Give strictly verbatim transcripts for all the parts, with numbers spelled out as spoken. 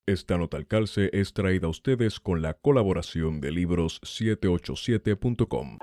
Esta nota al calce es traída a ustedes con la colaboración de libros setecientos ochenta y siete punto com.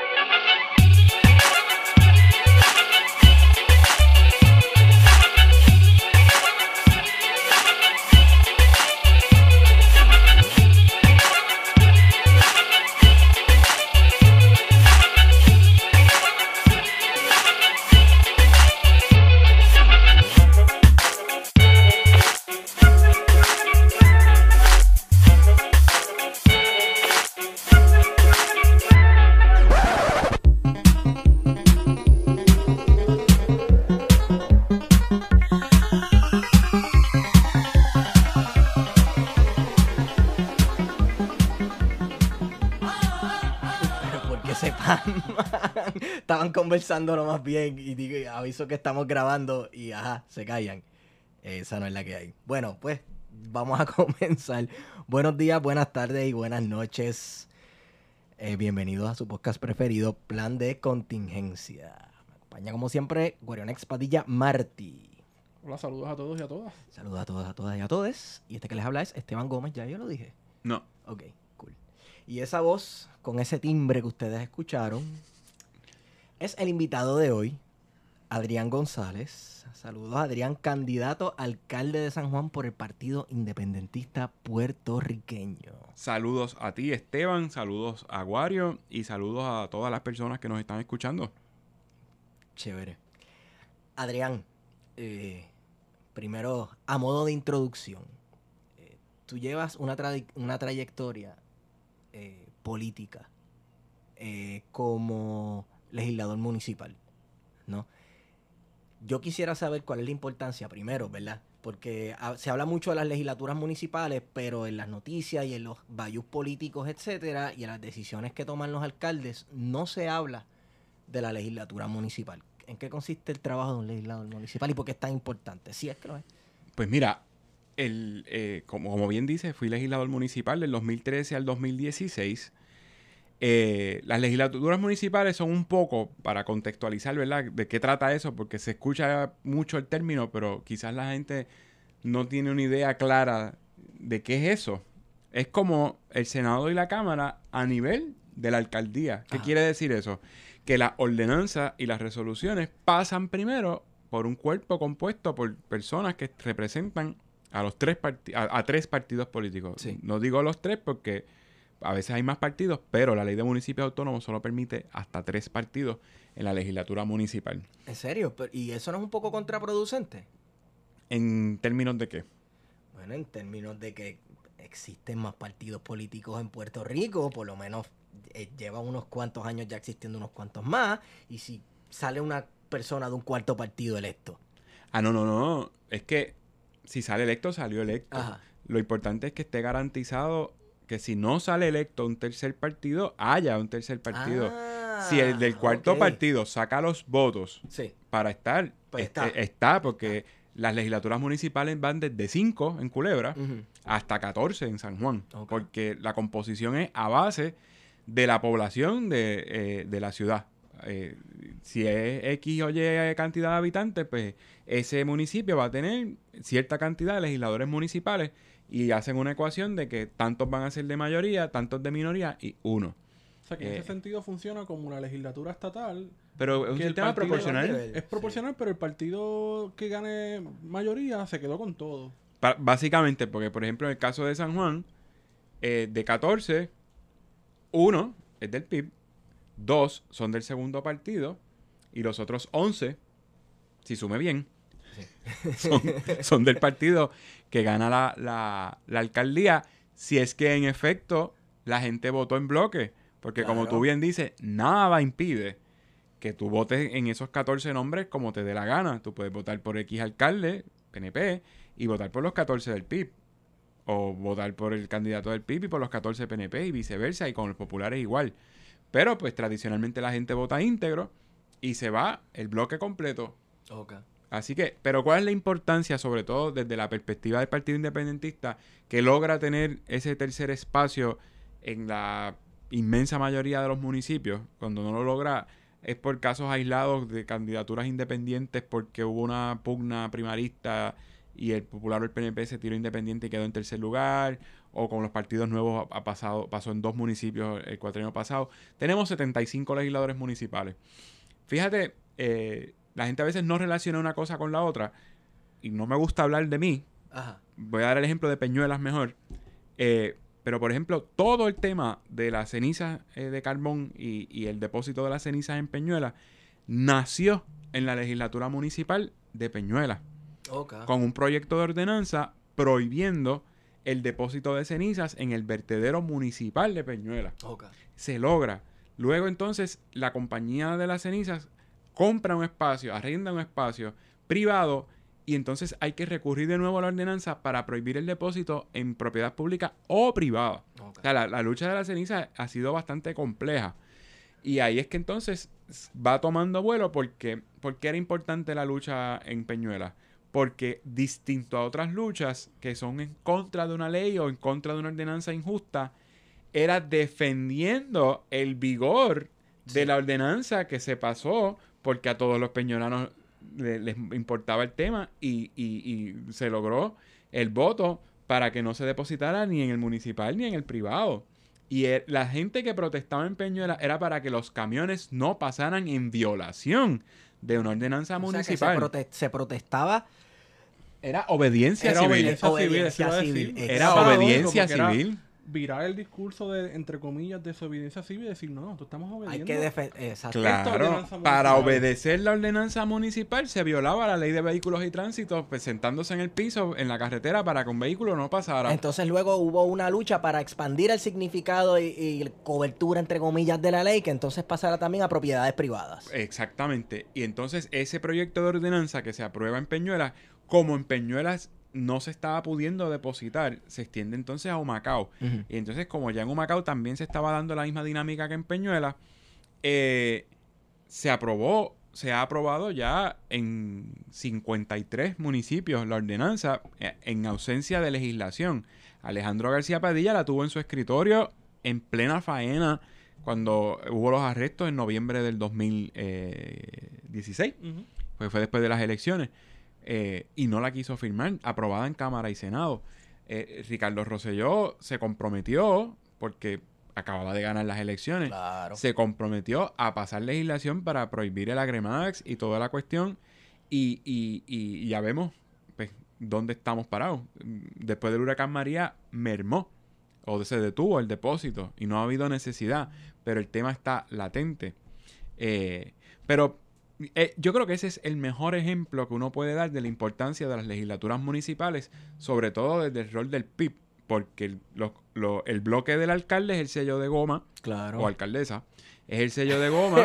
Estaban conversando lo más bien y digo, aviso que estamos grabando y ajá, se callan. Esa no es la que hay. Bueno, pues vamos a comenzar. Buenos días, buenas tardes y buenas noches. Eh, bienvenidos a su podcast preferido, Plan de Contingencia. Me acompaña como siempre Guarionex Padilla Martí. Hola, saludos a todos y a todas. Saludos a todas, a todas y a todos. Y este que les habla es Esteban Gómez, ya yo lo dije. No. Ok, cool. Y esa voz, con ese timbre que ustedes escucharon, es el invitado de hoy, Adrián González. Saludos, Adrián, candidato a alcalde de San Juan por el Partido Independentista Puertorriqueño. Saludos a ti, Esteban, saludos a Guario y saludos a todas las personas que nos están escuchando. Chévere. Adrián, eh, primero, a modo de introducción, eh, tú llevas una, tra- una trayectoria eh, política eh, como legislador municipal, ¿no? Yo quisiera saber cuál es la importancia primero, ¿verdad? Porque a, se habla mucho de las legislaturas municipales, pero en las noticias y en los bayús políticos, etcétera, y en las decisiones que toman los alcaldes, no se habla de la legislatura municipal. ¿En qué consiste el trabajo de un legislador municipal y por qué es tan importante? Sí, es que lo es. Pues mira, el, eh, como, como bien dice, fui legislador municipal del dos mil trece al dos mil dieciséis. Eh, las legislaturas municipales son un poco, para contextualizar, ¿verdad?, de qué trata eso, porque se escucha mucho el término, pero quizás la gente no tiene una idea clara de qué es eso. Es como el Senado y la Cámara a nivel de la alcaldía. ¿Qué Ajá. quiere decir eso? Que las ordenanzas y las resoluciones pasan primero por un cuerpo compuesto por personas que representan a los tres parti- a, a tres partidos políticos. Sí. No digo los tres porque a veces hay más partidos, pero la ley de municipios autónomos solo permite hasta tres partidos en la legislatura municipal. ¿En serio? Pero- ¿Y eso no es un poco contraproducente? ¿En términos de qué? Bueno, en términos de que existen más partidos políticos en Puerto Rico, por lo menos eh, lleva unos cuantos años ya existiendo unos cuantos más, y si sale una persona de un cuarto partido electo. Ah, no, no, no. Es que si sale electo, salió electo. Ajá. Lo importante es que esté garantizado que si no sale electo un tercer partido, haya un tercer partido. Ah, si el del cuarto ok. partido saca los votos Sí. para estar, Pues este, está. está, porque las legislaturas municipales van desde cinco en Culebra Ujú. hasta catorce en San Juan. Ok. Porque la composición es a base de la población de, eh, de la ciudad. Eh, si es X o Y cantidad de habitantes, pues ese municipio va a tener cierta cantidad de legisladores municipales y hacen una ecuación de que tantos van a ser de mayoría, tantos de minoría y uno. O sea que en Eh. ese sentido funciona como la legislatura estatal. Pero es un Que el sistema partido- proporcional. Es proporcional, pero el partido que gane mayoría se quedó con todo. Pa- básicamente, porque por ejemplo en el caso de San Juan, eh, de catorce, uno es del P I B, dos son del segundo partido y los otros once, si sume bien, son, son del partido que gana la, la, la alcaldía, si es que en efecto la gente votó en bloque. Porque como Claro. tú bien dices, nada impide que tú votes en esos catorce nombres como te dé la gana. Tú puedes votar por X alcalde, P N P, y votar por los catorce del P I B. O votar por el candidato del P I B y por los catorce P N P y viceversa, y con los populares igual. Pero pues tradicionalmente la gente vota íntegro y se va el bloque completo. Ok. Así que, pero ¿cuál es la importancia, sobre todo desde la perspectiva del Partido Independentista, que logra tener ese tercer espacio en la inmensa mayoría de los municipios? Cuando no lo logra es por casos aislados de candidaturas independientes porque hubo una pugna primarista y el Popular o el P N P se tiró independiente y quedó en tercer lugar, o con los partidos nuevos ha pasado, pasó en dos municipios el cuatrienio pasado. Tenemos setenta y cinco legisladores municipales. Fíjate, eh, la gente a veces no relaciona una cosa con la otra, y no me gusta hablar de mí. Ajá. Voy a dar el ejemplo de Peñuelas mejor. Eh, pero, por ejemplo, todo el tema de las cenizas eh, de carbón y, y el depósito de las cenizas en Peñuelas nació en la legislatura municipal de Peñuelas, Okay. con un proyecto de ordenanza prohibiendo el depósito de cenizas en el vertedero municipal de Peñuelas. Okay. Se logra. Luego, entonces, la compañía de las cenizas compra un espacio, arrenda un espacio privado, y entonces hay que recurrir de nuevo a la ordenanza para prohibir el depósito en propiedad pública o privada. Okay. O sea, la, la lucha de la ceniza ha sido bastante compleja. Y ahí es que entonces va tomando vuelo porque, porque era importante la lucha en Peñuelas. Porque distinto a otras luchas que son en contra de una ley o en contra de una ordenanza injusta, era defendiendo el vigor Sí. de la ordenanza que se pasó, porque a todos los peñolanos le- les importaba el tema y, y, y se logró el voto para que no se depositara ni en el municipal ni en el privado. Y er- la gente que protestaba en Peñuelas era para que los camiones no pasaran en violación de una ordenanza O sea, que municipal. se, prote- se protestaba. Era obediencia Era civil. obediencia civil, Obediencia eso iba a decir. civil, Era exacto. obediencia Porque era civil. virar el discurso de, entre comillas, desobediencia civil y decir, no, tú estamos obedeciendo. Hay que defender. Exacto. Esta Claro, ordenanza para municipal. obedecer la ordenanza municipal se violaba la ley de vehículos y tránsito, pues sentándose en el piso, en la carretera, para que un vehículo no pasara. Entonces luego hubo una lucha para expandir el significado y, y cobertura, entre comillas, de la ley, que entonces pasara también a propiedades privadas. Exactamente. Y entonces ese proyecto de ordenanza que se aprueba en Peñuelas, como en Peñuelas no se estaba pudiendo depositar, se extiende entonces a Humacao. Ujú. Y entonces, como ya en Humacao también se estaba dando la misma dinámica que en Peñuelas, eh, se aprobó, se ha aprobado ya en cincuenta y tres municipios la ordenanza eh, en ausencia de legislación. Alejandro García Padilla la tuvo en su escritorio en plena faena cuando hubo los arrestos en noviembre del dos mil dieciséis. Ujú. Pues fue después de las elecciones. Eh, y no la quiso firmar, aprobada en Cámara y Senado. Eh, Ricardo Rosselló se comprometió, porque acababa de ganar las elecciones, Claro. se comprometió a pasar legislación para prohibir el Agremax y toda la cuestión. Y, y, y ya vemos pues, dónde estamos parados. Después del huracán María, mermó o se detuvo el depósito y no ha habido necesidad, pero el tema está latente. Eh, pero eh, yo creo que ese es el mejor ejemplo que uno puede dar de la importancia de las legislaturas municipales, sobre todo desde el rol del P I B, porque el, lo- lo- el bloque del alcalde es el sello de goma, Claro. o alcaldesa, es el sello de goma,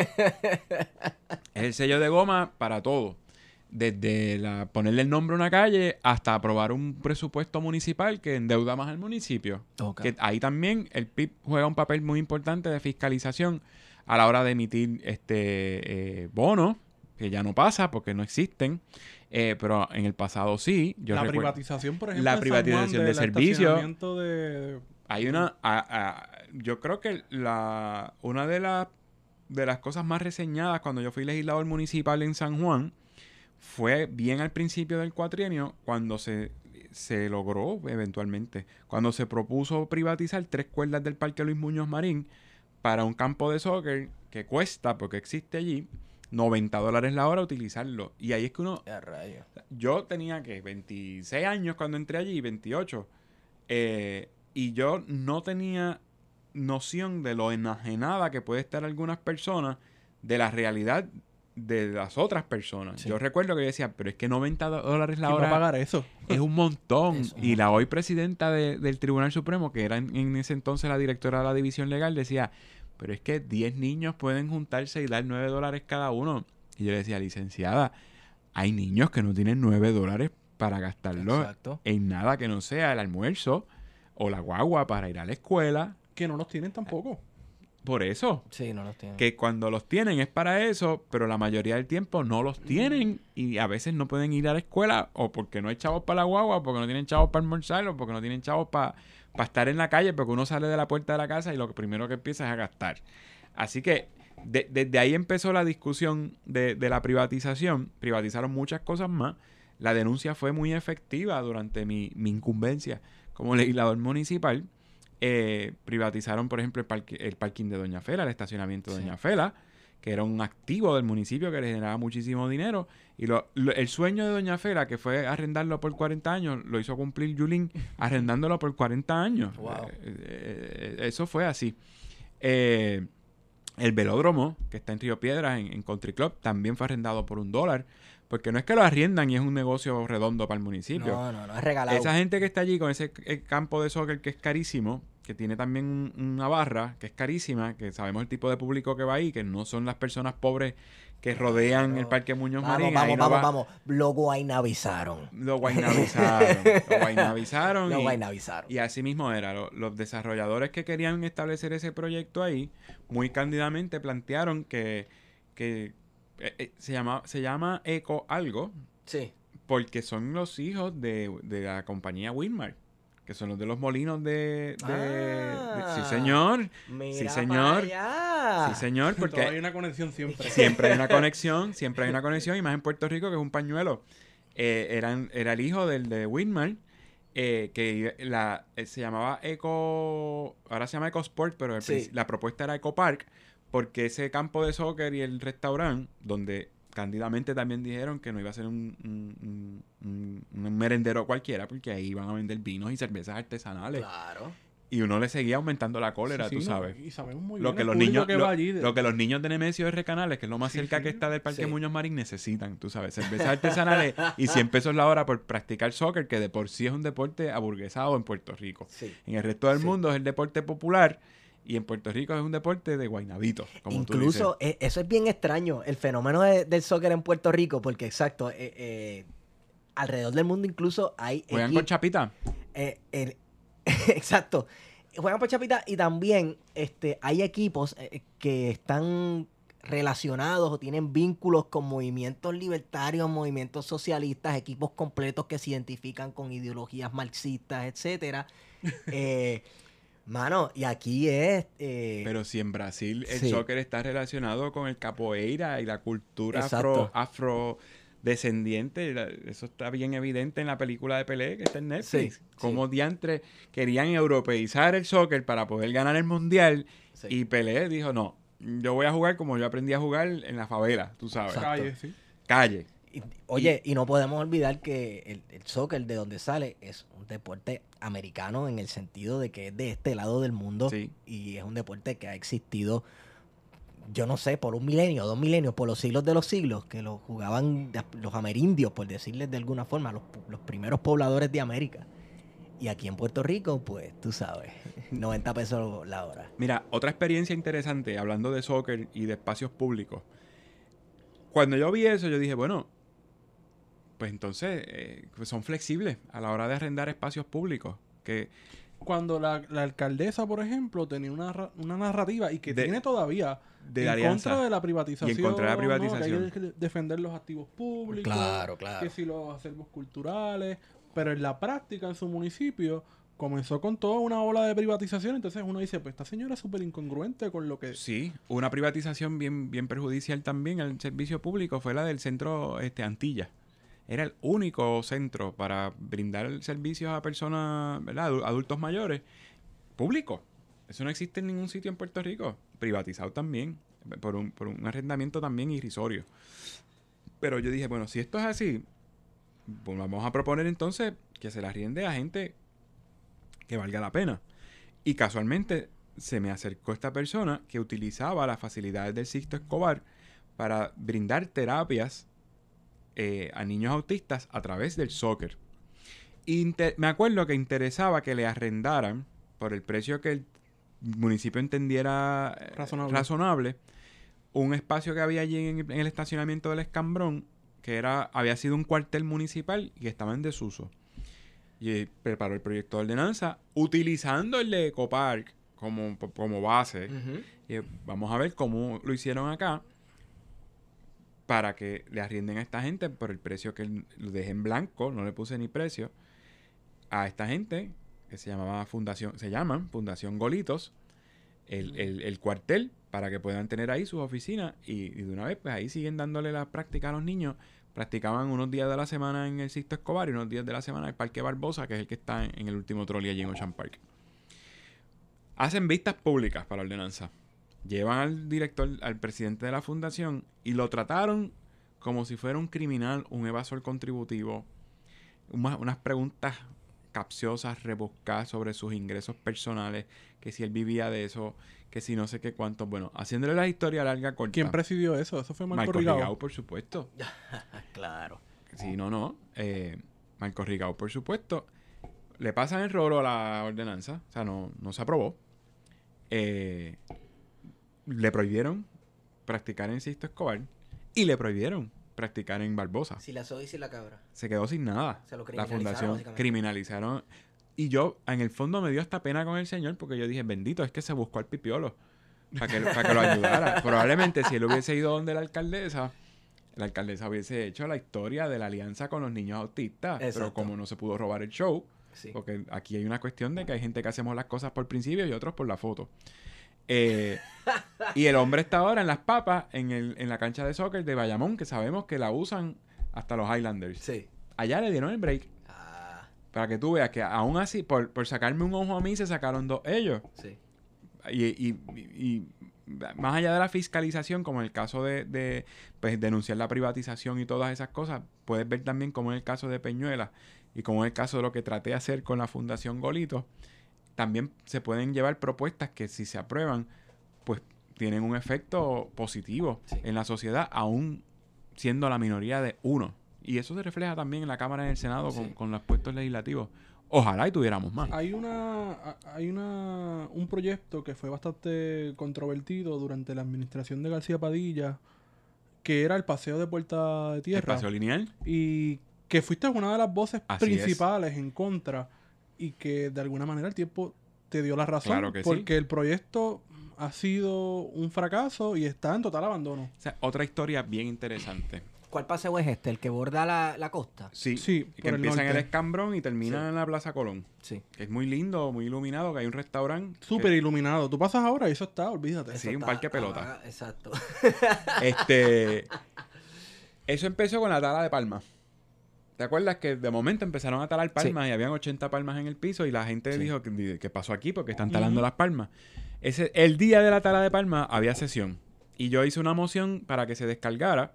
es el sello de goma para todo. Desde la, ponerle el nombre a una calle hasta aprobar un presupuesto municipal que endeuda más al municipio. Ok. Que ahí también el P I B juega un papel muy importante de fiscalización a la hora de emitir este eh, bonos, que ya no pasa porque no existen, eh, pero en el pasado sí. Yo la recuerdo- privatización, por ejemplo, La en San privatización Juan de del servicios. estacionamiento de... Hay una... a- a- yo creo que la una de, las de las cosas más reseñadas cuando yo fui legislador municipal en San Juan fue bien al principio del cuatrienio, cuando se, se logró eventualmente, cuando se propuso privatizar tres cuerdas del Parque Luis Muñoz Marín para un campo de soccer que cuesta, porque existe allí, noventa dólares la hora utilizarlo. Y ahí es que uno... Ya, rayos. Yo tenía, que veintiséis años cuando entré allí, veintiocho. Eh, y yo no tenía noción de lo enajenada que puede estar algunas personas de la realidad de las otras personas. Sí. Yo recuerdo que yo decía, pero es que noventa dólares la ¿Quién va a hora pagar eso? es un montón. Es un Y la hoy presidenta de- del Tribunal Supremo, que era en, en ese entonces la directora de la División Legal, decía, pero es que diez niños pueden juntarse y dar nueve dólares cada uno. Y yo le decía, licenciada, hay niños que no tienen nueve dólares para gastarlo Exacto. en nada que no sea el almuerzo o la guagua para ir a la escuela. Que no los tienen tampoco. Por eso, Sí, no los tienen. que cuando los tienen es para eso, pero la mayoría del tiempo no los tienen y a veces no pueden ir a la escuela o porque no hay chavos para la guagua, o porque no tienen chavos para almorzar, o porque no tienen chavos para estar en la calle, porque uno sale de la puerta de la casa y lo primero que empieza es a gastar. Así que de- desde ahí empezó la discusión de, de la privatización. Privatizaron muchas cosas más. la denuncia fue muy efectiva durante mi, mi incumbencia como legislador municipal. Eh, privatizaron, por ejemplo, el, parque, el parking de Doña Fela, el estacionamiento de Sí. Doña Fela, que era un activo del municipio que le generaba muchísimo dinero. Y lo, lo, el sueño de Doña Fela, que fue arrendarlo por cuarenta años, lo hizo cumplir Yulín arrendándolo por cuarenta años. Wow. Eh, eh, eh, eso fue así. Eh, el velódromo, que está en Río Piedras, en, en Country Club, también fue arrendado por un dólar. Porque no es que lo arriendan y es un negocio redondo para el municipio. No, no, no, es regalado. Esa gente que está allí con ese eh, campo de soccer que es carísimo, que tiene también un- una barra que es carísima, que sabemos el tipo de público que va ahí, que no son las personas pobres que rodean Claro. el Parque Muñoz Vamos, Marín. vamos, Ahí no vamos, va- vamos. Lo guaynavizaron. Lo guaynavizaron. Lo guaynavizaron. Lo y- guaynavizaron. y así mismo era. Lo- los desarrolladores que querían establecer ese proyecto ahí, muy cándidamente plantearon que, que eh, eh, se llama, se llama Eco algo, Sí. porque son los hijos de, de la compañía Winmar, que son los de los molinos de... de- de- Ah. sí, señor. Mira Sí, pa' señor. allá. Sí, señor, Porque hay porque una conexión siempre. siempre hay una conexión, siempre hay una conexión, y más en Puerto Rico, que es un pañuelo. Eh, eran, era el hijo del de Winmar, eh, que la, eh, se llamaba Eco... Ahora se llama EcoSport, pero el Sí. princi- la propuesta era EcoPark, porque ese campo de soccer y el restaurante, donde cándidamente también dijeron que no iba a ser un, un, un- un merendero cualquiera, porque ahí iban a vender vinos y cervezas artesanales. Claro. Y uno le seguía aumentando la cólera, Sí, tú sí, no, sabes. y sabemos muy Lo bien que, el los público niños, que lo, va allí. de- lo que los niños de Nemesio de Recanales, que es lo más Sí, cerca sí. que está del Parque Sí. Muñoz Marín, necesitan, tú sabes, cervezas artesanales y cien pesos la hora por practicar soccer, que de por sí es un deporte aburguesado en Puerto Rico. Sí. En el resto del Sí. mundo es el deporte popular y en Puerto Rico es un deporte de guaynabito, como tú dices. Incluso, eh, eso es bien extraño, el fenómeno de- del soccer en Puerto Rico, porque exacto, eh, eh, alrededor del mundo incluso hay ¿Juegan equip- con chapita? eh, el- exacto, juegan por chapita y también este, hay equipos eh, que están relacionados o tienen vínculos con movimientos libertarios, movimientos socialistas, equipos completos que se identifican con ideologías marxistas, etcétera. Eh, mano, y aquí es... eh, Pero si en Brasil el sí. soccer está relacionado con el capoeira y la cultura Exacto. afro, afrodescendiente, la- eso está bien evidente en la película de Pelé que está en Netflix. Sí, Como diantre querían europeizar el soccer para poder ganar el mundial sí. y Pelé dijo, no, yo voy a jugar como yo aprendí a jugar en la favela, tú sabes. Exacto. Calle, sí. Calle. Y- oye, y no podemos olvidar que el, el soccer de donde sale es un deporte americano en el sentido de que es de este lado del mundo Sí. y es un deporte que ha existido, yo no sé, por un milenio, dos milenios, por los siglos de los siglos, que lo jugaban de- los amerindios, por decirles de alguna forma, los, los primeros pobladores de América. Y aquí en Puerto Rico, pues, tú sabes, noventa pesos la hora. Mira, otra experiencia interesante, hablando de soccer y de espacios públicos. Cuando yo vi eso, yo dije, bueno, pues entonces eh, pues son flexibles a la hora de arrendar espacios públicos. Que Cuando la, la alcaldesa, por ejemplo, tenía una, ra- una narrativa y que De- tiene todavía de en la alianza. contra de la privatización. Y en contra de la ¿no? privatización. Que hay que defender los activos públicos. Claro, claro. Que si los acervos culturales. Pero en la práctica, en su municipio, comenzó con toda una ola de privatización. Entonces uno dice, pues esta señora es súper incongruente con lo que... Sí, una privatización bien, bien perjudicial también al servicio público fue la del centro este, Antilla. Era el único centro para brindar servicios a personas, ¿verdad? Adu- Adultos mayores, público. Eso no existe en ningún sitio en Puerto Rico. Privatizado también, por un, por un arrendamiento también irrisorio. Pero yo dije, bueno, si esto es así, pues vamos a proponer entonces que se la arriende a gente que valga la pena. Y casualmente se me acercó esta persona que utilizaba las facilidades del Sixto Escobar para brindar terapias eh, a niños autistas a través del soccer. Inter- me acuerdo que interesaba que le arrendaran por el precio que el municipio entendiera eh, Razonable. razonable, un espacio que había allí en, en el estacionamiento del Escambrón, que era había sido un cuartel municipal y que estaba en desuso. Y eh, preparó el proyecto de ordenanza utilizando el de Ecopark como, como base. Ujú. Y eh, vamos a ver cómo lo hicieron acá para que le arrienden a esta gente por el precio que él- lo dejé en blanco, no le puse ni precio, a esta gente que se llamaba Fundación, se llaman Fundación Golitos, el, el, el cuartel, para que puedan tener ahí sus oficinas y, y de una vez pues ahí siguen dándole la práctica a los niños practicaban unos días de la semana en el Sisto Escobar y unos días de la semana en el Parque Barbosa, que es el que está en, en el último trolley allí en Ocean Park. Hacen vistas públicas para la ordenanza. Llevan al director, al presidente de la fundación, y lo trataron como si fuera un criminal, un evasor contributivo. Unas, unas preguntas capciosas, rebuscadas sobre sus ingresos personales, que si él vivía de eso, que si no sé qué cuántos. Bueno, haciéndole la historia larga, corta. ¿Quién presidió eso? Eso fue Marco, Marco Rigao. Rigao, por supuesto. Claro. Sí, no, no. Eh, Marco Rigao, por supuesto. Le pasan el rolo a la ordenanza. O sea, no, no se aprobó. Eh, le prohibieron practicar en Sisto Escobar y le prohibieron practicar en Barbosa. Si la soy y si la cabra. Se quedó sin nada. Se lo La criminalizaron, fundación básicamente. criminalizaron. Y yo, en el fondo, me dio hasta pena con el señor porque yo dije, bendito, es que se buscó al pipiolo para que, para que lo ayudara. Probablemente si él hubiese ido donde la alcaldesa, la alcaldesa hubiese hecho la historia de la alianza con los niños autistas. Exacto. Pero como no se pudo robar el show, Sí. porque aquí hay una cuestión de que hay gente que hacemos las cosas por principio y otros por la foto. Eh, y el hombre está ahora en las papas en, el, en la cancha de soccer de Bayamón, que sabemos que la usan hasta los Highlanders. Sí. Allá le dieron el break. Ah, Para que tú veas que aún así, por, por sacarme un ojo a mí, se sacaron dos ellos. sí. Y, y, y, y más allá de la fiscalización, como en el caso de, de pues, denunciar la privatización y todas esas cosas, puedes ver también como en el caso de Peñuela y como en el caso de lo que traté de hacer con la Fundación Golito, también se pueden llevar propuestas que si se aprueban, pues tienen un efecto positivo Sí. en la sociedad, aún siendo la minoría de uno. Y eso se refleja también en la Cámara y en el Senado con, Sí. con los puestos legislativos. Ojalá y tuviéramos más. Hay una a- hay una un proyecto que fue bastante controvertido durante la administración de García Padilla, que era el paseo de Puerta de El Tierra, paseo lineal. y que fuiste una de las voces Así principales en contra, y que de alguna manera el tiempo te dio la razón, Claro que sí. porque el proyecto ha sido un fracaso y está en total abandono. O sea, otra historia bien interesante. ¿Cuál paseo es este? ¿El que borda la, la costa? Sí, Sí, que por el empieza en el norte. Escambrón y termina Sí. en la Plaza Colón. Sí. Que es muy lindo, muy iluminado, que hay un restaurante. Súper iluminado. Tú pasas ahora y eso está, olvídate. Sí, Eso un está- parque pelota. ah, exacto. que, este, eso empezó con la tala de palmas. ¿Te acuerdas que de momento empezaron a talar palmas y habían ochenta palmas en el piso y la gente Sí. dijo, ¿qué, qué pasó aquí? Porque están talando Ujú. las palmas. Ese, el día de la tala de palmas había sesión. Y yo hice una moción para que se descargara.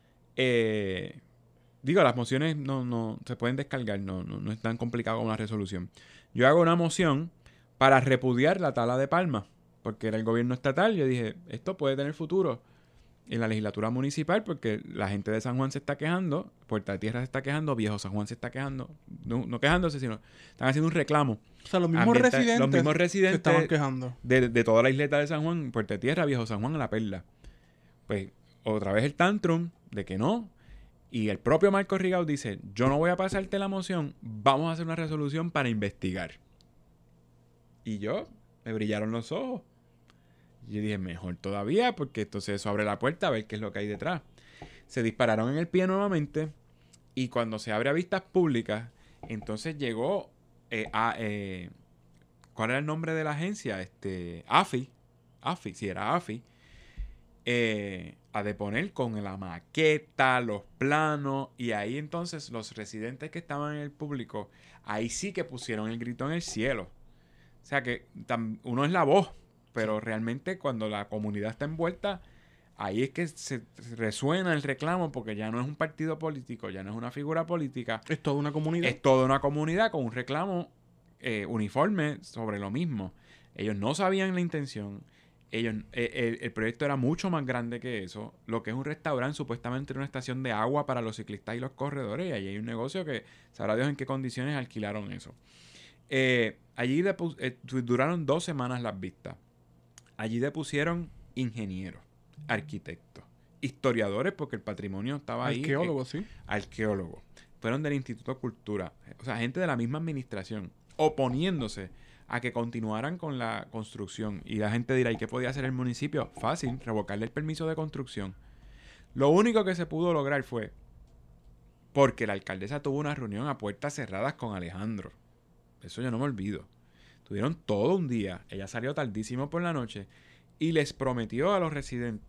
Eh, digo, las mociones no, no se pueden descargar, no, no, no es tan complicado como la resolución. Yo hago una moción para repudiar la tala de palmas, porque era el gobierno estatal. Yo dije, esto puede tener futuro en la legislatura municipal, porque la gente de San Juan se está quejando, Puerta de Tierra se está quejando, Viejo San Juan se está quejando, no, no quejándose, sino están haciendo un reclamo. O sea, los mismos Ambiental- residentes, los mismos se residentes estaban quejando. de, de toda la isleta de San Juan, Puerta de Tierra, Viejo San Juan, La Perla. Pues otra vez el tantrum de que no. Y el propio Marco Rigao dice, yo no voy a pasarte la moción, vamos a hacer una resolución para investigar. Y yo, me brillaron los ojos. Y yo dije, mejor todavía, porque entonces eso abre la puerta a ver qué es lo que hay detrás. Se dispararon en el pie nuevamente. Y cuando se abre a vistas públicas, entonces llegó eh, a... Eh, ¿cuál era el nombre de la agencia? Este, AFI. AFI, sí, era AFI. Eh, a deponer con la maqueta, los planos, y ahí entonces los residentes que estaban en el público, ahí sí que pusieron el grito en el cielo. O sea que tam, uno es la voz, pero realmente cuando la comunidad está envuelta, ahí es que se resuena el reclamo, porque ya no es un partido político, ya no es una figura política, Es toda una comunidad. es toda una comunidad con un reclamo eh, uniforme sobre lo mismo. Ellos no sabían la intención. Ellos, eh, el, el proyecto era mucho más grande que eso. Lo que es un restaurante, supuestamente una estación de agua para los ciclistas y los corredores. Y ahí hay un negocio que sabrá Dios en qué condiciones alquilaron eso. Eh, allí depu- eh, duraron dos semanas las vistas. Allí depusieron ingenieros, arquitectos, historiadores, porque el patrimonio estaba ahí. Arqueólogos, sí. Arqueólogos. Fueron del Instituto de Cultura. O sea, gente de la misma administración, oponiéndose a que continuaran con la construcción. Y la gente dirá, ¿y qué podía hacer el municipio? Fácil, revocarle el permiso de construcción. Lo único que se pudo lograr fue porque la alcaldesa tuvo una reunión a puertas cerradas con Alejandro. Eso yo no me olvido. Tuvieron todo un día. Ella salió tardísimo por la noche y les prometió a los residentes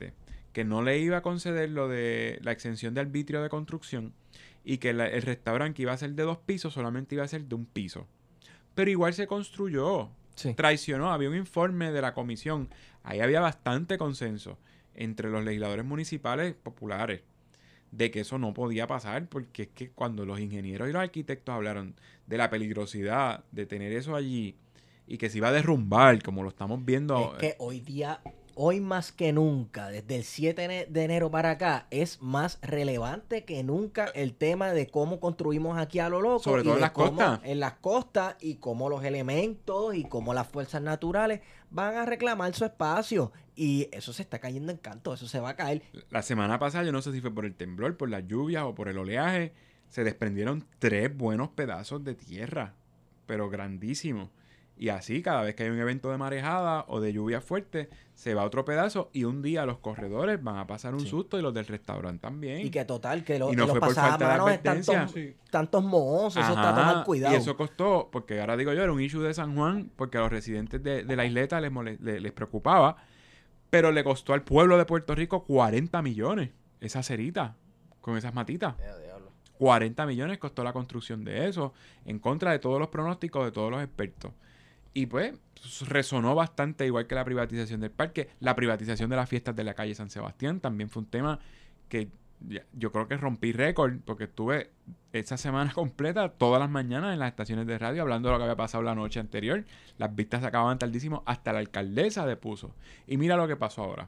que no le iba a conceder lo de la exención de arbitrio de construcción y que la, el restaurante que iba a ser de dos pisos solamente iba a ser de un piso. Pero igual se construyó. Sí. Traicionó. Había un informe de la comisión. Ahí había bastante consenso entre los legisladores municipales populares de que eso no podía pasar, porque es que cuando los ingenieros y los arquitectos hablaron de la peligrosidad de tener eso allí y que se iba a derrumbar, como lo estamos viendo. Es que hoy día, hoy más que nunca, desde el siete de enero para acá, es más relevante que nunca el tema de cómo construimos aquí a lo loco. Sobre y todo de en las cómo- costas. En las costas y cómo los elementos y cómo las fuerzas naturales van a reclamar su espacio. Y eso se está cayendo en canto, eso se va a caer. La semana pasada, yo no sé si fue por el temblor, por las lluvias o por el oleaje, se desprendieron tres buenos pedazos de tierra, pero grandísimos. Y así, cada vez que hay un evento de marejada o de lluvia fuerte, se va otro pedazo y un día los corredores van a pasar un Sí. susto y los del restaurante también. Y que total, que, lo- Y no que los fue por falta de pasamanos están advertencia. tantos, Sí. tantos mozos, eso está Ajá, tomar cuidado. Y eso costó, porque ahora digo yo, era un issue de San Juan, porque a los residentes de, de la isleta les, mole- le- les preocupaba, pero le costó al pueblo de Puerto Rico cuarenta millones, esa cerita, con esas matitas. cuarenta millones costó la construcción de eso, en contra de todos los pronósticos de todos los expertos. Y pues resonó bastante, igual que la privatización del parque. La privatización de las fiestas de la calle San Sebastián también fue un tema que ya- yo creo que rompí récord, porque estuve esa semana completa, todas las mañanas en las estaciones de radio, hablando de lo que había pasado la noche anterior. Las vistas se acababan tardísimo, hasta la alcaldesa depuso. Y mira lo que pasó ahora.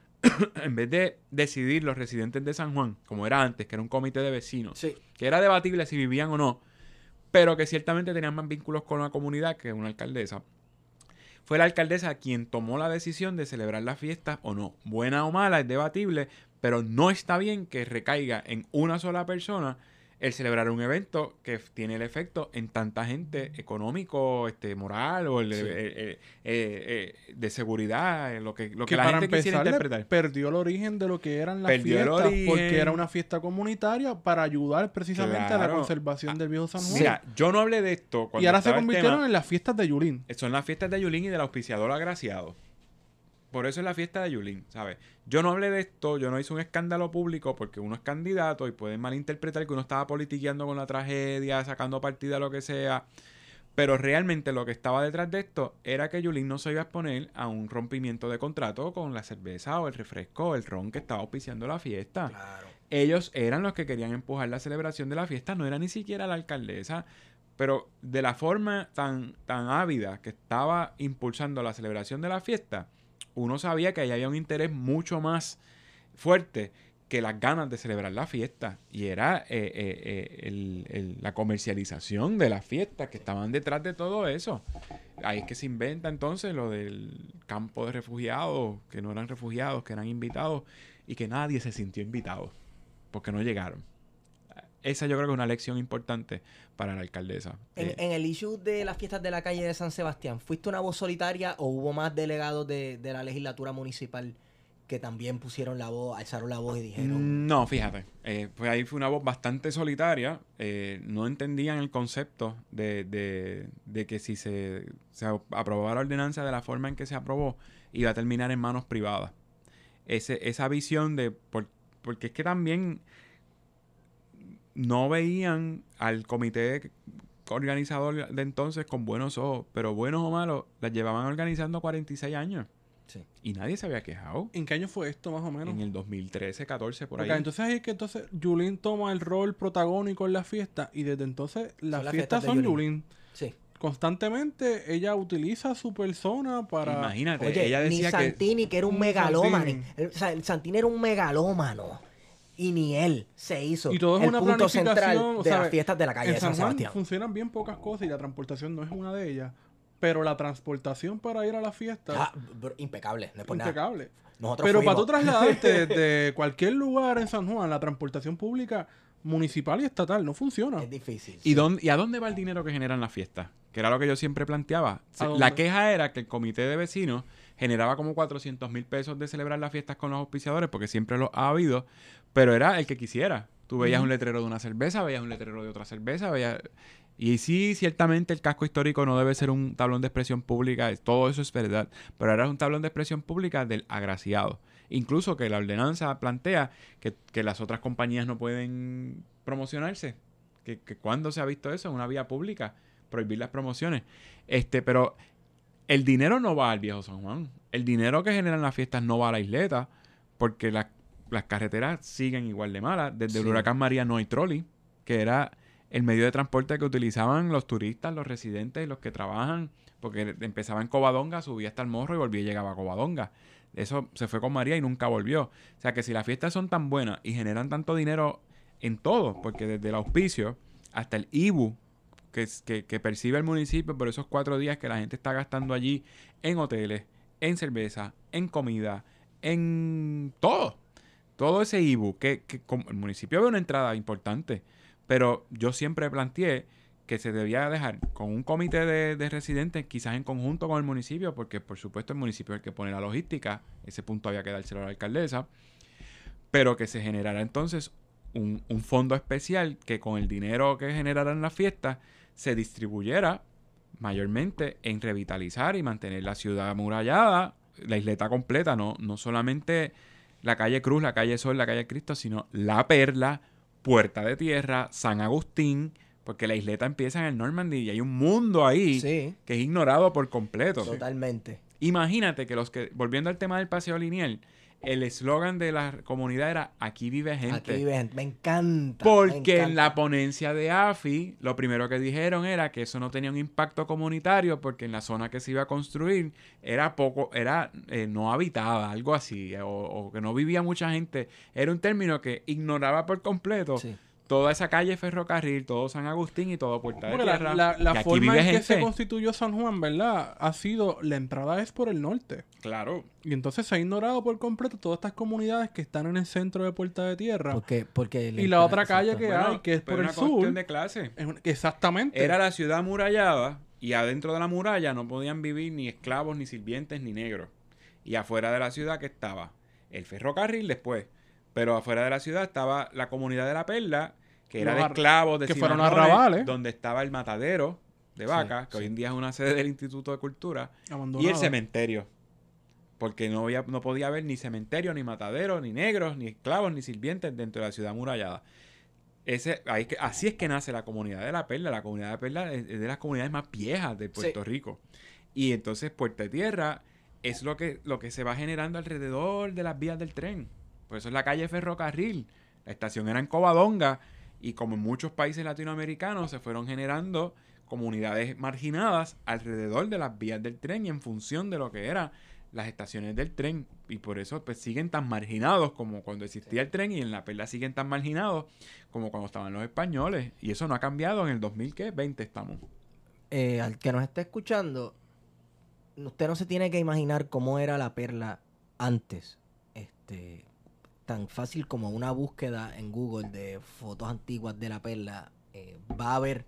En vez de decidir los residentes de San Juan, como era antes, que era un comité de vecinos, Sí. que era debatible si vivían o no, pero que ciertamente tenían más vínculos con la comunidad que una alcaldesa. Fue la alcaldesa quien tomó la decisión de celebrar la fiesta o no. Buena o mala, es debatible, pero no está bien que recaiga en una sola persona el celebrar un evento que tiene el efecto en tanta gente económico, este, moral o el, Sí. eh, eh, eh, eh, de seguridad, eh, lo que, lo que, que la para gente quisiera empezar le interpretar. perdió el origen de lo que eran las Perdió el fiestas, origen. porque era una fiesta comunitaria para ayudar precisamente a la Claro. conservación del viejo San Juan. Mira, yo no hablé de esto cuando y ahora se estaba el convirtieron tema. en las fiestas de Yulín. Son las fiestas de Yulín y del auspiciador agraciado. Por eso es la fiesta de Yulín, ¿sabes? Yo no hablé de esto, yo no hice un escándalo público porque uno es candidato y pueden malinterpretar que uno estaba politiqueando con la tragedia, sacando partida, lo que sea. Pero realmente lo que estaba detrás de esto era que Yulín no se iba a exponer a un rompimiento de contrato con la cerveza o el refresco o el ron que estaba auspiciando la fiesta. Claro. Ellos eran los que querían empujar la celebración de la fiesta, no era ni siquiera la alcaldesa. Pero de la forma tan, tan ávida que estaba impulsando la celebración de la fiesta, uno sabía que ahí había un interés mucho más fuerte que las ganas de celebrar la fiesta. Y era eh, eh, eh, el- el- la comercialización de las fiestas que estaban detrás de todo eso. Ahí es que se inventa entonces lo del campo de refugiados, que no eran refugiados, que eran invitados, y que nadie se sintió invitado, porque no llegaron. Esa yo creo que es una lección importante para la alcaldesa. En, Eh, en el issue de las fiestas de la calle de San Sebastián, ¿fuiste una voz solitaria o hubo más delegados de, de la legislatura municipal que también pusieron la voz, alzaron la voz y dijeron... No, fíjate. Eh, pues ahí fue una voz bastante solitaria. Eh, no entendían el concepto de, de, de que si se, se aprobaba la ordenanza de la forma en que se aprobó, iba a terminar en manos privadas. Ese, esa visión de... Por, porque es que también no veían al comité organizador de entonces con buenos ojos, pero buenos o malos, las llevaban organizando cuarenta y seis años. Sí. Y nadie se había quejado. ¿En qué año fue esto más o menos? En el dos mil trece, catorce, por Ok, ahí. entonces ahí es que entonces Yulín toma el rol protagónico en la fiesta y desde entonces las las fiestas fiestas de son Yulín. Yulín. Sí. Constantemente ella utiliza su persona para... Imagínate, Oye, ella ni decía que... Santini, que era un Ni megalómano. Santini. El, o sea, el Santini era un megalómano. Y ni él se hizo Y todo es el una punto central planificación, o de sea, las fiestas de la calle en de San, San Juan Sebastián. funcionan bien pocas cosas y la transportación no es una de ellas. Pero la transportación para ir a la fiesta Ah, br- impecable, no es es por nada. impecable. Nosotros Pero para tú fuimos. trasladarte desde cualquier lugar en San Juan, la transportación pública municipal y estatal no funciona. Es difícil. ¿Y, sí. dónde, ¿Y a dónde va el dinero que generan las fiestas? Que era lo que yo siempre planteaba. Se- dónde? La queja era que el comité de vecinos generaba como cuatrocientos mil pesos de celebrar las fiestas con los auspiciadores, porque siempre los ha habido, pero era el que quisiera. Tú veías Ujú. un letrero de una cerveza, veías un letrero de otra cerveza, veías... Y sí, ciertamente el casco histórico no debe ser un tablón de expresión pública, es- todo eso es verdad, pero era un tablón de expresión pública del agraciado. Incluso que la ordenanza plantea que, que las otras compañías no pueden promocionarse. Que, que ¿Cuándo se ha visto eso? En una vía pública, prohibir las promociones. Este, pero el dinero no va al Viejo San Juan. El dinero que generan las fiestas no va a la isleta, porque la, las carreteras siguen igual de malas. Desde sí. el huracán María no hay trolley, que era el medio de transporte que utilizaban los turistas, los residentes y los que trabajan, porque empezaba en Covadonga, subía hasta el Morro y volvía y llegaba a Covadonga. Eso se fue con María y nunca volvió. O sea que si las fiestas son tan buenas y generan tanto dinero en todo, porque desde el auspicio hasta el I B U que, que, que percibe el municipio por esos cuatro días que la gente está gastando allí en hoteles, en cerveza, en comida, en todo. Todo ese I B U, que, que como el municipio ve una entrada importante, pero yo siempre planteé que se debía dejar con un comité de, de residentes, quizás en conjunto con el municipio, porque por supuesto el municipio es el que pone la logística, ese punto había que dárselo a la alcaldesa, pero que se generara entonces un, un fondo especial que con el dinero que generaran las fiestas se distribuyera mayormente en revitalizar y mantener la ciudad amurallada, la isleta completa, no, no solamente la calle Cruz, la calle Sol, la calle Cristo, sino La Perla, Puerta de Tierra, San Agustín, porque la isleta empieza en el Normandy y hay un mundo ahí sí. que es ignorado por completo. Totalmente. Imagínate que los que, volviendo al tema del paseo lineal, el eslogan de la comunidad era "Aquí vive gente". Aquí vive gente. Me encanta. Porque me encanta. en la ponencia de A F I, lo primero que dijeron era que eso no tenía un impacto comunitario porque en la zona que se iba a construir era poco, era eh, no habitada, algo así, o, o que no vivía mucha gente. Era un término que ignoraba por completo sí. toda esa calle Ferrocarril, todo San Agustín y todo Puerta de Tierra. La, la, la forma en que se constituyó San Juan, ¿verdad? Ha sido, la entrada es por el norte. Claro. Y entonces se ha ignorado por completo todas estas comunidades que están en el centro de Puerta de Tierra. Porque, porque y la otra calle exacto. que bueno, hay, que es por el sur. Una cuestión de clase. Es un, exactamente. Era la ciudad amurallada y adentro de la muralla no podían vivir ni esclavos, ni sirvientes, ni negros. Y afuera de la ciudad que estaba el ferrocarril después. Pero afuera de la ciudad estaba la comunidad de La Perla, que era de esclavos, de que fueron arrabales, donde estaba el matadero de vacas, sí, que sí. hoy en día es una sede del Instituto de Cultura, abandonado. Y el cementerio. Porque no, había, no podía haber ni cementerio, ni matadero, ni negros, ni esclavos, ni sirvientes dentro de la ciudad amurallada. Ese, ahí, así es que nace la comunidad de La Perla. La comunidad de La Perla es de las comunidades más viejas de Puerto sí. Rico. Y entonces Puerta de Tierra es lo que, lo que se va generando alrededor de las vías del tren. Por eso es la calle Ferrocarril. La estación era en Covadonga. Y como en muchos países latinoamericanos se fueron generando comunidades marginadas alrededor de las vías del tren y en función de lo que eran las estaciones del tren. Y por eso pues siguen tan marginados como cuando existía el tren, y en La Perla siguen tan marginados como cuando estaban los españoles. Y eso no ha cambiado en el dos mil veinte estamos. Eh, al que nos esté escuchando, usted no se tiene que imaginar cómo era La Perla antes. Este... tan fácil como una búsqueda en Google de fotos antiguas de La Perla, eh, va a ver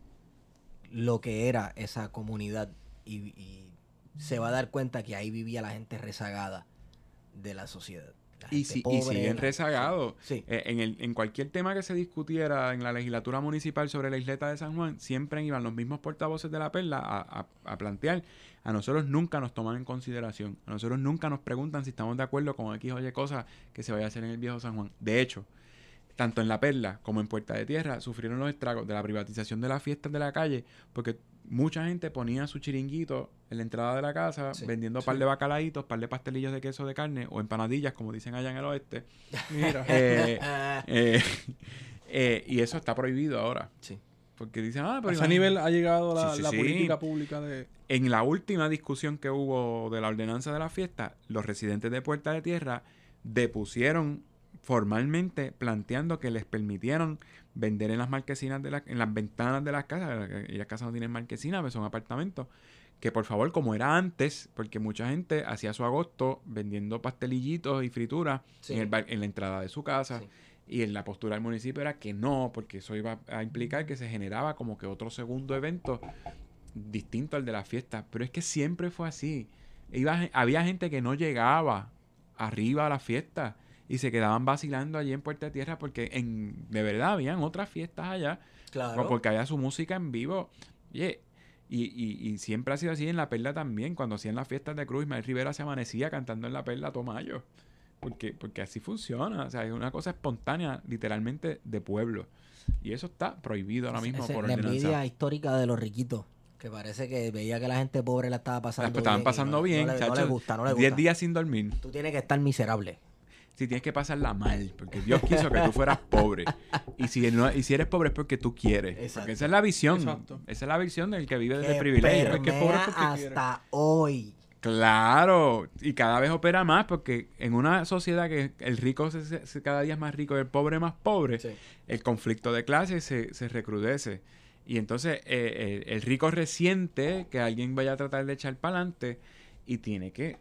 lo que era esa comunidad y, y se va a dar cuenta que ahí vivía la gente rezagada de la sociedad. La y, si, pobre, y siguen la, rezagados. Sí. Eh, en, el, en cualquier tema que se discutiera en la legislatura municipal sobre la isleta de San Juan, siempre iban los mismos portavoces de La Perla a, a, a plantear. A nosotros nunca nos toman en consideración. A nosotros nunca nos preguntan si estamos de acuerdo con X o Y cosas que se vaya a hacer en el Viejo San Juan. De hecho, tanto en La Perla como en Puerta de Tierra sufrieron los estragos de la privatización de las fiestas de la calle, porque mucha gente ponía su chiringuito en la entrada de la casa, sí, vendiendo sí. par de bacalaitos, par de pastelillos de queso de carne o empanadillas, como dicen allá en el oeste. Mira. eh, eh, eh, y eso está prohibido ahora. Sí. Porque dicen, ah, pero... A ese nivel ha llegado la, sí, sí, la sí. política pública de... En la última discusión que hubo de la ordenanza de la fiesta, los residentes de Puerta de Tierra depusieron formalmente planteando que les permitieron vender en las marquesinas de la, en las ventanas de las casas, y las casas no tienen marquesinas, pero son apartamentos, que por favor, como era antes, porque mucha gente hacía su agosto vendiendo pastelillitos y frituras sí. en, el, en la entrada de su casa, sí. y en la postura del municipio era que no, porque eso iba a implicar que se generaba como que otro segundo evento distinto al de la fiesta. Pero es que siempre fue así. Iba, había gente que no llegaba arriba a la fiesta y se quedaban vacilando allí en Puerta de Tierra porque en, de verdad habían otras fiestas allá. Claro. Porque había su música en vivo. Yeah. Y, y, y siempre ha sido así en La Perla también. Cuando hacían las fiestas de Cruz, Ismael Rivera se amanecía cantando en La Perla todo mayo. Porque, porque así funciona. O sea, es una cosa espontánea, literalmente, de pueblo. Y eso está prohibido ahora mismo Ese- por la ordenanza. envidia histórica de los riquitos. Que parece que veía que la gente pobre la estaba pasando Las pues, estaban bien. y pasando no, bien, No le, no chacho. le gusta, no le diez gusta. días sin dormir. Tú tienes que estar miserable. Si tienes que pasarla mal, porque Dios quiso que tú fueras pobre. Y si, no, y si eres pobre es porque tú quieres. Exacto. Porque esa es la visión. Exacto. Esa es la visión del que vive desde Que el privilegio. Es que es pobre permea porque quiere. hasta hoy. Claro, y cada vez opera más porque en una sociedad que el rico se, se- cada día es más rico y el pobre más pobre, Sí. el conflicto de clases se, se recrudece. Y entonces eh, el, el rico resiente que alguien vaya a tratar de echar para adelante y tiene que...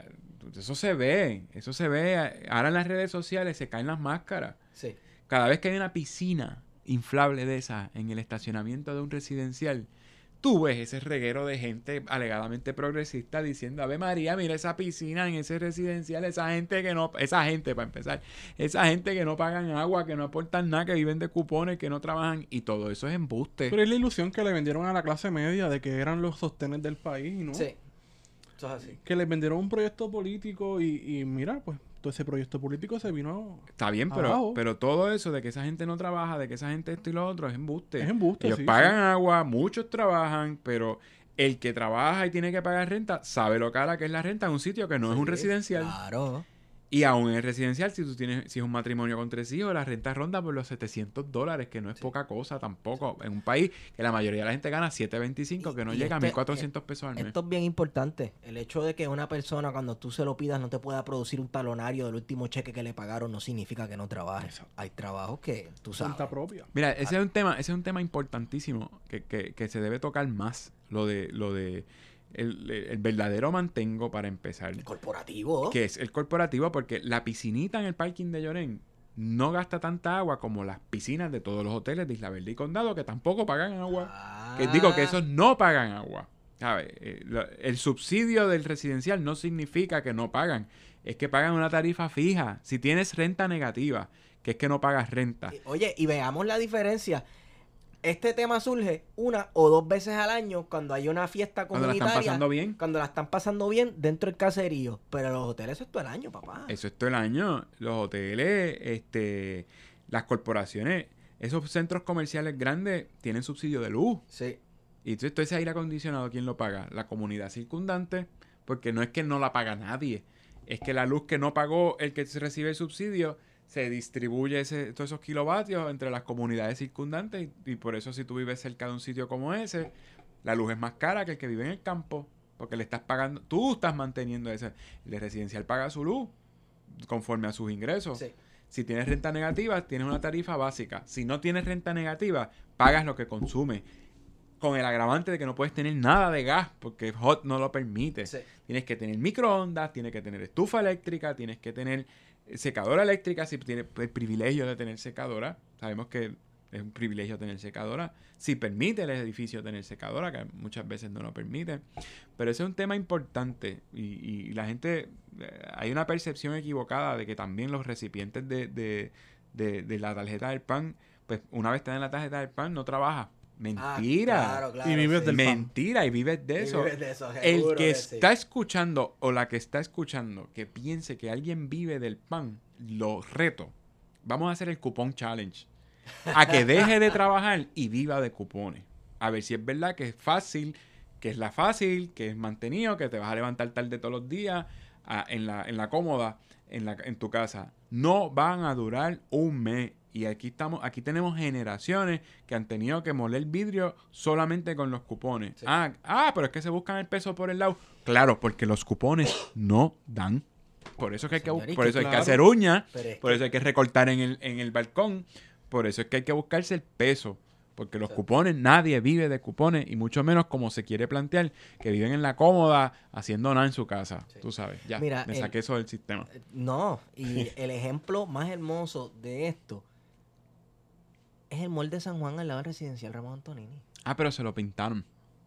Eso se ve, eso se ve. Ahora en las redes sociales se caen las máscaras. Sí. Cada vez que hay una piscina inflable de esa en el estacionamiento de un residencial, tú ves ese reguero de gente alegadamente progresista diciendo, Ave María, mira esa piscina en ese residencial, esa gente que no, esa gente para empezar, esa gente que no pagan agua, que no aportan nada, que viven de cupones, que no trabajan, y todo eso es embuste. Pero es la ilusión que le vendieron a la clase media de que eran los sostenes del país, ¿no? Sí. Eso es así. Que les vendieron un proyecto político y, y mira, pues todo ese proyecto político se vino... Está bien, pero, Abajo. pero todo eso de que esa gente no trabaja, de que esa gente esto y lo otro, es embuste. Es embuste, Ellos sí, pagan sí. agua, muchos trabajan, pero el que trabaja y tiene que pagar renta, sabe lo cara que es la renta en un sitio que no es un Sí, residencial. Claro. Y aún en el residencial, si tú tienes, si es un matrimonio con tres hijos, la renta ronda por los setecientos dólares, que no es poca cosa tampoco. En un país que la mayoría de la gente gana siete veinticinco, que no Y- y llega a este- mil cuatrocientos pesos al mes. Esto es bien importante. El hecho de que una persona, cuando tú se lo pidas, no te pueda producir un talonario del último cheque que le pagaron, no significa que no trabaje. Exacto. Hay trabajos que tú sabes. Cuenta propia. Mira, ese es un tema, ese es un tema importantísimo que, que, que se debe tocar más. Lo de, lo de el, el verdadero mantengo para empezar. El corporativo. Que es el corporativo, porque la piscinita en el parking de Llorén no gasta tanta agua como las piscinas de todos los hoteles de Isla Verde y Condado, que tampoco pagan agua. Ah. Que digo que esos no pagan agua. ¿Sabes? Eh, lo- el subsidio del residencial no significa que no pagan. Es que pagan una tarifa fija. Si tienes renta negativa, que es que no pagas renta. Oye, y veamos la diferencia. Este tema surge una o dos veces al año cuando hay una fiesta Cuando la comunitaria. están pasando bien. Cuando la están pasando bien dentro del caserío. Pero los hoteles eso es todo el año, papá. Eso es todo el año. Los hoteles, este, las corporaciones, esos centros comerciales grandes tienen subsidio de luz. Sí. Y entonces todo ese aire acondicionado, ¿quién lo paga? La comunidad circundante, porque no es que no la paga nadie. Es que la luz que no pagó el que recibe el subsidio, se distribuye ese, todos esos kilovatios entre las comunidades circundantes. Y, y por eso si tú vives cerca de un sitio como ese, la luz es más cara que el que vive en el campo. Porque le estás pagando, tú estás manteniendo ese. El de residencial paga su luz conforme a sus ingresos. Sí. Si tienes renta negativa, tienes una tarifa básica. Si no tienes renta negativa, pagas lo que consume. Con el agravante de que no puedes tener nada de gas, porque Hot no lo permite. Sí. Tienes que tener microondas, tienes que tener estufa eléctrica, tienes que tener secadora eléctrica, si tienes el privilegio de tener secadora. Sabemos que es un privilegio tener secadora. Si permite el edificio tener secadora, que muchas veces no lo permite. Pero ese es un tema importante. Y, y la gente... eh, hay una percepción equivocada de que también los recipientes de, de, de, de la tarjeta del PAN, pues una vez te dan la tarjeta del PAN, no trabaja. Mentira. Ah, claro, claro, Y vives sí. del pan. Mentira, y vives de Y eso. vives de eso, El seguro que que sí. está escuchando o la que está escuchando que piense que alguien vive del pan, lo reto. Vamos a hacer el cupón challenge. A que deje de trabajar y viva de cupones. A ver si es verdad que es fácil, que es la fácil, que es mantenido, que te vas a levantar tarde todos los días a- en, la, en la cómoda, en, la, en tu casa. No van a durar un mes. Y aquí estamos, aquí tenemos generaciones que han tenido que moler vidrio solamente con los cupones. Sí. Ah, ah, pero es que se buscan el peso por el lado. Claro, porque los cupones no dan. Por eso es que hay que, bu- Señor, y por que eso hay que claro. hacer uñas, Pero es por que- eso hay que recortar en el, en el balcón, por eso es que hay que buscarse el peso. Porque los Sí. cupones, nadie vive de cupones, y mucho menos como se quiere plantear, que viven en la cómoda haciendo nada en su casa. Sí. Tú sabes, ya, Mira, me el- saqué eso del sistema. No, y el ejemplo más hermoso de esto es el mall de San Juan al lado del residencial Ramón Antonini. Ah, pero se lo pintaron.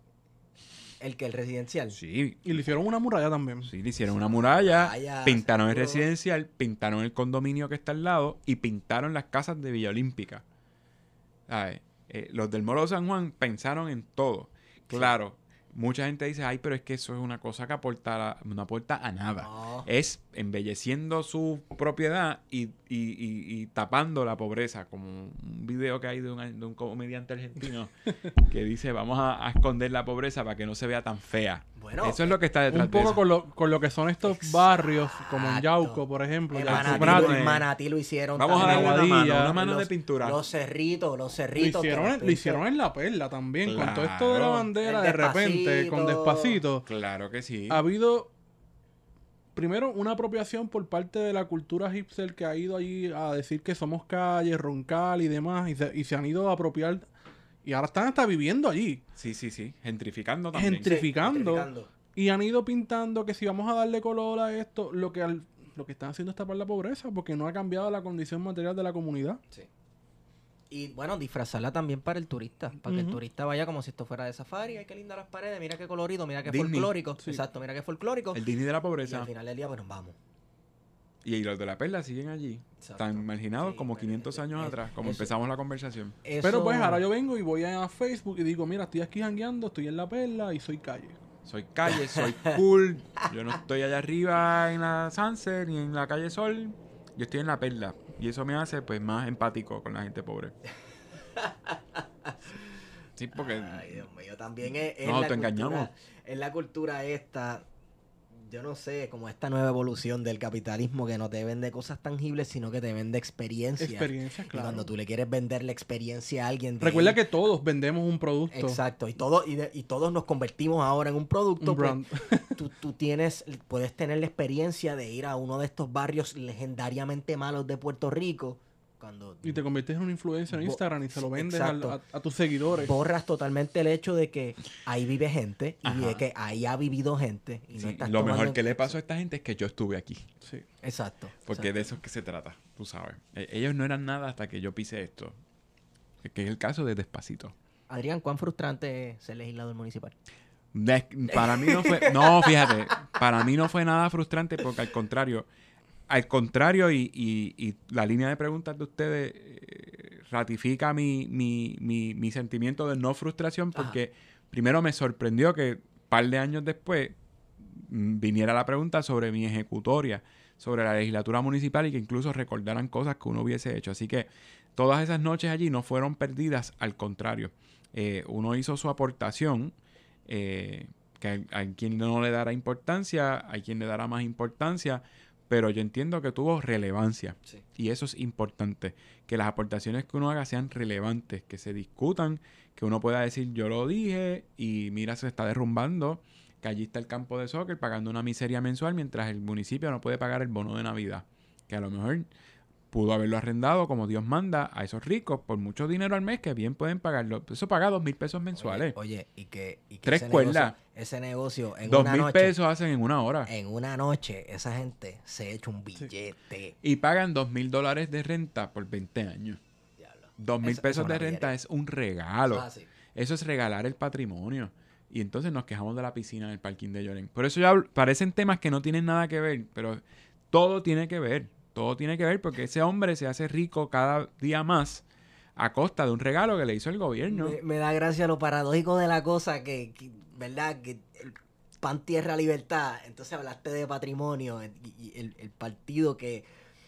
El que el residencial. Sí, Y le hicieron una muralla también. sí, le hicieron una muralla, Muralla, pintaron el seguro. residencial, pintaron el condominio que está al lado y pintaron las casas de Villa Olímpica. ¿Sabes? Eh, los del Molo San Juan pensaron en todo. Claro, mucha gente dice, ay, pero es que eso es una cosa que aporta a- no aporta a nada. No. Es embelleciendo su propiedad y, y, y, y tapando la pobreza, como un video que hay de un, de un comediante argentino que dice, vamos a, a esconder la pobreza para que no se vea tan fea. Bueno, eso es lo que está detrás Un de poco eso. con lo, con lo que son estos Exacto. barrios, como en Yauco, por ejemplo. En Yauco Manatí, Prati. lo- en Manatí lo hicieron Vamos a también. darle una mano, Aguadilla. una mano de Los- pintura. Los cerritos, los Lo cerritos. que hicieron, la lo gente- hicieron en La Perla también, con todo esto de la Claro. bandera, El de repente, Despacito. con Despacito. Claro que sí. Ha habido, primero, una apropiación por parte de la cultura hipster que ha ido allí a decir que somos calle, roncal y demás, y se, y se han ido a apropiar, y ahora están hasta viviendo allí. Sí, sí, sí. Gentrificando también. Gentri- gentrificando. gentrificando. Y han ido pintando que si vamos a darle color a esto, lo que al- lo que están haciendo es tapar la pobreza, porque no ha cambiado la condición material de la comunidad. Sí. Y bueno, disfrazarla también para el turista, para que el Ujú. turista vaya como si esto fuera de safari. Ay, qué lindas las paredes, mira qué colorido, mira qué Disney. folclórico. Sí. Exacto, mira qué folclórico. El Disney de la Y pobreza. al final del día, bueno, vamos. Y los de la perla siguen allí. Exacto. Tan marginados Sí, como bueno, quinientos años eso- atrás, como eso- empezamos la conversación. Eso- Pero pues ahora yo vengo y voy a Facebook y digo, mira, estoy aquí jangueando, estoy en La Perla y soy calle. Soy calle, soy cool. Yo no estoy allá arriba en la Sunset ni en la calle Sol. Yo estoy en la perla. Y eso me hace pues más empático con la gente pobre. Sí, porque Ay, Dios mío, también es, es Nos la autoengañamos. cultura, es la cultura esta, yo no sé, como esta nueva evolución del capitalismo que no te vende cosas tangibles, sino que te vende experiencias. Experiencias, Y claro. cuando tú le quieres vender la experiencia a alguien... de- Recuerda que todos vendemos un producto. Exacto, y, todo, y, de- y todos nos convertimos ahora en un producto. Un pues, brand. tú, tú tienes, puedes tener la experiencia de ir a uno de estos barrios legendariamente malos de Puerto Rico, cuando Y te conviertes en una influencer en Bo- Instagram y se lo sí, vendes al- exacto. a, a tus seguidores. borras totalmente el hecho de que ahí vive gente y Ajá. de que ahí ha vivido gente. Y sí, no estás lo tomando mejor en- que le pasó a esta gente es que yo estuve aquí. Sí. Exacto. Porque exacto. de eso es que se trata, tú sabes. E- ellos no eran nada hasta que yo pise esto. Que es el caso de Despacito. Adrián, ¿cuán frustrante es ser legislador municipal? Des- para mí no fue... No, fíjate. Para mí no fue nada frustrante porque al contrario... Al contrario y, y- y la línea de preguntas de ustedes eh, ratifica mi, mi, mi, mi sentimiento de no frustración porque primero me sorprendió que un par de años después mm, viniera la pregunta sobre mi ejecutoria, sobre la legislatura municipal y que incluso recordaran cosas que uno hubiese hecho. Así que todas esas noches allí no fueron perdidas, al contrario. Eh, uno hizo su aportación, eh, que hay, hay quien no le dará importancia, hay quien le dará más importancia, pero yo entiendo que tuvo relevancia. Sí. Y eso es importante, que las aportaciones que uno haga sean relevantes, que se discutan, que uno pueda decir yo lo dije y mira se está derrumbando, que allí está el campo de soccer pagando una miseria mensual mientras el municipio no puede pagar el bono de Navidad, que a lo mejor pudo haberlo arrendado como Dios manda a esos ricos por mucho dinero al mes que bien pueden pagarlo. Eso paga dos mil pesos mensuales. Oye, oye, y que, y que Tres ese cuerdas. negocio, ese negocio en Dos una mil noche, pesos hacen en una hora. en una noche, esa gente se echa un billete. Y pagan dos mil dólares de renta por veinte años. Diablo. Dos mil Eso- pesos eso de es una renta billería. es un regalo. Eso es así. Eso es regalar el patrimonio. Y entonces nos quejamos de la piscina en el parking de Llorén. Por eso ya hablo- parecen temas que no tienen nada que ver, pero todo tiene que ver. Todo tiene que ver porque ese hombre se hace rico cada día más a costa de un regalo que le hizo el gobierno. Me, me da gracia lo paradójico de la cosa que, que, ¿verdad? Que el pan, tierra, libertad. Entonces hablaste de patrimonio y, y el, el partido que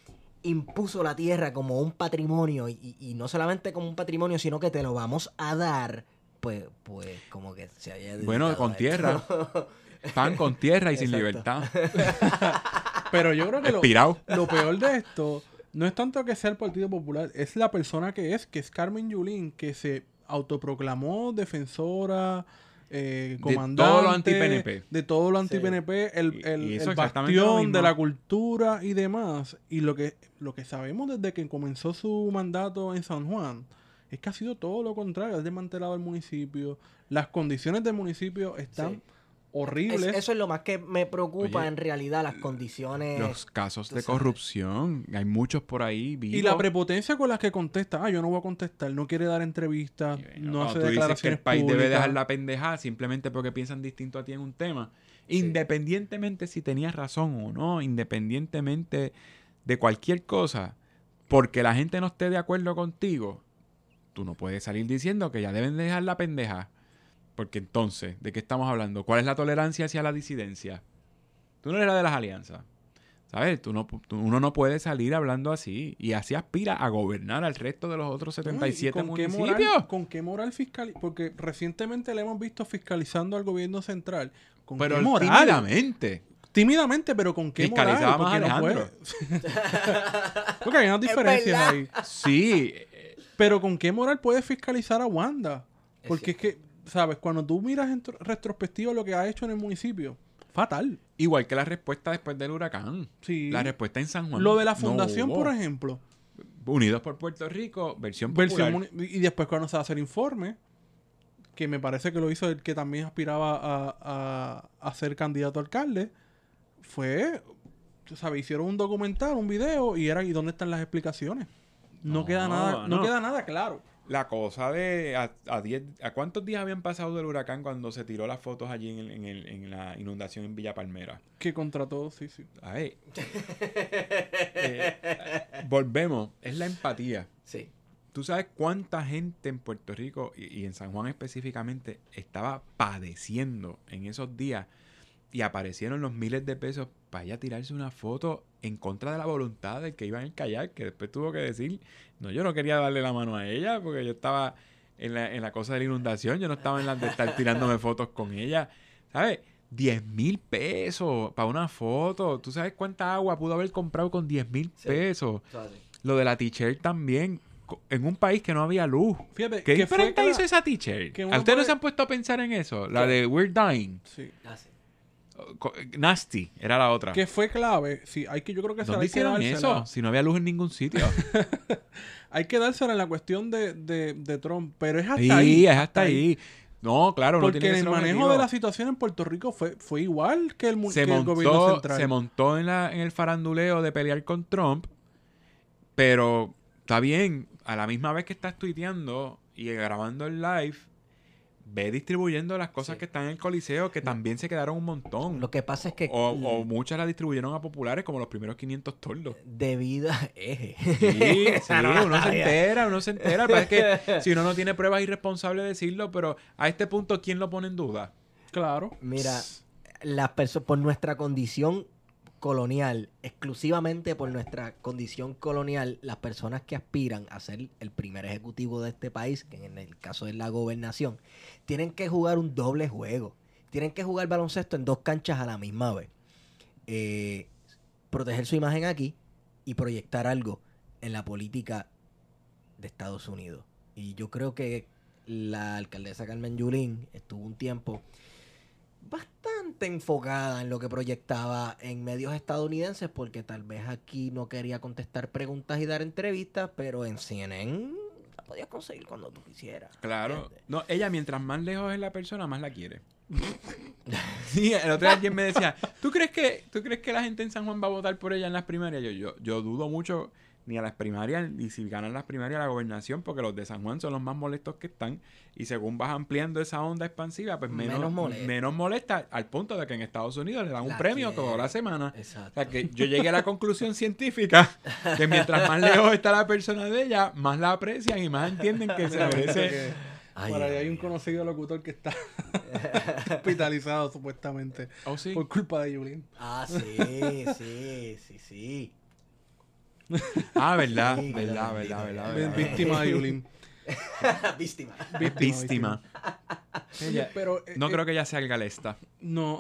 impuso la tierra como un patrimonio y, y- y no solamente como un patrimonio, sino que te lo vamos a dar. Pues, pues como que se haya Bueno, dedicado con a tierra. esto. Pan con tierra y sin Exacto. libertad. Pero yo creo que lo, Expirado. lo peor de esto no es tanto que sea el Partido Popular, es la persona que es, que es Carmen Yulín, que se autoproclamó defensora, eh, comandante. todo lo anti-P N P. De todo lo Sí. anti-P N P, el, Y- el, y eso el exactamente lo bastión mismo. de la cultura y demás. Y lo que, lo que sabemos desde que comenzó su mandato en San Juan es que ha sido todo lo contrario. Ha desmantelado el municipio. Las condiciones del municipio están Sí. horribles. Es- eso es lo más que me preocupa Oye, en realidad, las condiciones. Los casos tú de sabes. corrupción. Hay muchos por ahí vivos. Y la prepotencia con la que contesta, ah, yo no voy a contestar, no quiere dar entrevistas, Y bueno, no cuando hace tú dices que declaraciones el país debe públicas. dejar la pendejada simplemente porque piensan distinto a ti en un tema. Sí. Independientemente si tenías razón o no, independientemente de cualquier cosa, porque la gente no esté de acuerdo contigo, tú no puedes salir diciendo que ya deben dejar la pendeja. Porque entonces, ¿de qué estamos hablando? ¿Cuál es la tolerancia hacia la disidencia? Tú no eres la de las alianzas. ¿Sabes? Tú no, tú, uno no puede salir hablando así. Y así aspira a gobernar al resto de los otros setenta y siete ¿Con qué municipios. moral, ¿Con qué moral fiscal? Porque recientemente le hemos visto fiscalizando al gobierno central. ¿Con Pero qué moral? tímidamente. Tímidamente, pero ¿con qué Fiscalizaba moral? más Porque no Alejandro. puede. Porque hay unas diferencias verdad. ahí. Sí. Pero ¿con qué moral puedes fiscalizar a Wanda? Porque es, que, ¿sabes? Cuando tú miras en retrospectiva lo que ha hecho en el municipio, fatal. Igual que la respuesta después del huracán. Sí. La respuesta en San Juan. Lo de la no fundación, hubo. por ejemplo. Unidos por Puerto Rico, versión popular. Versión muni- y después cuando se va a hacer informe, que me parece que lo hizo el que también aspiraba a, a, a ser candidato a alcalde, fue, tú sabes, hicieron un documental, un video, y era, ¿y dónde están las explicaciones? No, No, queda nada, no. no. queda nada claro. La cosa de a, a, diez, ¿a cuántos días habían pasado del huracán cuando se tiró las fotos allí en, el, en, el, en la inundación en Villa Palmera? Que contra todo, sí, sí. Ay, eh, volvemos, es la empatía. Sí. ¿Tú sabes cuánta gente en Puerto Rico y, y en San Juan específicamente estaba padeciendo en esos días y aparecieron los miles de pesos para ella tirarse una foto en contra de la voluntad del que iba en el kayak, que después tuvo que decir, no, yo no quería darle la mano a ella porque yo estaba en la, en la cosa de la inundación, yo no estaba en la de estar tirándome fotos con ella, ¿sabes? diez mil pesos para una foto. ¿Tú sabes cuánta agua pudo haber comprado con diez mil Sí. pesos? Eso es así. Lo de la t-shirt también, co- en un país que no había luz. Fíjate, ¿Qué que fue diferente que la- hizo esa t-shirt? que ¿A uno ustedes no puede- se han puesto a pensar en eso? La ¿Qué? de We're Dying. Sí. Ah, sí. Co- Nasty era la otra. Que fue clave. Sí, hay que, yo creo que esa ¿Dónde hay que hicieron dársela. eso? Si no había luz en ningún sitio. Hay que dársela en la cuestión de, de, de Trump, pero es hasta Sí, ahí. es hasta ahí. No, claro, no Porque tiene que el ser manejo objetivo. de la situación en Puerto Rico fue, fue igual que el, mu- se que el gobierno montó, central. se montó en, la, en el faranduleo de pelear con Trump, pero está bien, a la misma vez que estás tuiteando y grabando el live, ve distribuyendo las cosas Sí. que están en el Coliseo, que también se quedaron un montón. Lo que pasa es que O, o muchas las distribuyeron a populares, como los primeros quinientos tordos. debido a eje. Sí, sí, uno se entera, uno se entera. Pero es que si uno no tiene pruebas, es irresponsable decirlo, pero a este punto, ¿quién lo pone en duda? Claro. Mira, las personas por nuestra condición colonial, exclusivamente por nuestra condición colonial, las personas que aspiran a ser el primer ejecutivo de este país, que en el caso de la gobernación, tienen que jugar un doble juego. Tienen que jugar baloncesto en dos canchas a la misma vez. Eh, proteger su imagen aquí y proyectar algo en la política de Estados Unidos. Y yo creo que la alcaldesa Carmen Yulín estuvo un tiempo bastante enfocada en lo que proyectaba en medios estadounidenses, porque tal vez aquí no quería contestar preguntas y dar entrevistas, pero en C N N la podías conseguir cuando tú quisieras. Claro. ¿entiendes? No, ella mientras más lejos es la persona, más la quiere. Sí, el otro día alguien me decía, ¿tú crees que tú crees que la gente en San Juan va a votar por ella en las primarias? Yo, yo, yo dudo mucho ni a las primarias, ni si ganan las primarias a la gobernación, porque los de San Juan son los más molestos que están, y según vas ampliando esa onda expansiva, pues menos, Menos menos, molesta. molesta, al punto de que en Estados Unidos le dan un La premio quiere. toda la semana. O Exacto. sea, que yo llegué a la conclusión científica que mientras más lejos está la persona de ella, más la aprecian y más entienden que se merece. Ay, Por ahí Dios hay un mío. conocido locutor que está hospitalizado supuestamente Oh, sí. por culpa de Yulín. Ah, sí, sí, sí, sí. Ah, verdad, Sí, verdad, bendito, verdad, verdad, verdad. verdad. Víctima de Yulín. Víctima. Víctima. Ella- Pero eh, No eh, creo que ella sea galesta. no.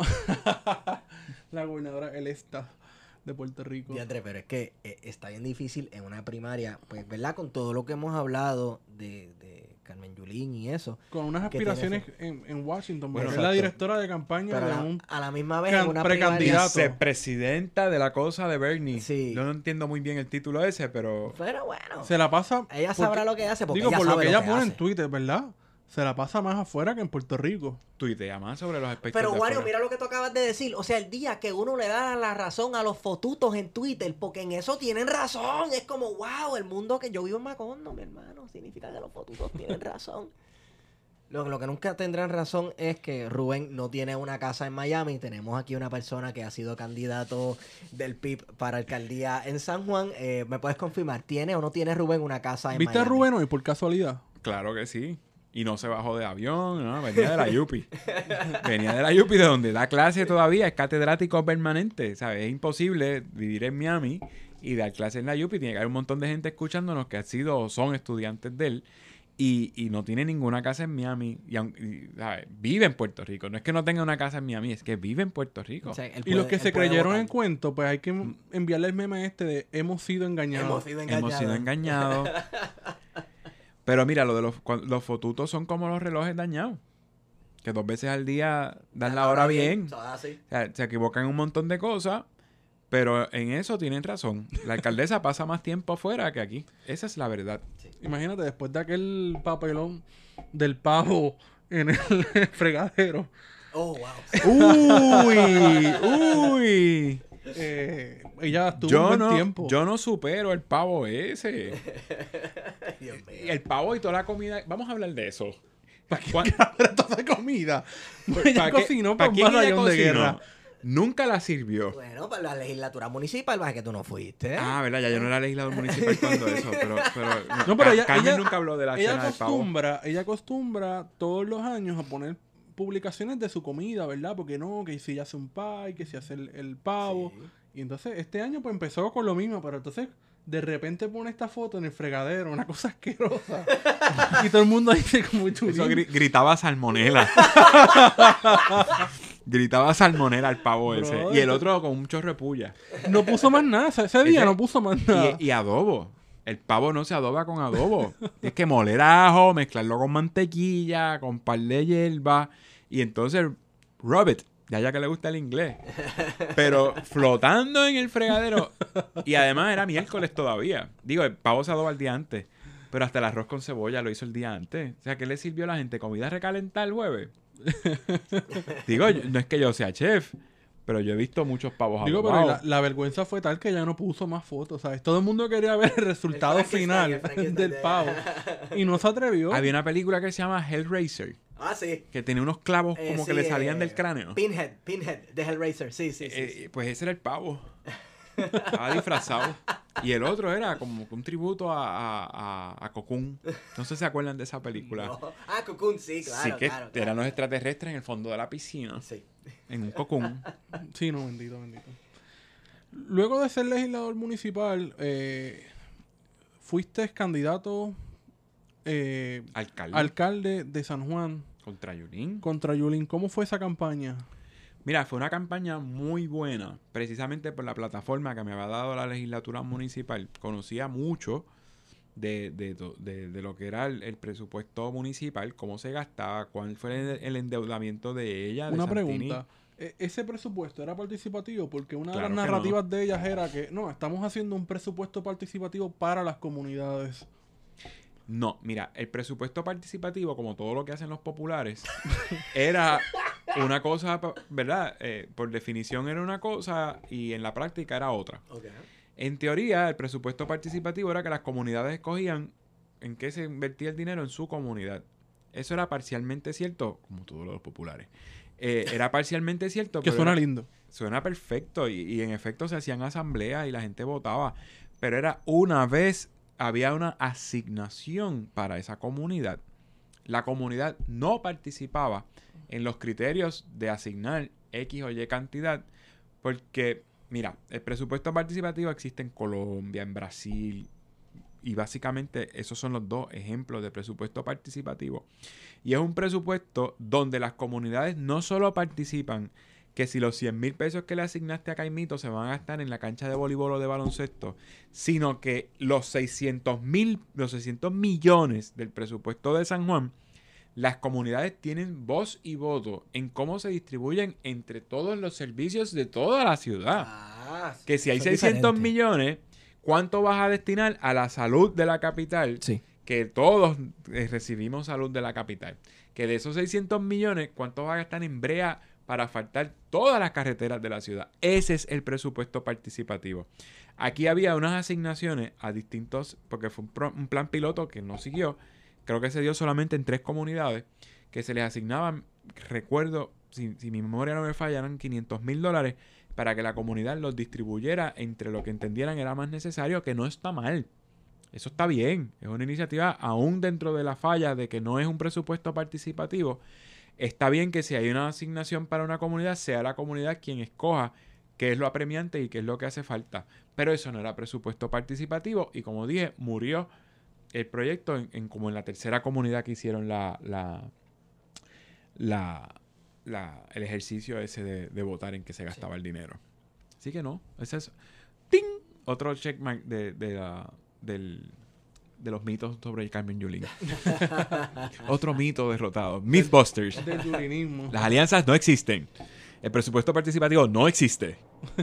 La gobernadora el esta de Puerto Rico. Diandre, pero es que eh, está bien difícil en una primaria, pues, ¿verdad? Con todo lo que hemos hablado de, de Carmen Yulín y eso. Con unas ¿Qué tiene aspiraciones en, en Washington. Bueno, Bueno, es la exacto. directora de campaña Pero a de la, un... a la misma vez can- en una precandidato. primaria. Vicepresidenta de la cosa de Bernie. Sí. Yo no entiendo muy bien el título ese, pero... Pero bueno, Se la pasa... ella porque- sabrá lo que hace porque Digo, ella por lo sabe que lo ella que pone hace. en Twitter, ¿verdad? Se la pasa más afuera que en Puerto Rico. Tuitea más sobre los aspectos Pero de Wario, afuera. mira lo que tú acabas de decir. O sea, el día que uno le da la razón a los fotutos en Twitter, porque en eso tienen razón. Es como, wow, el mundo que yo vivo en Macondo, mi hermano. Significa que los fotutos tienen razón. Lo, lo que nunca tendrán razón es que Rubén no tiene una casa en Miami. Tenemos aquí una persona que ha sido candidato del P I B para alcaldía en San Juan. Eh, ¿Me puedes confirmar? ¿Tiene o no tiene Rubén una casa en ¿Viste Miami? a Rubén hoy por casualidad? Claro que sí. Y no se bajó de avión, ¿no? Venía de la Yupi. Venía de la Yupi, de donde da clase todavía, es catedrático permanente, ¿sabes? Es imposible vivir en Miami y dar clase en la Yupi. Tiene que haber un montón de gente escuchándonos que han sido o son estudiantes de él y, y no tiene ninguna casa en Miami. Y, y ¿sabes? Vive en Puerto Rico. No es que no tenga una casa en Miami, es que vive en Puerto Rico. O sea, él Y puede- los que él se puede creyeron votar. el cuento, pues hay que enviarle el meme este de hemos sido engañados. Hemos sido engañados. Hemos sido engañados. Pero mira, lo de los, cuan- los fotutos son como los relojes dañados. Que dos veces al día dan la hora bien. Eso es así. O sea, se equivocan en un montón de cosas, pero en eso tienen razón. La alcaldesa pasa más tiempo afuera que aquí. Esa es la verdad. Imagínate, después de aquel papelón del pavo en el fregadero, Oh, wow. ¡Uy! ¡Uy! eh, ella estuvo un Yo buen no, tiempo. yo no supero el pavo ese. Ay, Dios mío. Y el pavo y toda la comida. Vamos a hablar de eso. ¿Para qué ¿Cuán- era toda esa comida? ella ¿Para qué- cocinó para para un quién ella batallón de cocinó? guerra. Nunca la sirvió. Bueno, para la legislatura municipal, vas que tú no fuiste. Ah, verdad, ya yo no era legislador municipal cuando eso, pero, pero, No, pero Ca- ella- Carmen ella- nunca habló de la Ella cena del pavo. acostumbra, ella acostumbra todos los años a poner publicaciones de su comida, ¿verdad? Porque no, que si hace un pie, que si hace el, el pavo. Sí. Y entonces este año pues empezó con lo mismo, pero entonces de repente pone esta foto en el fregadero, una cosa asquerosa. Y todo el mundo dice como Eso chulín. gri- gritaba salmonela. Gritaba salmonela al pavo Bro, ese. Y el eso- otro con un chorro de puya. No puso más nada, ese ese día Ese- no puso más nada. Y, y adobo. El pavo no se adoba con adobo. Tienes que moler ajo, mezclarlo con mantequilla, con par de hierba. Y entonces, rub it. Ya ya que le gusta el inglés. Pero flotando en el fregadero. Y además era miércoles todavía. Digo, el pavo se adoba el día antes. Pero hasta el arroz con cebolla lo hizo el día antes. O sea, ¿qué le sirvió a la gente? ¿Comida recalentada el jueves? Digo, yo- no es que yo sea chef, pero yo he visto muchos pavos Digo, pero adobados. la, la vergüenza fue tal que ya no puso más fotos, ¿sabes? Todo el mundo quería ver el resultado Frankenstein, final el Frankenstein del de- pavo. Y no se atrevió. Había una película que se llama Hellraiser, Ah, sí. que tenía unos clavos Eh, como sí, que le salían eh, del cráneo. Pinhead, Pinhead, de Hellraiser. Sí, sí, sí. Eh, sí. Pues ese era el pavo. Estaba disfrazado. Y el otro era como un tributo a, a, a, a Cocoon. No sé si se acuerdan de esa película. No. Ah, Cocoon, sí, claro, sí, que claro, eran claro. los extraterrestres en el fondo de la piscina. Sí. En un Cocoon. Sí, no, bendito, bendito. Luego de ser legislador municipal, eh, fuiste candidato eh, Alcalde. alcalde de San Juan Contra Yulín. contra Yulín. ¿Cómo fue esa campaña? Mira, fue una campaña muy buena, precisamente por la plataforma que me había dado la legislatura municipal. Conocía mucho de, de, de, de lo que era el, el presupuesto municipal, cómo se gastaba, cuál fue el, el endeudamiento de ella. de Una Santini. pregunta. E- ¿Ese presupuesto era participativo? Porque una Claro de las que narrativas de ellas era que no, estamos haciendo un presupuesto participativo para las comunidades. No, mira, el presupuesto participativo, como todo lo que hacen los populares, era una cosa, ¿verdad? Eh, por definición era una cosa y en la práctica era otra. Ok. En teoría, el presupuesto participativo era que las comunidades escogían en qué se invertía el dinero en su comunidad. Eso era parcialmente cierto, como todos los populares. Eh, era parcialmente cierto. Que pero suena era- lindo. Suena perfecto y, y en efecto se hacían asambleas y la gente votaba. Pero era una vez, había una asignación para esa comunidad. La comunidad no participaba en los criterios de asignar X o Y cantidad porque, mira, el presupuesto participativo existe en Colombia, en Brasil y básicamente esos son los dos ejemplos de presupuesto participativo. Y es un presupuesto donde las comunidades no solo participan que si los cien mil pesos que le asignaste a Caimito se van a gastar en la cancha de voleibol o de baloncesto, sino que los seiscientos mil, los seiscientos millones del presupuesto de San Juan, las comunidades tienen voz y voto en cómo se distribuyen entre todos los servicios de toda la ciudad. Ah, sí. Que si hay Eso es seiscientos diferente. millones, ¿cuánto vas a destinar a la salud de la capital? Sí. Que todos eh, recibimos salud de la capital. Que de esos seiscientos millones, ¿cuánto va a gastar en brea para asfaltar todas las carreteras de la ciudad? Ese es el presupuesto participativo. Aquí había unas asignaciones a distintos, porque fue un, pro- un plan piloto que no siguió, creo que se dio solamente en tres comunidades, que se les asignaban, recuerdo, si, si mi memoria no me falla, eran quinientos mil dólares para que la comunidad los distribuyera entre lo que entendieran era más necesario, que no está mal. Eso está bien. Es una iniciativa, aún dentro de la falla de que no es un presupuesto participativo, está bien que si hay una asignación para una comunidad, sea la comunidad quien escoja qué es lo apremiante y qué es lo que hace falta. Pero eso no era presupuesto participativo y, como dije, murió el proyecto en, en como en la tercera comunidad que hicieron la, la, la, la el ejercicio ese de, de votar en que se gastaba sí. el dinero. Así que no, ese es ¡ting! Otro checkmark de, de, la, del, de los mitos sobre Carmen Yulín. Otro mito derrotado. Mythbusters. Del yulinismo. Las alianzas no existen. El presupuesto participativo no existe.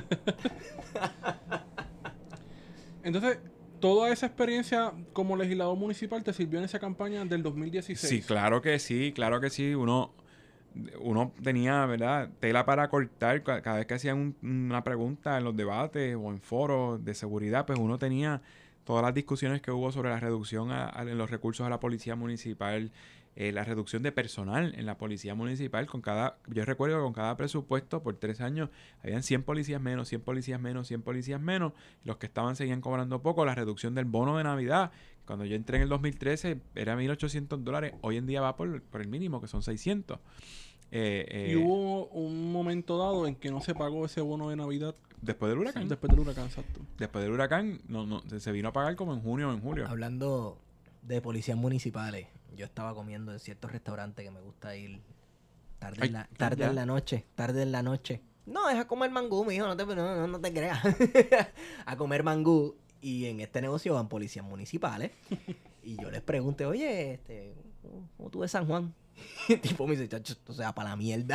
Entonces, toda esa experiencia como legislador municipal te sirvió en esa campaña del dos mil dieciséis. Sí, claro que sí, claro que sí. Uno, uno tenía, ¿verdad?, tela para cortar cada vez que hacían un, una pregunta en los debates o en foros de seguridad, pues uno tenía todas las discusiones que hubo sobre la reducción a, a, en los recursos a la policía municipal, eh, la reducción de personal en la policía municipal. Con cada, yo recuerdo que con cada presupuesto por tres años habían cien policías menos, cien policías menos, cien policías menos. Los que estaban seguían cobrando poco. La reducción del bono de Navidad, cuando yo entré en el dos mil trece era mil ochocientos dólares. Hoy en día va por, por el mínimo, que son seiscientos. Eh, eh, y hubo un momento dado en que no se pagó ese bono de Navidad. Después del huracán. Después del huracán, exacto. Después del huracán, no, no, se vino a pagar como en junio o en julio. Hablando de policías municipales, yo estaba comiendo en ciertos restaurantes que me gusta ir tarde, Ay, en, la, tarde en la noche, tarde en la noche. No, es a comer mangú, mijo, no te, no, no, no te creas. A comer mangú. Y en este negocio van policías municipales. Y yo les pregunté, oye, este, ¿cómo tú ves San Juan? Y el tipo me dice, chacho, o sea, para la mierda.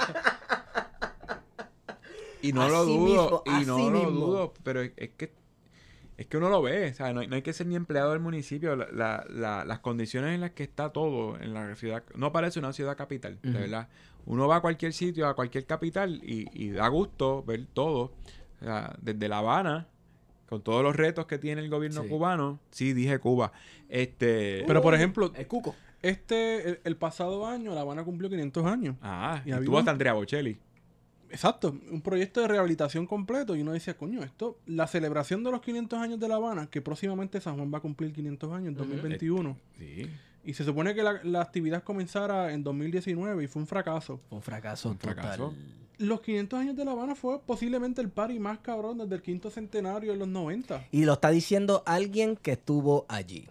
Y no así lo dudo, mismo, y no lo mismo. dudo, pero es, es que es que uno lo ve, o sea, no hay, no hay que ser ni empleado del municipio. La, la, la, las condiciones en las que está todo en la ciudad, no parece una ciudad capital, uh-huh. de verdad. Uno va a cualquier sitio, a cualquier capital, y, y da gusto ver todo, o sea, desde La Habana, con todos los retos que tiene el gobierno sí. cubano. Sí, dije Cuba. Este, uh, pero por ejemplo, el Cuco. Este, el, el pasado año, La Habana cumplió quinientos años. Ah, y, y tuvo hasta Andrea Bocelli. Exacto, un proyecto de rehabilitación completo. Y uno decía, coño, esto, la celebración de los quinientos años de La Habana, que próximamente San Juan va a cumplir quinientos años en dos mil veintiuno. Sí. Y se supone que la, la actividad comenzara en dos mil diecinueve y fue un fracaso. Un fracaso Un fracaso. total. Los quinientos años de La Habana fue posiblemente el party más cabrón desde el quinto centenario en los noventa. Y lo está diciendo alguien que estuvo allí.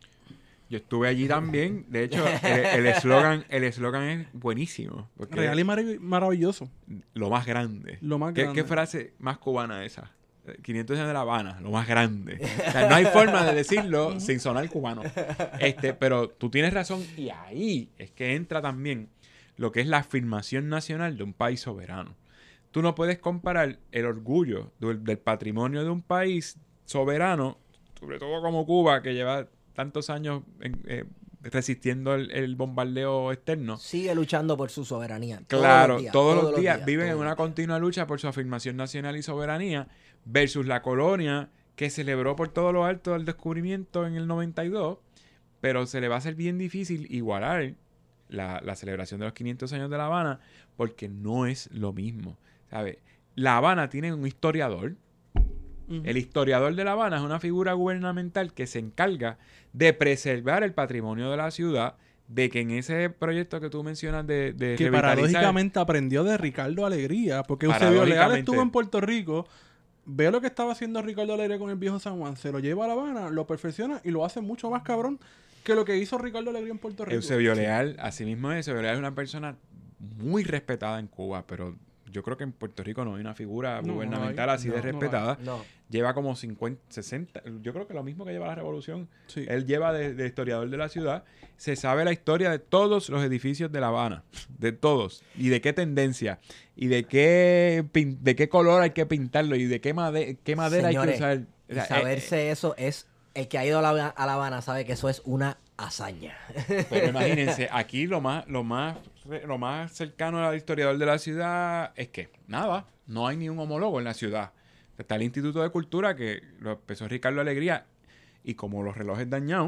Yo estuve allí también. De hecho, el eslogan el eslogan es buenísimo. Real y marav- maravilloso. Lo más grande. Lo más ¿Qué, grande. ¿Qué frase más cubana esa? quinientos años de La Habana, lo más grande. O sea, no hay forma de decirlo sin sonar cubano. Este, pero tú tienes razón. Y ahí es que entra también lo que es la afirmación nacional de un país soberano. Tú no puedes comparar el orgullo del, del patrimonio de un país soberano, sobre todo como Cuba, que lleva tantos años en, eh, resistiendo el, el bombardeo externo. Sigue luchando por su soberanía. Claro, todos los días, todos todos los días, días viven todos en una los días. continua lucha por su afirmación nacional y soberanía versus la colonia que celebró por todo lo alto el descubrimiento en el noventa y dos, pero se le va a hacer bien difícil igualar la, la celebración de los quinientos años de La Habana porque no es lo mismo, ¿sabes? La Habana tiene un historiador. Uh-huh. El historiador de La Habana es una figura gubernamental que se encarga de preservar el patrimonio de la ciudad, de que en ese proyecto que tú mencionas de, de que paradójicamente aprendió de Ricardo Alegría, porque Eusebio Leal estuvo en Puerto Rico, ve lo que estaba haciendo Ricardo Alegría con el viejo San Juan, se lo lleva a La Habana, lo perfecciona y lo hace mucho más cabrón que lo que hizo Ricardo Alegría en Puerto Rico. Eusebio Leal, así mismo es, Eusebio Leal es una persona muy respetada en Cuba, pero yo creo que en Puerto Rico no hay una figura no, gubernamental no hay, así no, de respetada. No no. Lleva como cincuenta, sesenta, yo creo que lo mismo que lleva la Revolución. Sí. Él lleva de, de historiador de la ciudad. Se sabe la historia de todos los edificios de La Habana, de todos. Y de qué tendencia, y de qué pin, de qué color hay que pintarlo, y de qué, made, qué madera Señores, hay que usar. O sea, saberse eh, eso es... El que ha ido a La, a La Habana sabe que eso es una hazaña. Pero imagínense, aquí lo más, lo más, lo más cercano al historiador de la ciudad es que nada, no hay ni un homólogo en la ciudad. Está el Instituto de Cultura que lo empezó Ricardo Alegría y como los relojes dañados,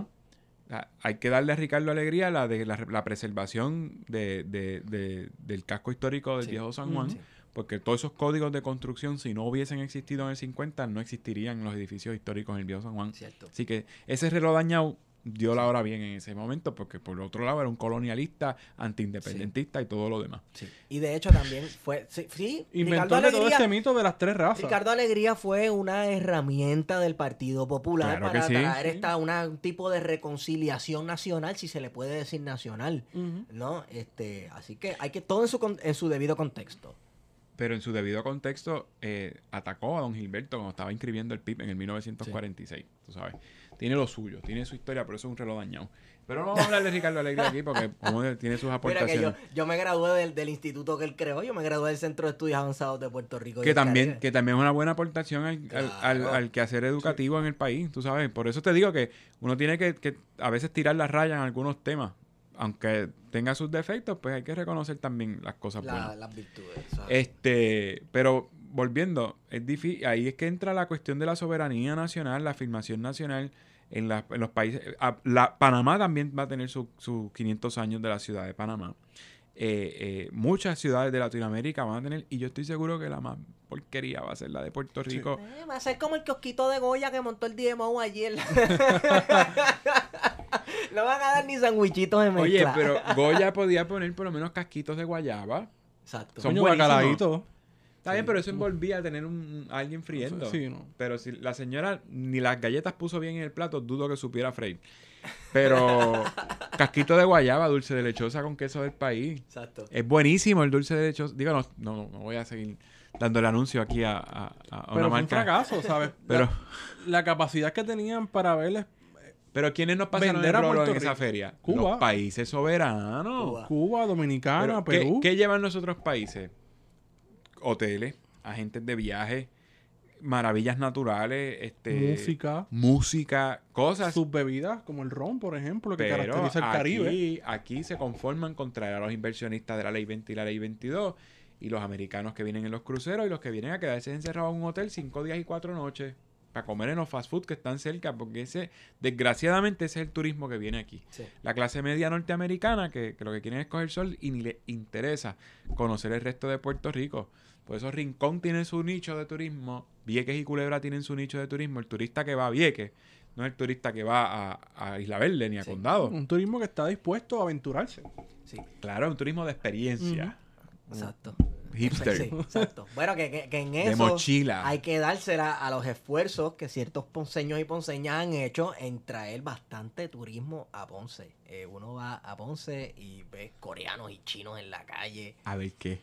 hay que darle a Ricardo Alegría la de la, la preservación de, de, de, del casco histórico del sí. viejo San Juan, sí. porque todos esos códigos de construcción, si no hubiesen existido en el cincuenta, no existirían los edificios históricos en el viejo San Juan. Cierto. Así que ese reloj dañado dio la hora bien en ese momento, porque por el otro lado era un colonialista, antiindependentista sí. y todo lo demás. Sí. Y de hecho también fue... Sí, sí inventó Ricardo todo Alegría, este mito de las tres razas. Ricardo Alegría fue una herramienta del Partido Popular claro para sí. traer esta, una, un tipo de reconciliación nacional, si se le puede decir nacional, uh-huh. ¿no? Este, así que hay que todo en su, en su debido contexto. Pero en su debido contexto eh, atacó a don Gilberto cuando estaba inscribiendo el P I B en el mil novecientos cuarenta y seis, sí. tú sabes. Tiene lo suyo, tiene su historia, pero eso es un reloj dañado. Pero no vamos a hablar de Ricardo Alegría aquí porque como tiene sus aportaciones. Mira que yo, yo me gradué del, del instituto que él creó, yo me gradué del Centro de Estudios Avanzados de Puerto Rico. Que también, que también es una buena aportación al, claro. al, al, al quehacer educativo sí. en el país, tú sabes. Por eso te digo que uno tiene que, que a veces tirar la raya en algunos temas. Aunque tenga sus defectos, pues hay que reconocer también las cosas la, buenas. Las virtudes. ¿sabes? Este, pero volviendo, es difícil, ahí es que entra la cuestión de la soberanía nacional, la afirmación nacional en, la, en los países. A, la, Panamá también va a tener sus su quinientos años de la ciudad de Panamá. Eh, eh, muchas ciudades de Latinoamérica van a tener, y yo estoy seguro que la más porquería va a ser la de Puerto Rico. Sí. Eh, va a ser como el kiosquito de Goya que montó el D M O ayer. No van a dar ni sandwichitos de mezcla. Oye, pero Goya podía poner por lo menos casquitos de guayaba. Exacto. Son buenísimos. Está bien, sí. pero eso envolvía a tener un, a alguien friendo. Sí, no. Pero si la señora ni las galletas puso bien en el plato, dudo que supiera freír. Pero casquito de guayaba, dulce de lechosa con queso del país. Exacto. Es buenísimo el dulce de lechosa. Digo, no, no, no voy a seguir dando el anuncio aquí a, a, a una marca. Pero fue un fracaso, ¿sabes? Pero la, la capacidad que tenían para verles. Pero ¿quiénes nos pasaron el rolo en esa feria? Cuba. Los países soberanos. Cuba, Cuba Dominicana, Pero, Perú. ¿qué, ¿Qué llevan los otros países? Hoteles, agentes de viaje, maravillas naturales, este, música, música, cosas. Sus bebidas, como el ron, por ejemplo, que Pero caracteriza el aquí, Caribe. Aquí se conforman con traer a los inversionistas de la Ley veinte y la Ley veintidós y los americanos que vienen en los cruceros y los que vienen a quedarse encerrados en un hotel cinco días y cuatro noches para comer en los fast food que están cerca, porque ese, desgraciadamente, ese es el turismo que viene aquí. Sí. La clase media norteamericana, que, que lo que quieren es coger sol y ni le interesa conocer el resto de Puerto Rico. Por eso Rincón tiene su nicho de turismo, Vieques y Culebra tienen su nicho de turismo. El turista que va a Vieques no es el turista que va a, a Isla Verde ni a sí. Condado. Un turismo que está dispuesto a aventurarse. Sí. Claro, es un turismo de experiencia. Uh-huh. Exacto. Hipster. Sí, exacto. Bueno, que, que, que en eso de mochila. Hay que dársela a los esfuerzos que ciertos ponceños y ponceñas han hecho en traer bastante turismo a Ponce. Eh, uno va a Ponce y ve coreanos y chinos en la calle. A ver qué.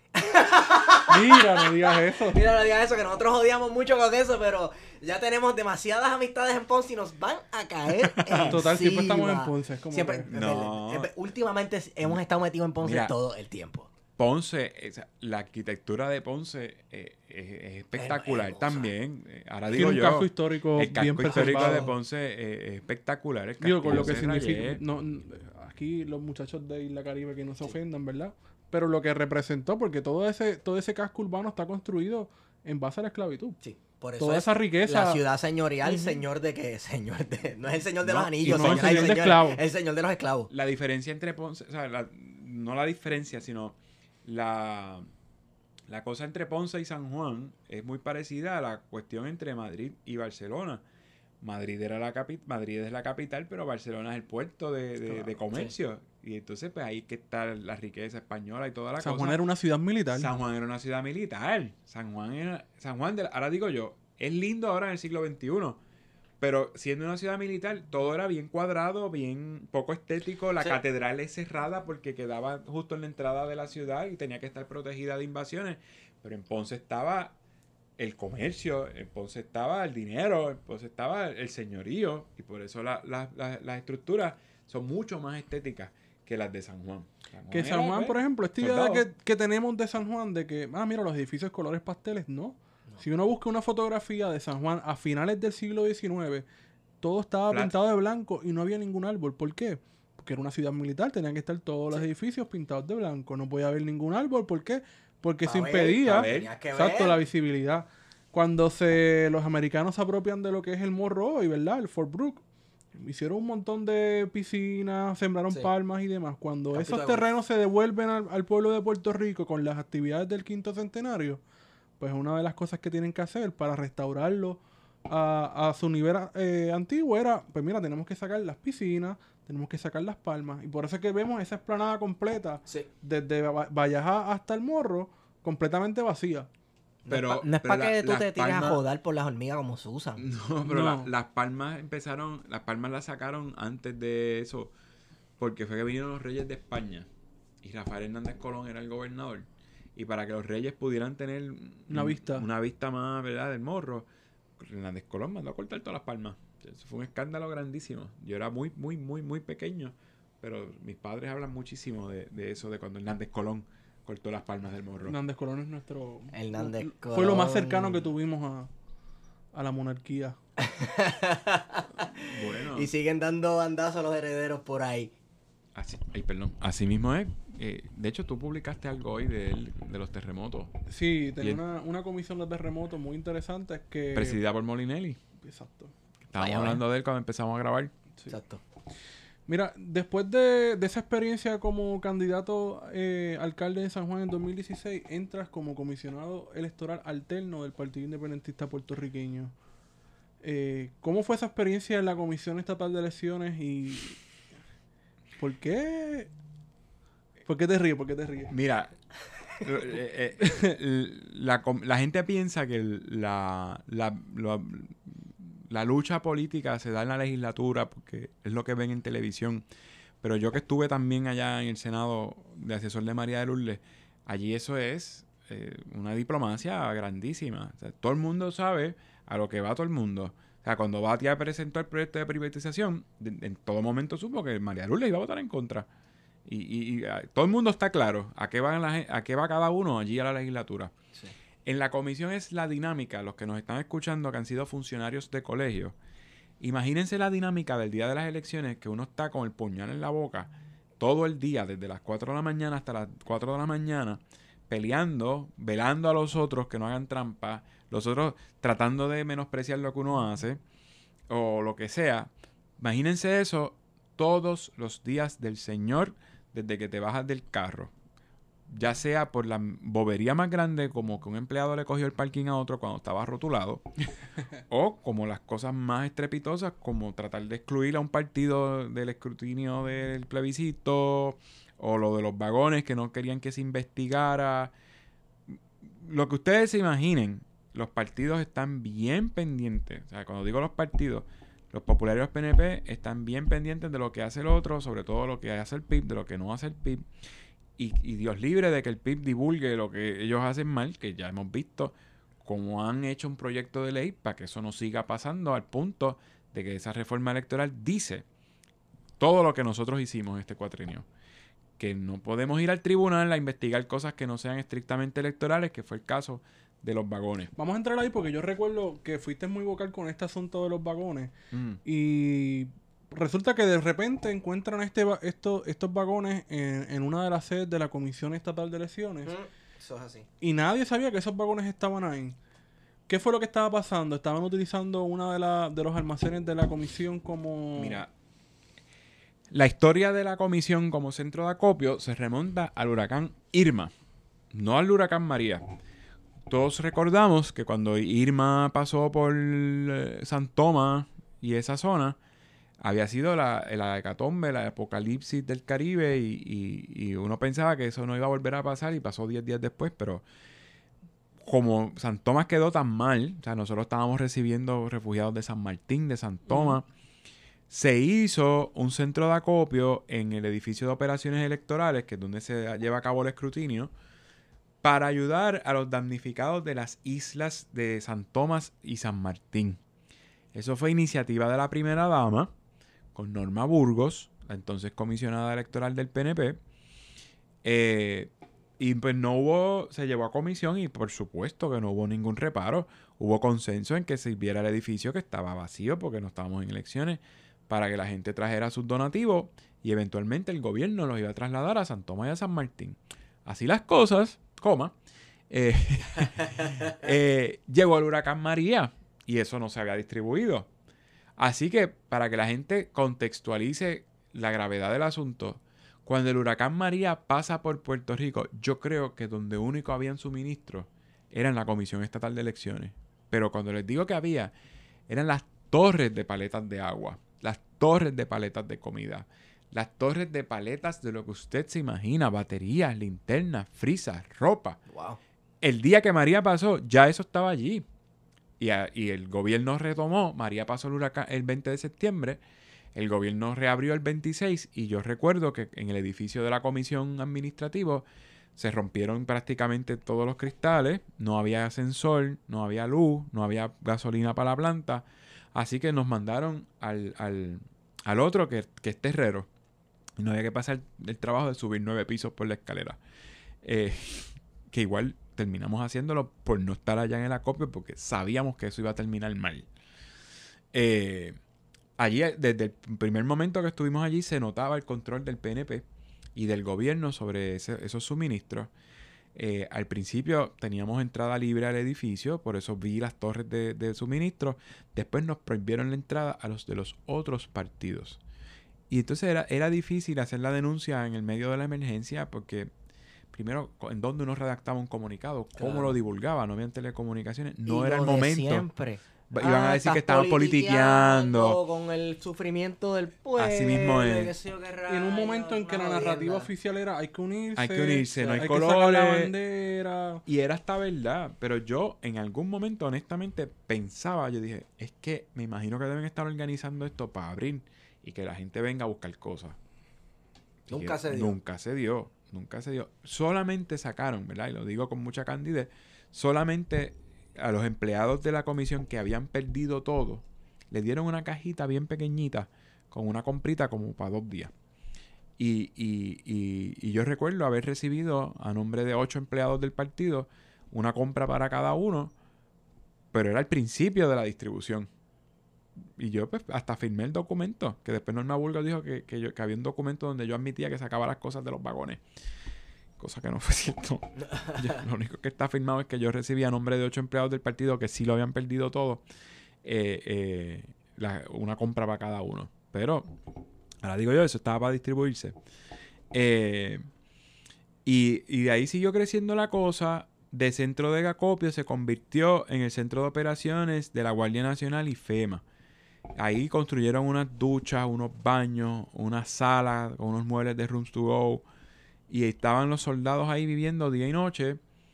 Mira, no digas eso. Mira, no digas eso, que nosotros odiamos mucho con eso, pero ya tenemos demasiadas amistades en Ponce y nos van a caer encima. Total, siempre estamos en Ponce. Es como siempre, que... no. es, es, últimamente hemos estado metidos en Ponce. Mira, todo el tiempo. Ponce, esa, la arquitectura de Ponce eh, es, es espectacular es, es, también. Eh, ahora digo Tiene un yo, casco histórico el casco bien histórico de Ponce eh, es espectacular. El digo, con lo que significa... No, aquí los muchachos de Isla Caribe que no se sí. ofendan, ¿verdad? Pero lo que representó, porque todo ese todo ese casco urbano está construido en base a la esclavitud. Sí, por eso toda es esa riqueza. La ciudad señorial, uh-huh. señor de qué, señor de, no es el señor de no, los anillos, no, señor, el señor, el de señor esclavos. El señor de los esclavos. La diferencia entre Ponce, o sea, la, no la diferencia, sino la la cosa entre Ponce y San Juan es muy parecida a la cuestión entre Madrid y Barcelona. Madrid era la capi- Madrid es la capital, pero Barcelona es el puerto de, de, claro, de comercio. Sí. Y entonces, pues ahí que está la riqueza española y toda la San cosa. San Juan era una ciudad militar. San Juan era una ciudad militar. San Juan era... San Juan, de la, ahora digo yo, es lindo ahora en el siglo veintiuno, pero siendo una ciudad militar, todo era bien cuadrado, bien poco estético. La sí. catedral es cerrada porque quedaba justo en la entrada de la ciudad y tenía que estar protegida de invasiones. Pero en Ponce estaba el comercio, en Ponce estaba el dinero, en Ponce estaba el señorío, y por eso la, la, la, las estructuras son mucho más estéticas que las de San Juan. San Juan que San Juan, era, por ejemplo, esta idea que, que tenemos de San Juan, de que, ah, mira, los edificios colores pasteles, no. no. Si uno busca una fotografía de San Juan a finales del siglo diecinueve, todo estaba Flat. pintado de blanco y no había ningún árbol. ¿Por qué? Porque era una ciudad militar, tenían que estar todos sí. los edificios pintados de blanco. No podía haber ningún árbol. ¿Por qué? Porque pa se ver, impedía exacto, la visibilidad. Cuando se los americanos se apropian de lo que es el Morro hoy, ¿verdad? El Fort Brooke. Hicieron un montón de piscinas, sembraron Sí. palmas y demás. Cuando Campito esos de golf. terrenos se devuelven al, al pueblo de Puerto Rico con las actividades del quinto centenario, pues una de las cosas que tienen que hacer para restaurarlo a, a su nivel eh, antiguo era, pues mira, tenemos que sacar las piscinas, tenemos que sacar las palmas. Y por eso es que vemos esa explanada completa, Sí. desde Va- Vallajá hasta el Morro, completamente vacía. Pero- no es pero para la- que tú las te tires a palmas- jodar por las hormigas como Susan. No, pero la- No. las palmas empezaron, las palmas las sacaron antes de eso, porque fue que vinieron los reyes de España y Rafael Hernández Colón era el gobernador. Y para que los reyes pudieran tener Una un- vista. una vista más, ¿verdad?, del morro, Hernández Colón mandó a cortar todas las palmas. Eso fue un escándalo grandísimo. Yo era muy, muy, muy, muy pequeño, pero mis padres hablan muchísimo de, de eso, de cuando Hernández Colón cortó las palmas del morro. Hernández Colón es nuestro... Hernández Fue lo más Colón. cercano que tuvimos a, a la monarquía. Bueno, Y siguen dando bandazos a los herederos por ahí. así, ay, perdón. Así mismo es. Eh, de hecho, tú publicaste algo hoy de él, de los terremotos, Sí, tenía Bien. una, una comisión de terremotos muy interesante que... presidida por Molinelli. Exacto. Estábamos Vaya, hablando de él cuando empezamos a grabar. Sí. Exacto. Mira, después de, de esa experiencia como candidato eh, alcalde de San Juan en dos mil dieciséis, entras como comisionado electoral alterno del Partido Independentista Puertorriqueño. Eh, ¿Cómo fue esa experiencia en la Comisión Estatal de Elecciones y por qué? ¿Por qué te ríes? ¿Por qué te ríes? Mira, eh, eh, la, com- la gente piensa que el- la, la, la, la lucha política se da en la legislatura porque es lo que ven en televisión. Pero yo que estuve también allá en el Senado de asesor de María de Lourdes, allí eso es eh, una diplomacia grandísima. O sea, todo el mundo sabe a lo que va todo el mundo. O sea, cuando Batia presentó el proyecto de privatización, de- en todo momento supo que María de Lourdes iba a votar en contra. Y, y- y, ah, todo el mundo está claro a qué, va la gen- a qué va cada uno allí a la legislatura. Sí. En la comisión es la dinámica, los que nos están escuchando que han sido funcionarios de colegio, imagínense la dinámica del día de las elecciones, que uno está con el puñal en la boca todo el día, desde las cuatro de la mañana hasta las cuatro de la mañana, peleando, velando a los otros que no hagan trampa, los otros tratando de menospreciar lo que uno hace, o lo que sea. Imagínense eso todos los días del Señor, desde que te bajas del carro. Ya sea por la bobería más grande, como que un empleado le cogió el parking a otro cuando estaba rotulado, o como las cosas más estrepitosas, como tratar de excluir a un partido del escrutinio del plebiscito, o lo de los vagones que no querían que se investigara. Lo que ustedes se imaginen, los partidos están bien pendientes. O sea, cuando digo los partidos, los populares y los P N P están bien pendientes de lo que hace el otro, sobre todo lo que hace el P I B, de lo que no hace el P I B. Y, y Dios libre de que el P I B divulgue lo que ellos hacen mal, que ya hemos visto cómo han hecho un proyecto de ley para que eso no siga pasando, al punto de que esa reforma electoral dice todo lo que nosotros hicimos en este cuatrienio. Que no podemos ir al tribunal a investigar cosas que no sean estrictamente electorales, que fue el caso de los vagones. Vamos a entrar ahí porque yo recuerdo que fuiste muy vocal con este asunto de los vagones Mm. y resulta que de repente encuentran este va- esto- estos vagones en, en una de las sedes de la Comisión Estatal de Elecciones Eso es así. y nadie sabía que esos vagones estaban ahí. ¿Qué fue lo que estaba pasando? ¿Estaban utilizando una de, la, de los almacenes de la comisión como... Mira, la historia de la comisión como centro de acopio se remonta al huracán Irma, no al huracán María. Todos recordamos que cuando Irma pasó por eh, San Tomás y esa zona, había sido la, la hecatombe, la apocalipsis del Caribe y, y- y uno pensaba que eso no iba a volver a pasar y pasó diez días después, pero como San Tomás quedó tan mal, o sea, nosotros estábamos recibiendo refugiados de San Martín, de San Tomás, se hizo un centro de acopio en el edificio de operaciones electorales, que es donde se lleva a cabo el escrutinio, para ayudar a los damnificados de las islas de San Tomás y San Martín. Eso fue iniciativa de la primera dama, con Norma Burgos, la entonces comisionada electoral del P N P. Eh, y pues no hubo, se llevó a comisión y por supuesto que no hubo ningún reparo. Hubo consenso en que sirviera el edificio que estaba vacío porque no estábamos en elecciones, para que la gente trajera sus donativos y eventualmente el gobierno los iba a trasladar a San Tomás y a San Martín. Así las cosas, coma, eh, eh, llegó el huracán María y eso no se había distribuido. Así que, para que la gente contextualice la gravedad del asunto, cuando el huracán María pasa por Puerto Rico, yo creo que donde único habían suministros era en la Comisión Estatal de Elecciones. Pero cuando les digo que había, eran las torres de paletas de agua, las torres de paletas de comida, las torres de paletas de lo que usted se imagina, baterías, linternas, frisas, ropa. Wow. El día que María pasó, ya eso estaba allí. Y, a, y el gobierno retomó, María pasó el huracán el veinte de septiembre, el gobierno reabrió el veintiséis y yo recuerdo que en el edificio de la comisión administrativa se rompieron prácticamente todos los cristales, no había ascensor, no había luz, no había gasolina para la planta, así que nos mandaron al, al, al otro que, que es terrero. Y no había que pasar el trabajo de subir nueve pisos por la escalera. Eh, que igual terminamos haciéndolo por no estar allá en el acopio porque sabíamos que eso iba a terminar mal. Eh, allí, desde el primer momento que estuvimos allí, se notaba el control del P N P y del gobierno sobre ese, esos suministros. Eh, al principio teníamos entrada libre al edificio, por eso vi las torres de, de suministro. Después nos prohibieron la entrada a los de los otros partidos. Y entonces era, era difícil hacer la denuncia en el medio de la emergencia porque, primero, ¿en dónde uno redactaba un comunicado? ¿Cómo Claro. lo divulgaba? No había telecomunicaciones. No Y era lo el de momento. siempre. Iban Ah, a decir estás que estaban politiqueando. Con el sufrimiento del pueblo. Así mismo es. qué sé yo, qué Y en un rayos, momento en que la una narrativa jodienda. oficial era hay que unirse, Hay que unirse, no hay que sacar la colores. bandera. Y era esta verdad. Pero yo, en algún momento, honestamente, pensaba, yo dije, es que me imagino que deben estar organizando esto para abrir y que la gente venga a buscar cosas. Y Nunca que se dio. Nunca se dio. Nunca se dio. Solamente sacaron, ¿verdad? Y lo digo con mucha candidez. Solamente a los empleados de la comisión que habían perdido todo, le dieron una cajita bien pequeñita con una comprita como para dos días. Y, y, y, y yo recuerdo haber recibido a nombre de ocho empleados del partido una compra para cada uno, pero era el principio de la distribución. Y yo pues hasta firmé el documento, que después Norma Burgos dijo que, que, yo, que había un documento donde yo admitía que sacaba las cosas de los vagones. Cosa que no fue cierto. Yo, lo único que está firmado es que yo recibí a nombre de ocho empleados del partido que sí lo habían perdido todo, eh, eh, la, una compra para cada uno. Pero, ahora digo yo, eso estaba para distribuirse. Eh, y, y de ahí siguió creciendo la cosa. De centro de acopio se convirtió en el centro de operaciones de la Guardia Nacional y FEMA. Ahí construyeron unas duchas, unos baños, una sala con unos muebles de rooms to go. Y estaban los soldados ahí viviendo día y noche.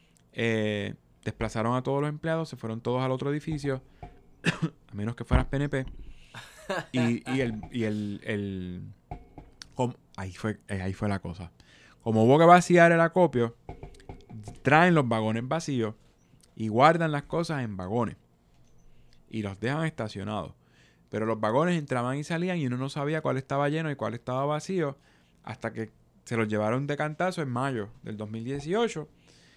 Eh, desplazaron a todos los empleados, se fueron todos al otro edificio, a menos que fueras P N P. Y, y el... Y el, el como, ahí, fue, eh, ahí fue la cosa. Como hubo que vaciar el acopio, traen los vagones vacíos y guardan las cosas en vagones. Y los dejan estacionados. Pero los vagones entraban y salían y uno no sabía cuál estaba lleno y cuál estaba vacío hasta que se los llevaron de cantazo en mayo del dos mil dieciocho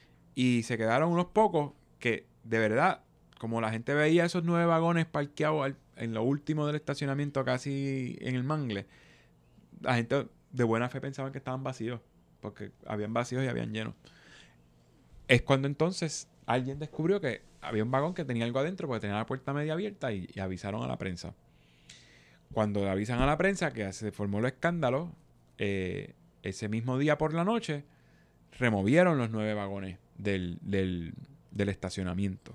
y se quedaron unos pocos que, de verdad, como la gente veía esos nueve vagones parqueados al, en lo último del estacionamiento casi en el mangle, la gente de buena fe pensaba que estaban vacíos porque habían vacíos y habían llenos. Es cuando entonces alguien descubrió que había un vagón que tenía algo adentro porque tenía la puerta media abierta y, y avisaron a la prensa. Cuando le avisan a la prensa que se formó el escándalo, eh, ese mismo día por la noche, removieron los nueve vagones del, del, del estacionamiento.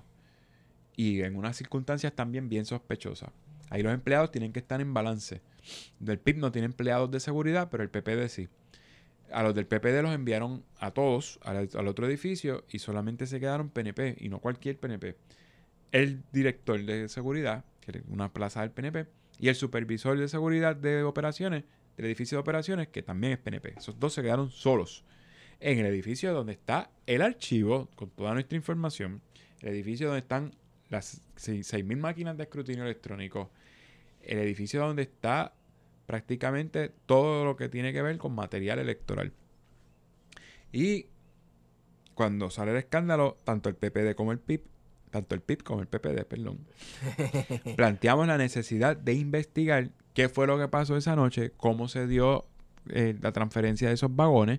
Y en unas circunstancias también bien sospechosas. Ahí los empleados tienen que estar en balance. Del P I B no tiene empleados de seguridad, pero el P P D sí. A los del P P D los enviaron a todos al, al otro edificio y solamente se quedaron P N P, y no cualquier P N P. El director de seguridad, que es una plaza del P N P, y el supervisor de seguridad de operaciones, del edificio de operaciones, que también es P N P. Esos dos se quedaron solos en el edificio donde está el archivo con toda nuestra información, el edificio donde están las seis mil máquinas de escrutinio electrónico, el edificio donde está prácticamente todo lo que tiene que ver con material electoral. Y cuando sale el escándalo, tanto el P P D como el P I B, tanto el P I B como el P P D, perdón, planteamos la necesidad de investigar qué fue lo que pasó esa noche, cómo se dio eh, la transferencia de esos vagones,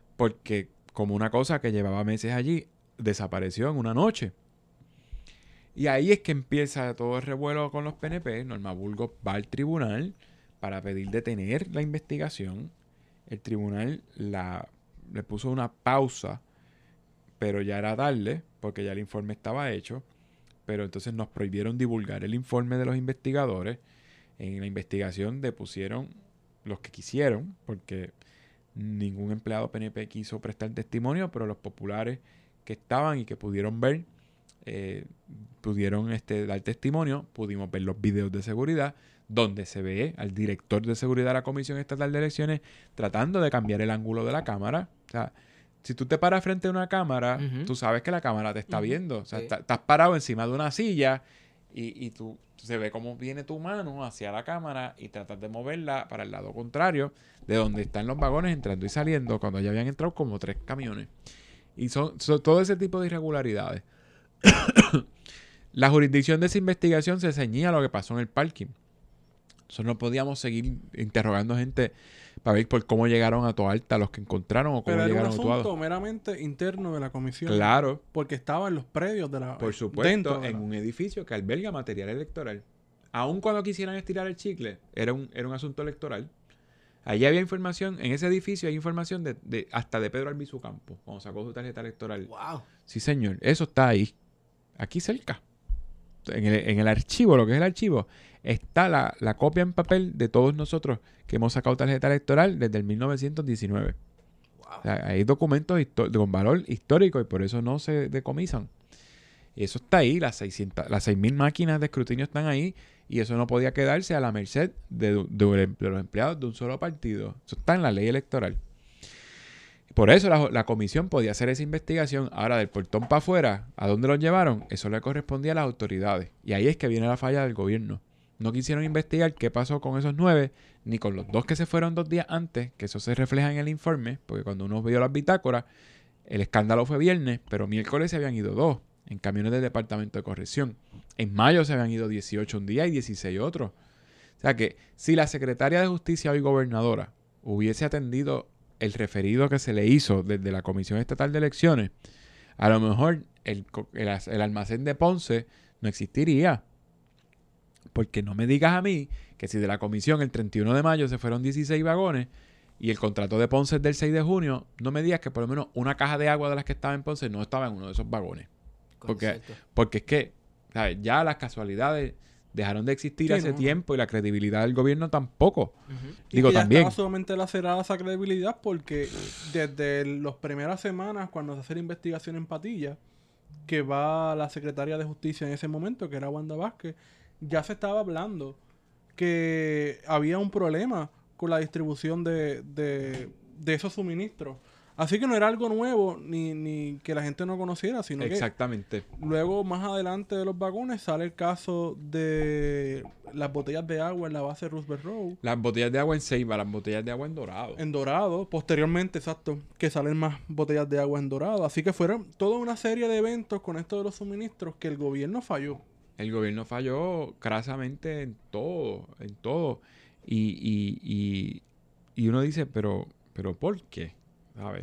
porque como una cosa que llevaba meses allí, desapareció en una noche. Y ahí es que empieza todo el revuelo con los P N P. Norma Burgos va al tribunal para pedir detener la investigación. El tribunal la, le puso una pausa, pero ya era tarde, porque ya el informe estaba hecho. Pero entonces nos prohibieron divulgar el informe de los investigadores. En la investigación depusieron los que quisieron, porque ningún empleado P N P quiso prestar testimonio, pero los populares que estaban y que pudieron ver, eh, pudieron este, dar testimonio. Pudimos ver los videos de seguridad, donde se ve al director de seguridad de la Comisión Estatal de Elecciones tratando de cambiar el ángulo de la cámara. O sea, si tú te paras frente a una cámara, uh-huh. tú sabes que la cámara te está uh-huh. viendo. O sea, sí. estás parado encima de una silla y, y tú se ve cómo viene tu mano hacia la cámara y tratas de moverla para el lado contrario de donde están los vagones entrando y saliendo, cuando ya habían entrado como tres camiones. Y son, son todo ese tipo de irregularidades. La jurisdicción de esa investigación se ceñía a lo que pasó en el parking. Nosotros no podíamos seguir interrogando gente para ver por cómo llegaron a Toalta los que encontraron o cómo Pero llegaron a Toalta. Pero era un asunto meramente interno de la comisión. Claro. Porque estaba en los predios de la... Por supuesto, dentro en la... un edificio que alberga material electoral. Aun cuando quisieran estirar el chicle, era un, era un asunto electoral. Allí había información, en ese edificio hay información de, de hasta de Pedro Albizu Campos, cuando sacó su tarjeta electoral. ¡Wow! Sí, señor. Eso está ahí. Aquí cerca. En el, en el archivo, lo que es el archivo, está la, la copia en papel de todos nosotros que hemos sacado tarjeta electoral desde el mil novecientos diecinueve. Wow. O sea, hay documentos con valor histórico y por eso no se decomisan. Y eso está ahí, las seiscientas, las seis mil máquinas de escrutinio están ahí y eso no podía quedarse a la merced de, de, de, de los empleados de un solo partido. Eso está en la ley electoral. Por eso la, la comisión podía hacer esa investigación. Ahora, del portón para afuera, ¿a dónde los llevaron? Eso le correspondía a las autoridades. Y ahí es que viene la falla del gobierno. No quisieron investigar qué pasó con esos nueve, ni con los dos que se fueron dos días antes, que eso se refleja en el informe, porque cuando uno vio las bitácoras, el escándalo fue viernes, pero miércoles se habían ido dos, en camiones del Departamento de Corrección. En mayo se habían ido dieciocho un día y dieciséis otros. O sea que si la secretaria de Justicia, hoy gobernadora, hubiese atendido el referido que se le hizo desde la Comisión Estatal de Elecciones, a lo mejor el, el, el almacén de Ponce no existiría. Porque no me digas a mí que si de la comisión el treinta y uno de mayo se fueron dieciséis vagones y el contrato de Ponce es del seis de junio, no me digas que por lo menos una caja de agua de las que estaba en Ponce no estaba en uno de esos vagones. Porque, porque es que, ¿sabes? Ya las casualidades dejaron de existir sí, hace no. tiempo y la credibilidad del gobierno tampoco. Uh-huh. Digo, y que ya también. Estaba sumamente lacerada esa credibilidad porque desde las primeras semanas, cuando se hace la investigación en Patilla, que va la secretaria de Justicia en ese momento, que era Wanda Vázquez, ya se estaba hablando que había un problema con la distribución de, de, de esos suministros. Así que no era algo nuevo ni, ni que la gente no conociera, sino Exactamente. que luego más adelante de los vagones sale el caso de las botellas de agua en la base de Roosevelt Road. Las botellas de agua en Ceiba, las botellas de agua en Dorado. En Dorado, posteriormente, exacto, que salen más botellas de agua en Dorado. Así que fueron toda una serie de eventos con esto de los suministros que el gobierno falló. El gobierno falló crasamente en todo, en todo. Y, y, y, y uno dice, pero, pero ¿por qué? ¿Sabes?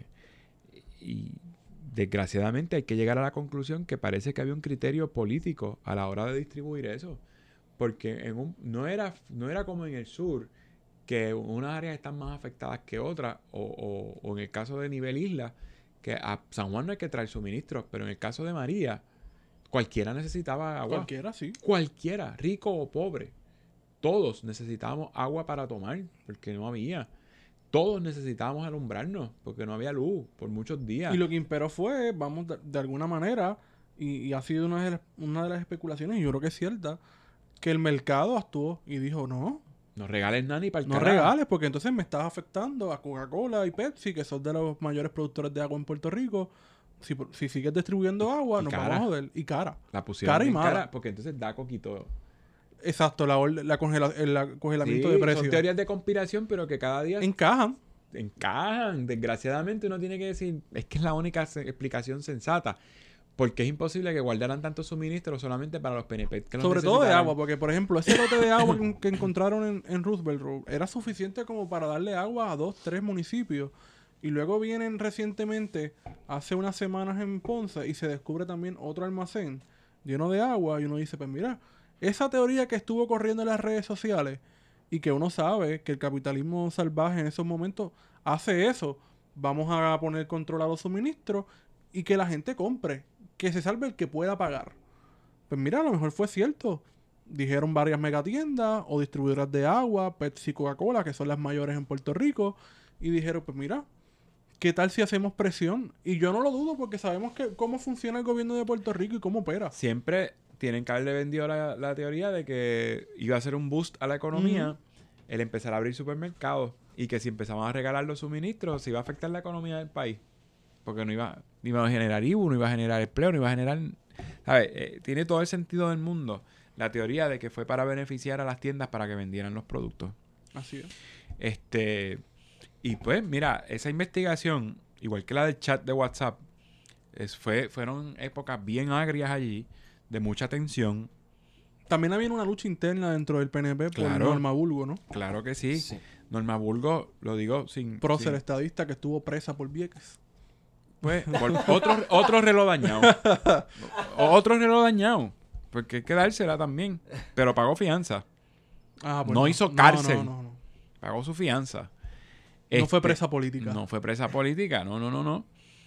Y desgraciadamente hay que llegar a la conclusión que parece que había un criterio político a la hora de distribuir eso. Porque en un, no, era, no era como en el sur, que unas áreas están más afectadas que otras, o, o, o en el caso de nivel isla, que a San Juan no hay que traer suministros, pero en el caso de María, cualquiera necesitaba agua. Cualquiera, sí. Cualquiera, rico o pobre. Todos necesitábamos agua para tomar, porque no había. Todos necesitábamos alumbrarnos, porque no había luz por muchos días. Y lo que imperó fue, vamos, de, de alguna manera, y, y ha sido una de, las, una de las especulaciones, y yo creo que es cierta, que el mercado actuó y dijo, no. No regales nada ni para el No carajo. regales, porque entonces me estás afectando a Coca-Cola y Pepsi, que son de los mayores productores de agua en Puerto Rico. Si, si sigues distribuyendo agua, y nos cara. vamos a joder. Y cara. La pusieron cara y en mala. cara, porque entonces Daco quitó. Exacto, la, la congela, el congelamiento sí, de precios. Son teorías de conspiración, pero que cada día encajan. Encajan. Desgraciadamente uno tiene que decir, es que es la única se- explicación sensata. Porque es imposible que guardaran tantos suministros solamente para los P N P. Que los Sobre todo de necesitaran. agua, porque por ejemplo, ese lote de agua que, que encontraron en, en Roosevelt Road era suficiente como para darle agua a dos, tres municipios. Y luego vienen recientemente, hace unas semanas en Ponce, y se descubre también otro almacén lleno de agua, y uno dice, pues mira, esa teoría que estuvo corriendo en las redes sociales y que uno sabe que el capitalismo salvaje en esos momentos hace eso, vamos a poner control a los suministros y que la gente compre, que se salve el que pueda pagar. Pues mira, a lo mejor fue cierto. Dijeron varias megatiendas o distribuidoras de agua, Pepsi y Coca-Cola, que son las mayores en Puerto Rico, y dijeron, pues mira, ¿qué tal si hacemos presión? Y yo no lo dudo porque sabemos que cómo funciona el gobierno de Puerto Rico y cómo opera. Siempre tienen que haberle vendido la, la teoría de que iba a ser un boost a la economía uh-huh. el empezar a abrir supermercados y que si empezaban a regalar los suministros se iba a afectar la economía del país. Porque no iba, no iba a generar I V U, no iba a generar empleo, no iba a generar... ¿Sabes? Eh, tiene todo el sentido del mundo la teoría de que fue para beneficiar a las tiendas para que vendieran los productos. Así es. Este... Y pues, mira, esa investigación, igual que la del chat de WhatsApp, es, fue, fueron épocas bien agrias allí, de mucha tensión. También había una lucha interna dentro del P N P claro, por Norma Burgo, ¿no? Claro que sí. sí. Norma Burgo, lo digo sin... Prócer sin... estadista que estuvo presa por Vieques. Pues, por otro, otro reloj dañado. otro reloj dañado. Porque hay que dársela también. Pero pagó fianza. Ah, pues no, no hizo cárcel. No, no, no, no. Pagó su fianza. No Este, fue presa política. No fue presa política, no, no, no, no.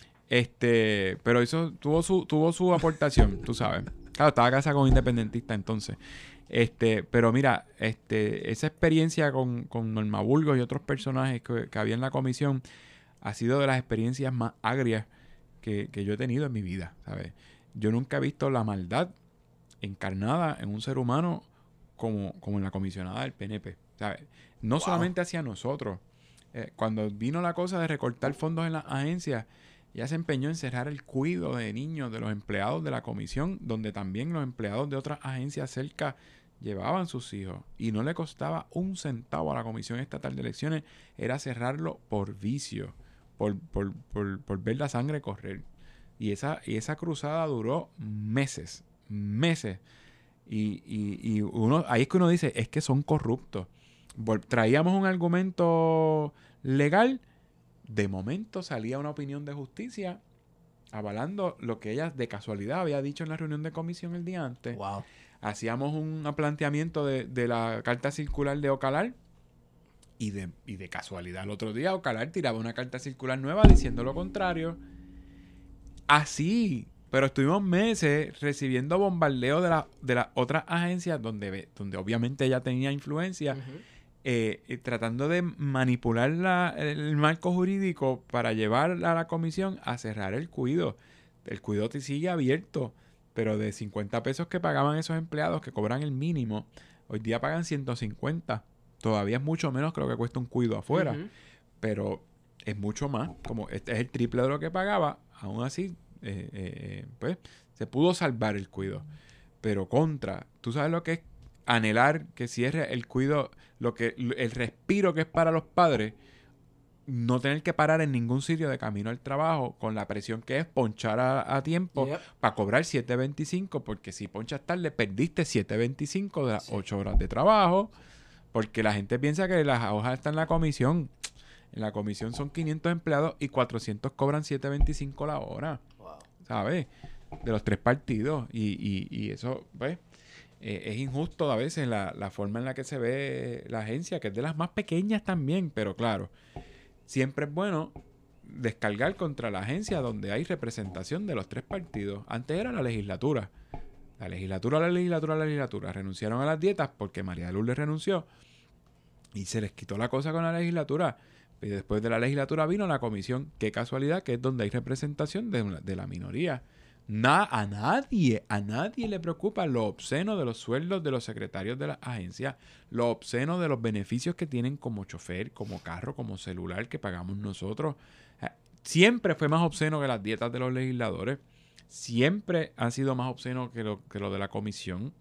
Este, pero eso tuvo su, tuvo su aportación, tú sabes. Claro, estaba casada con un independentista entonces. Este, pero mira, este, esa experiencia con, con Norma Burgos y otros personajes que, que había en la comisión ha sido de las experiencias más agrias que, que yo he tenido en mi vida, ¿sabes? Yo nunca he visto la maldad encarnada en un ser humano como, como en la comisionada del P N P, ¿sabes? No wow. solamente hacia nosotros. Eh, cuando vino la cosa de recortar fondos en las agencias, ella se empeñó en cerrar el cuidado de niños de los empleados de la comisión, donde también los empleados de otras agencias cerca llevaban sus hijos. Y no le costaba un centavo a la Comisión Estatal de Elecciones, era cerrarlo por vicio, por, por, por, por ver la sangre correr. Y esa, y esa cruzada duró meses, meses. Y, y, y uno, ahí es que uno dice, es que son corruptos. Traíamos un argumento legal, de momento salía una opinión de justicia avalando lo que ella de casualidad había dicho en la reunión de comisión el día antes. Wow. Hacíamos un planteamiento de, de la carta circular de Ocalar y de, y de casualidad el otro día Ocalar tiraba una carta circular nueva diciendo lo contrario. Así, pero estuvimos meses recibiendo bombardeo de, la, de las otras agencias donde, donde obviamente ella tenía influencia. Uh-huh. Eh, eh, tratando de manipular la, el marco jurídico para llevar a la comisión a cerrar el cuido. El cuido te sigue abierto, pero de cincuenta pesos que pagaban esos empleados que cobran el mínimo, hoy día pagan ciento cincuenta. Todavía es mucho menos que lo que cuesta un cuido afuera, uh-huh. pero es mucho más. Como este es el triple de lo que pagaba, aún así, eh, eh, pues, se pudo salvar el cuido. Pero contra, ¿tú sabes lo que es anhelar que cierre el cuido, lo que el respiro que es para los padres, no tener que parar en ningún sitio de camino al trabajo con la presión que es ponchar a, a tiempo yep. para cobrar siete veinticinco, porque si ponchas tarde perdiste siete veinticinco de las sí. ocho horas de trabajo, porque la gente piensa que las hojas están en la comisión. En la comisión son quinientos empleados y cuatrocientos cobran siete veinticinco la hora. Wow. ¿Sabes? De los tres partidos. Y, y, y eso, pues, Eh, es injusto a veces la, la forma en la que se ve la agencia, que es de las más pequeñas también, pero claro, siempre es bueno descargar contra la agencia donde hay representación de los tres partidos. Antes era la legislatura. La legislatura, la legislatura, la legislatura. Renunciaron a las dietas porque María de Lourdes renunció y se les quitó la cosa con la legislatura. Y después de la legislatura vino la comisión. Qué casualidad que es donde hay representación de, una, de la minoría. Na, a nadie, a nadie le preocupa lo obsceno de los sueldos de los secretarios de las agencias, lo obsceno de los beneficios que tienen como chofer, como carro, como celular que pagamos nosotros. Siempre fue más obsceno que las dietas de los legisladores. Siempre han sido más obsceno que lo, que lo de la comisión.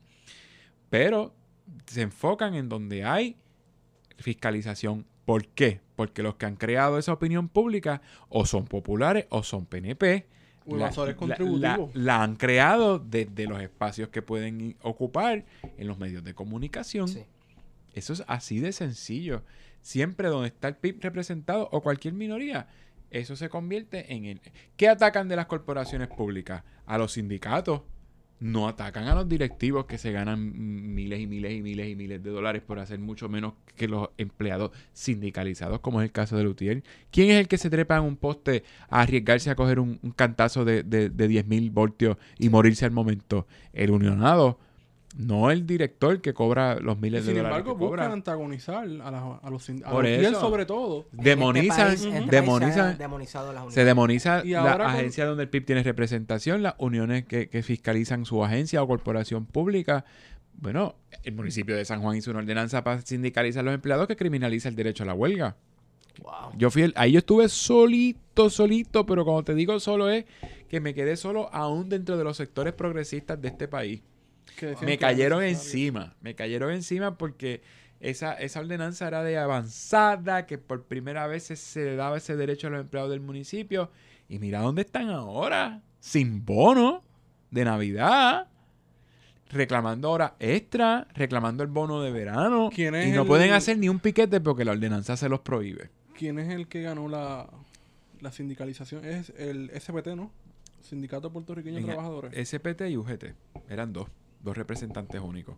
Pero se enfocan en donde hay fiscalización. ¿Por qué? Porque los que han creado esa opinión pública o son populares o son P N P. La, la, la, la han creado desde los espacios que pueden ocupar en los medios de comunicación. Sí. Eso es así de sencillo. Siempre donde está el P I B representado o cualquier minoría, eso se convierte en el... ¿Qué atacan de las corporaciones públicas? A los sindicatos. no atacan a los directivos que se ganan miles y miles y miles y miles de dólares por hacer mucho menos que los empleados sindicalizados, como es el caso de Lutier. ¿Quién es el que se trepa en un poste a arriesgarse a coger un, un cantazo de, de, de diez mil voltios y sí. morirse al momento? El unionado. No el director que cobra los miles de dólares. Sin embargo, buscan antagonizar a, la, a los a Por los eso, sobre todo. Demonizan, este país, demonizan, se, demonizado las se demoniza y la con... agencia donde el P I B tiene representación, las uniones que, que fiscalizan su agencia o corporación pública. Bueno, el municipio de San Juan hizo una ordenanza para sindicalizar a los empleados que criminaliza el derecho a la huelga. Wow. Yo fui el, ahí yo estuve solito, solito, pero cuando te digo solo es que me quedé solo aún dentro de los sectores progresistas de este país. Me cayeron encima, me cayeron encima porque esa, esa ordenanza era de avanzada, que por primera vez se, se daba ese derecho a los empleados del municipio. Y mira dónde están ahora, sin bono de Navidad, reclamando horas extra, reclamando el bono de verano. ¿Quién es y no el... pueden hacer ni un piquete porque la ordenanza se los prohíbe. ¿Quién es el que ganó la, la sindicalización? Es el S P T, ¿no? Sindicato Puertorriqueño de Trabajadores. S P T y U G T, eran dos. Dos representantes únicos.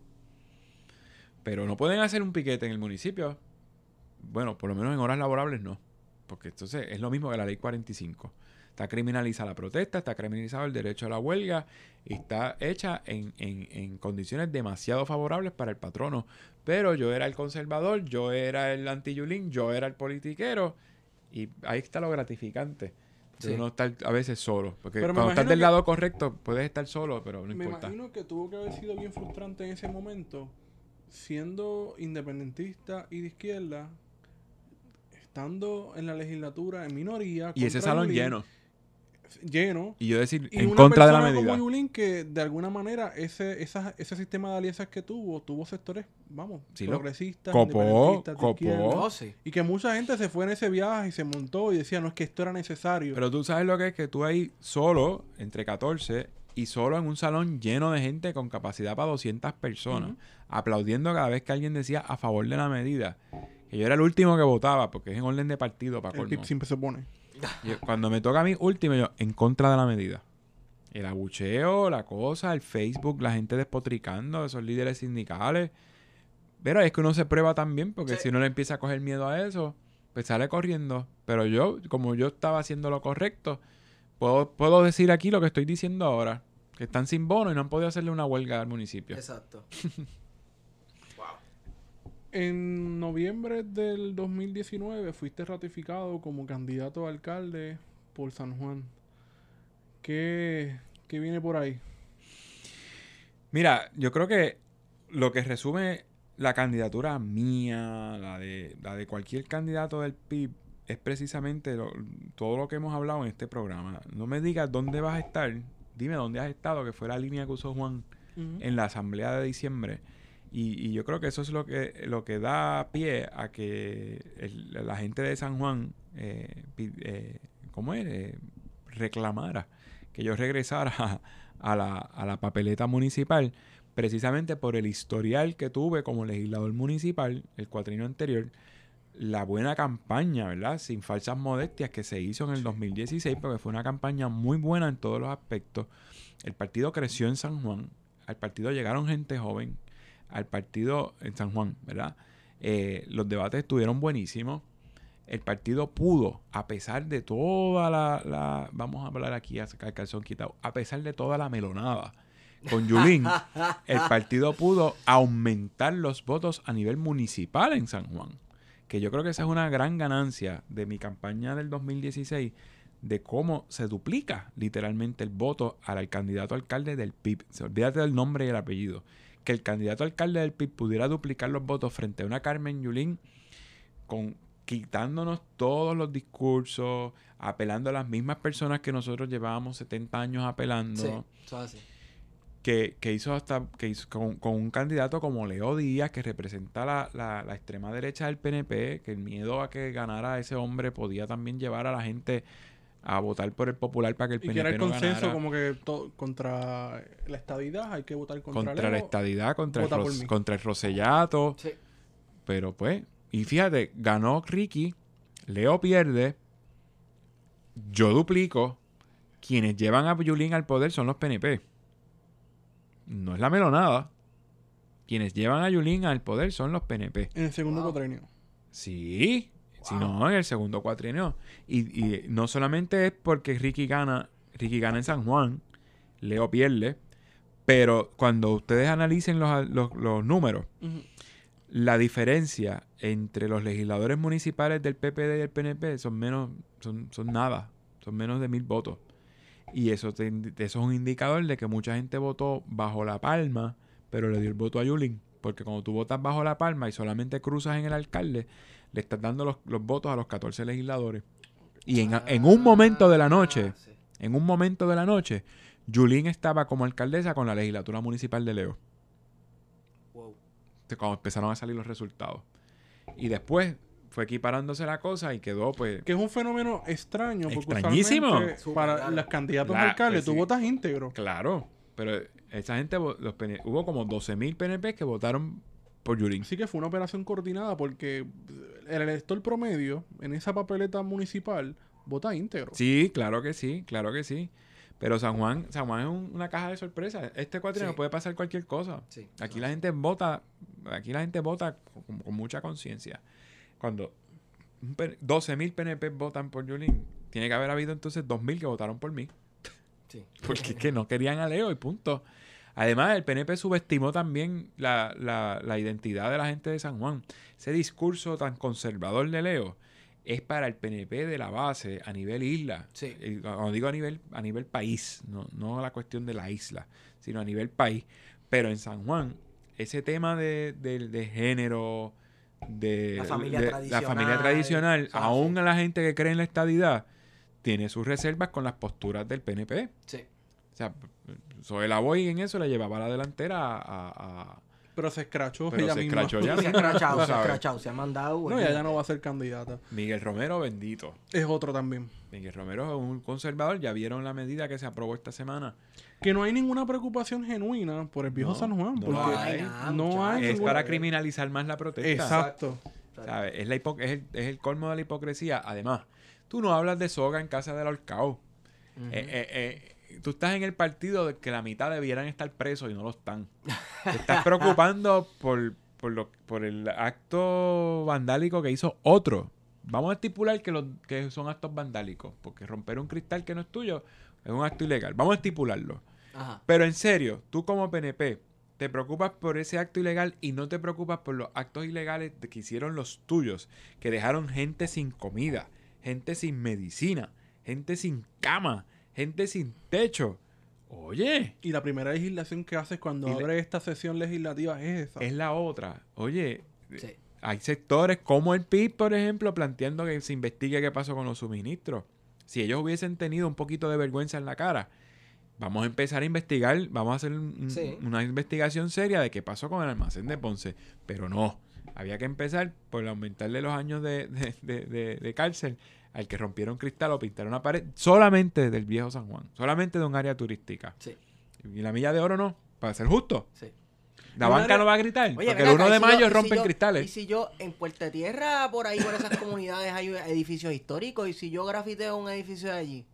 Pero no pueden hacer un piquete en el municipio. Bueno, por lo menos en horas laborables no. Porque entonces es lo mismo que la ley cuarenta y cinco. Está criminalizada la protesta, está criminalizado el derecho a la huelga y está hecha en, en, en condiciones demasiado favorables para el patrono. Pero yo era el conservador, yo era el anti-Yulín, yo era el politiquero y ahí está lo gratificante. Sí. Uno estar a veces solo. Porque pero cuando estás del que, lado correcto, puedes estar solo, pero no me importa. Me imagino que tuvo que haber sido bien frustrante en ese momento, siendo independentista y de izquierda, estando en la legislatura en minoría. Y ese salón Yulín, lleno. Lleno. Y yo decir, y en contra de la medida. Como Yulín, que de alguna manera ese, esa, ese sistema de alianzas que tuvo, tuvo sectores, vamos, sí, progresistas, copó, independentistas, copó. de izquierda, Oh, sí. y que mucha gente se fue en ese viaje y se montó y decía, no, es que esto era necesario. Pero tú sabes lo que es que tú ahí solo, entre catorce, y solo en un salón lleno de gente con capacidad para doscientas personas, uh-huh. aplaudiendo cada vez que alguien decía a favor de la medida. Que yo era el último que votaba, porque es en orden de partido. Para el P I B siempre se pone. Yo, cuando me toca a mí, último, yo, en contra de la medida. El abucheo, la cosa, el Facebook, la gente despotricando, esos líderes sindicales. Pero es que uno se prueba también, porque sí. si uno le empieza a coger miedo a eso, pues sale corriendo. Pero yo, como yo estaba haciendo lo correcto, puedo, puedo decir aquí lo que estoy diciendo ahora. Que están sin bono y no han podido hacerle una huelga al municipio. Exacto. En noviembre del dos mil diecinueve fuiste ratificado como candidato a alcalde por San Juan. ¿Qué, qué viene por ahí? Mira, yo creo que lo que resume la candidatura mía, la de, la de cualquier candidato del P I B, es precisamente lo, todo lo que hemos hablado en este programa. No me digas dónde vas a estar, dime dónde has estado, que fue la línea que usó Juan uh-huh. en la asamblea de diciembre. Y, y yo creo que eso es lo que lo que da pie a que el, la gente de San Juan, eh, eh, ¿cómo es? Eh, reclamara que yo regresara a, a, la, a la papeleta municipal, precisamente por el historial que tuve como legislador municipal el cuatrienio anterior, la buena campaña, ¿verdad? Sin falsas modestias que se hizo en el dos mil dieciséis, porque fue una campaña muy buena en todos los aspectos. El partido creció en San Juan, al partido llegaron gente joven, al partido en San Juan, ¿verdad? Eh, los debates estuvieron buenísimos. El partido pudo, a pesar de toda la... la vamos a hablar aquí a sacar calzón quitado. A pesar de toda la melonada con Yulín, el partido pudo aumentar los votos a nivel municipal en San Juan. Que yo creo que esa es una gran ganancia de mi campaña del dos mil dieciséis, de cómo se duplica literalmente el voto al candidato alcalde del P I B. Se olvídate del nombre y el apellido. Que el candidato alcalde del P I B pudiera duplicar los votos frente a una Carmen Yulín, con, quitándonos todos los discursos, apelando a las mismas personas que nosotros llevábamos setenta años apelando. Sí, eso así. Que, que hizo hasta que hizo con, con un candidato como Leo Díaz, que representa la, la, la extrema derecha del P N P, que el miedo a que ganara ese hombre podía también llevar a la gente a votar por el popular para que el P N P no ganara. Y que era el consenso ganara. Como que to- contra la estadidad hay que votar contra Contra Leo, la estadidad, contra el, ro- contra el Rosellato. Sí. Pero pues, y fíjate, ganó Ricky, Leo pierde, yo duplico, quienes llevan a Yulín al poder son los P N P. no es la melonada. Quienes llevan a Yulín al poder son los P N P. En el segundo Wow. cuatrenio. Sí, Wow. si no, en el segundo cuatrienio. Y, y no solamente es porque Ricky gana, Ricky gana en San Juan, Leo pierde, pero cuando ustedes analicen los, los, los números, Ujú. la diferencia entre los legisladores municipales del P P D y el P N P son menos, son, son nada, son menos de mil votos. Y eso, te, eso es un indicador de que mucha gente votó bajo la palma, pero le dio el voto a Yulín. Porque cuando tú votas bajo la palma y solamente cruzas en el alcalde, le estás dando los, los votos a los catorce legisladores. Y en, en un momento de la noche, Ah, sí. en un momento de la noche, Yulín estaba como alcaldesa con la legislatura municipal de Leo. Wow. Cuando empezaron a salir los resultados. Y después fue equiparándose la cosa y quedó pues... Que es un fenómeno extraño. Porque Extrañísimo. usualmente Súper para raro. los candidatos La- a alcalde, pues tú sí. votas íntegro. Claro, pero esa gente, vo- los P N hubo como doce mil P N P que votaron por Yulín. Así que fue una operación coordinada porque el elector promedio en esa papeleta municipal vota íntegro. Sí, claro que sí, claro que sí. Pero San Juan, San Juan es un- una caja de sorpresas. Este cuatrienio Sí. puede pasar cualquier cosa. Sí. Aquí la gente vota, aquí la gente vota con, con mucha conciencia. Cuando un P- doce mil P N P votan por Yulín, tiene que haber habido entonces dos mil que votaron por mí. Sí. Porque es que no querían a Leo y punto. Además, el P N P subestimó también la, la, la identidad de la gente de San Juan. Ese discurso tan conservador de Leo es para el P N P de la base a nivel isla. Sí. Y cuando digo a nivel, a nivel país, no, no la cuestión de la isla, sino a nivel país. Pero en San Juan, ese tema de, de, de género, de La familia de- tradicional, la familia tradicional, o sea, aún sí. a la gente que cree en la estadidad, tiene sus reservas con las posturas del P N P. Sí. O sea, Zoe Boy en eso le llevaba la delantera a... a- a- Pero se escrachó Pero ella se misma. escrachó ya. Se ha escrachado, Tú se ha sabes. escrachado, se ha mandado. No, ella ya no va a ser candidata. Miguel Romero, bendito. Es otro también. Miguel Romero es un conservador. Ya vieron la medida que se aprobó esta semana. Que no hay ninguna preocupación genuina por el viejo No, San Juan. no porque No hay nada, no muchacho. hay Es ninguna- para criminalizar más la protesta. Exacto. ¿Sabes? Es, la hipo- es, el, es el colmo de la hipocresía. Además, tú no hablas de soga en casa del ahorcado. Ujú. Eh, eh, eh, tú estás en el partido de que la mitad debieran estar presos y no lo están. Te estás preocupando por, por, lo, por el acto vandálico que hizo otro. Vamos a estipular que, los, que son actos vandálicos, porque romper un cristal que no es tuyo es un acto ilegal. Vamos a estipularlo. Ajá. Pero en serio, tú como P N P, te preocupas por ese acto ilegal y no te preocupas por los actos ilegales de que hicieron los tuyos, que dejaron gente sin comida, gente sin medicina, gente sin cama, gente sin techo. Oye, Y la primera legislación que haces cuando Y le- abre esta sesión legislativa es esa. es la otra. Oye, Sí. hay sectores como el P I B, por ejemplo, planteando que se investigue qué pasó con los suministros. Si ellos hubiesen tenido un poquito de vergüenza en la cara, vamos a empezar a investigar, vamos a hacer un- Sí. una investigación seria de qué pasó con el almacén de Ponce. Pero no, había que empezar por aumentarle los años de, de- de- de- de cárcel al que rompieron cristal o pintaron una pared solamente del viejo San Juan, solamente de un área turística. Sí. Y la milla de oro no, para ser justo. Sí. La Y un banca área- no va a gritar, Oye, porque ven el uno acá, de y si mayo yo- y si rompen yo- cristales. Y si yo en Puerto Tierra, por ahí, por esas comunidades, hay edificios históricos, y si yo grafiteo un edificio de allí,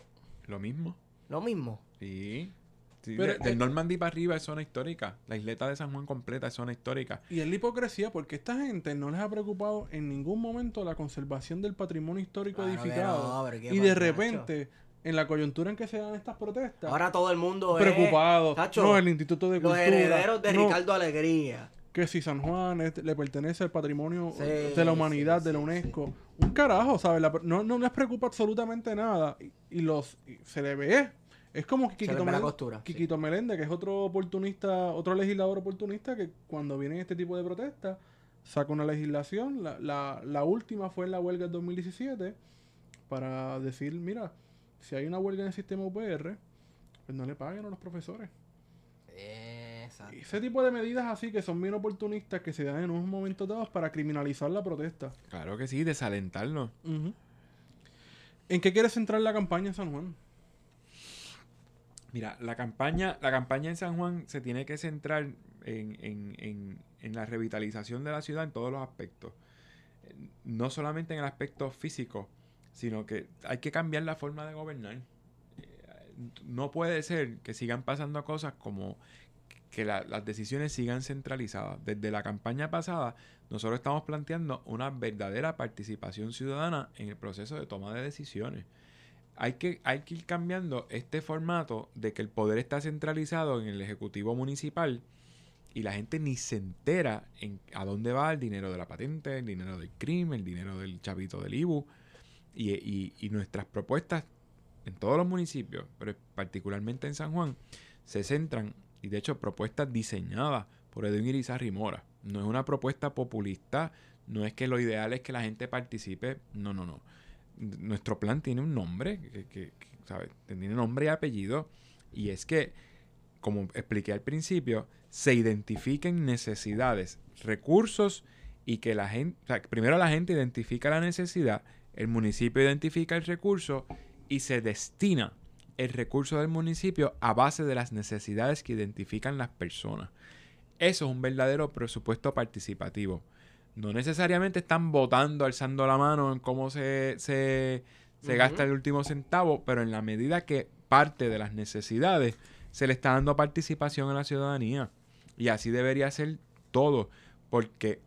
Lo mismo. lo mismo. Sí. Sí, Pero, de- del eh, Normandy para arriba es zona histórica. La isleta de San Juan completa es zona histórica. Y es la hipocresía porque esta gente no les ha preocupado en ningún momento la conservación del patrimonio histórico Claro que edificado. no, pero qué y de mal, repente, en la coyuntura en que se dan estas protestas, Ahora todo el mundo preocupado. es... Tacho, No, el Instituto de los Cultura. herederos de no, Ricardo Alegría. que si San Juan es- le pertenece al patrimonio Sí, de la humanidad, sí, de la sí, UNESCO. Un carajo, ¿sabes? La- no, no les preocupa absolutamente nada. Y, y los y se le ve. Es como que Se le Quiquito, ve la Melén- costura, sí. Quiquito Meléndez, que es otro oportunista, otro legislador oportunista, que cuando viene este tipo de protestas, saca una legislación. La, la, la última fue en la huelga del dos mil diecisiete, para decir, mira, si hay una huelga en el sistema U P R, pues no le paguen a los profesores. Exacto. Ese tipo de medidas así que son bien oportunistas que se dan en unos momentos dados para criminalizar la protesta. Claro que sí, desalentarlo. Ujú. ¿En qué quiere centrar la campaña en San Juan? Mira, la campaña, la campaña en San Juan se tiene que centrar en, en- en- en la revitalización de la ciudad en todos los aspectos. Eh, No solamente en el aspecto físico, sino que hay que cambiar la forma de gobernar. Eh, No puede ser que sigan pasando cosas como que la, las decisiones sigan centralizadas. Desde la campaña pasada, nosotros estamos planteando una verdadera participación ciudadana en el proceso de toma de decisiones. Hay que, hay que ir cambiando este formato de que el poder está centralizado en el Ejecutivo Municipal y la gente ni se entera en a dónde va el dinero de la patente, el dinero del crimen, el dinero del chavito del I B U. Y, y, y nuestras propuestas en todos los municipios, pero particularmente en San Juan, se centran, y de hecho propuestas diseñadas por Edwin Irizarry Mora. No es una propuesta populista, no es que lo ideal es que la gente participe, no, no, no. Nuestro plan tiene un nombre, que, que, que, ¿sabes? Tiene nombre y apellido, y es que, como expliqué al principio, se identifiquen necesidades, recursos, y que la gente, o sea, primero la gente identifica la necesidad, el municipio identifica el recurso y se destina el recurso del municipio a base de las necesidades que identifican las personas. Eso es un verdadero presupuesto participativo. No necesariamente están votando, alzando la mano en cómo se, se, se uh-huh. gasta el último centavo, pero en la medida que parte de las necesidades se le está dando participación a la ciudadanía. Y así debería ser todo, porque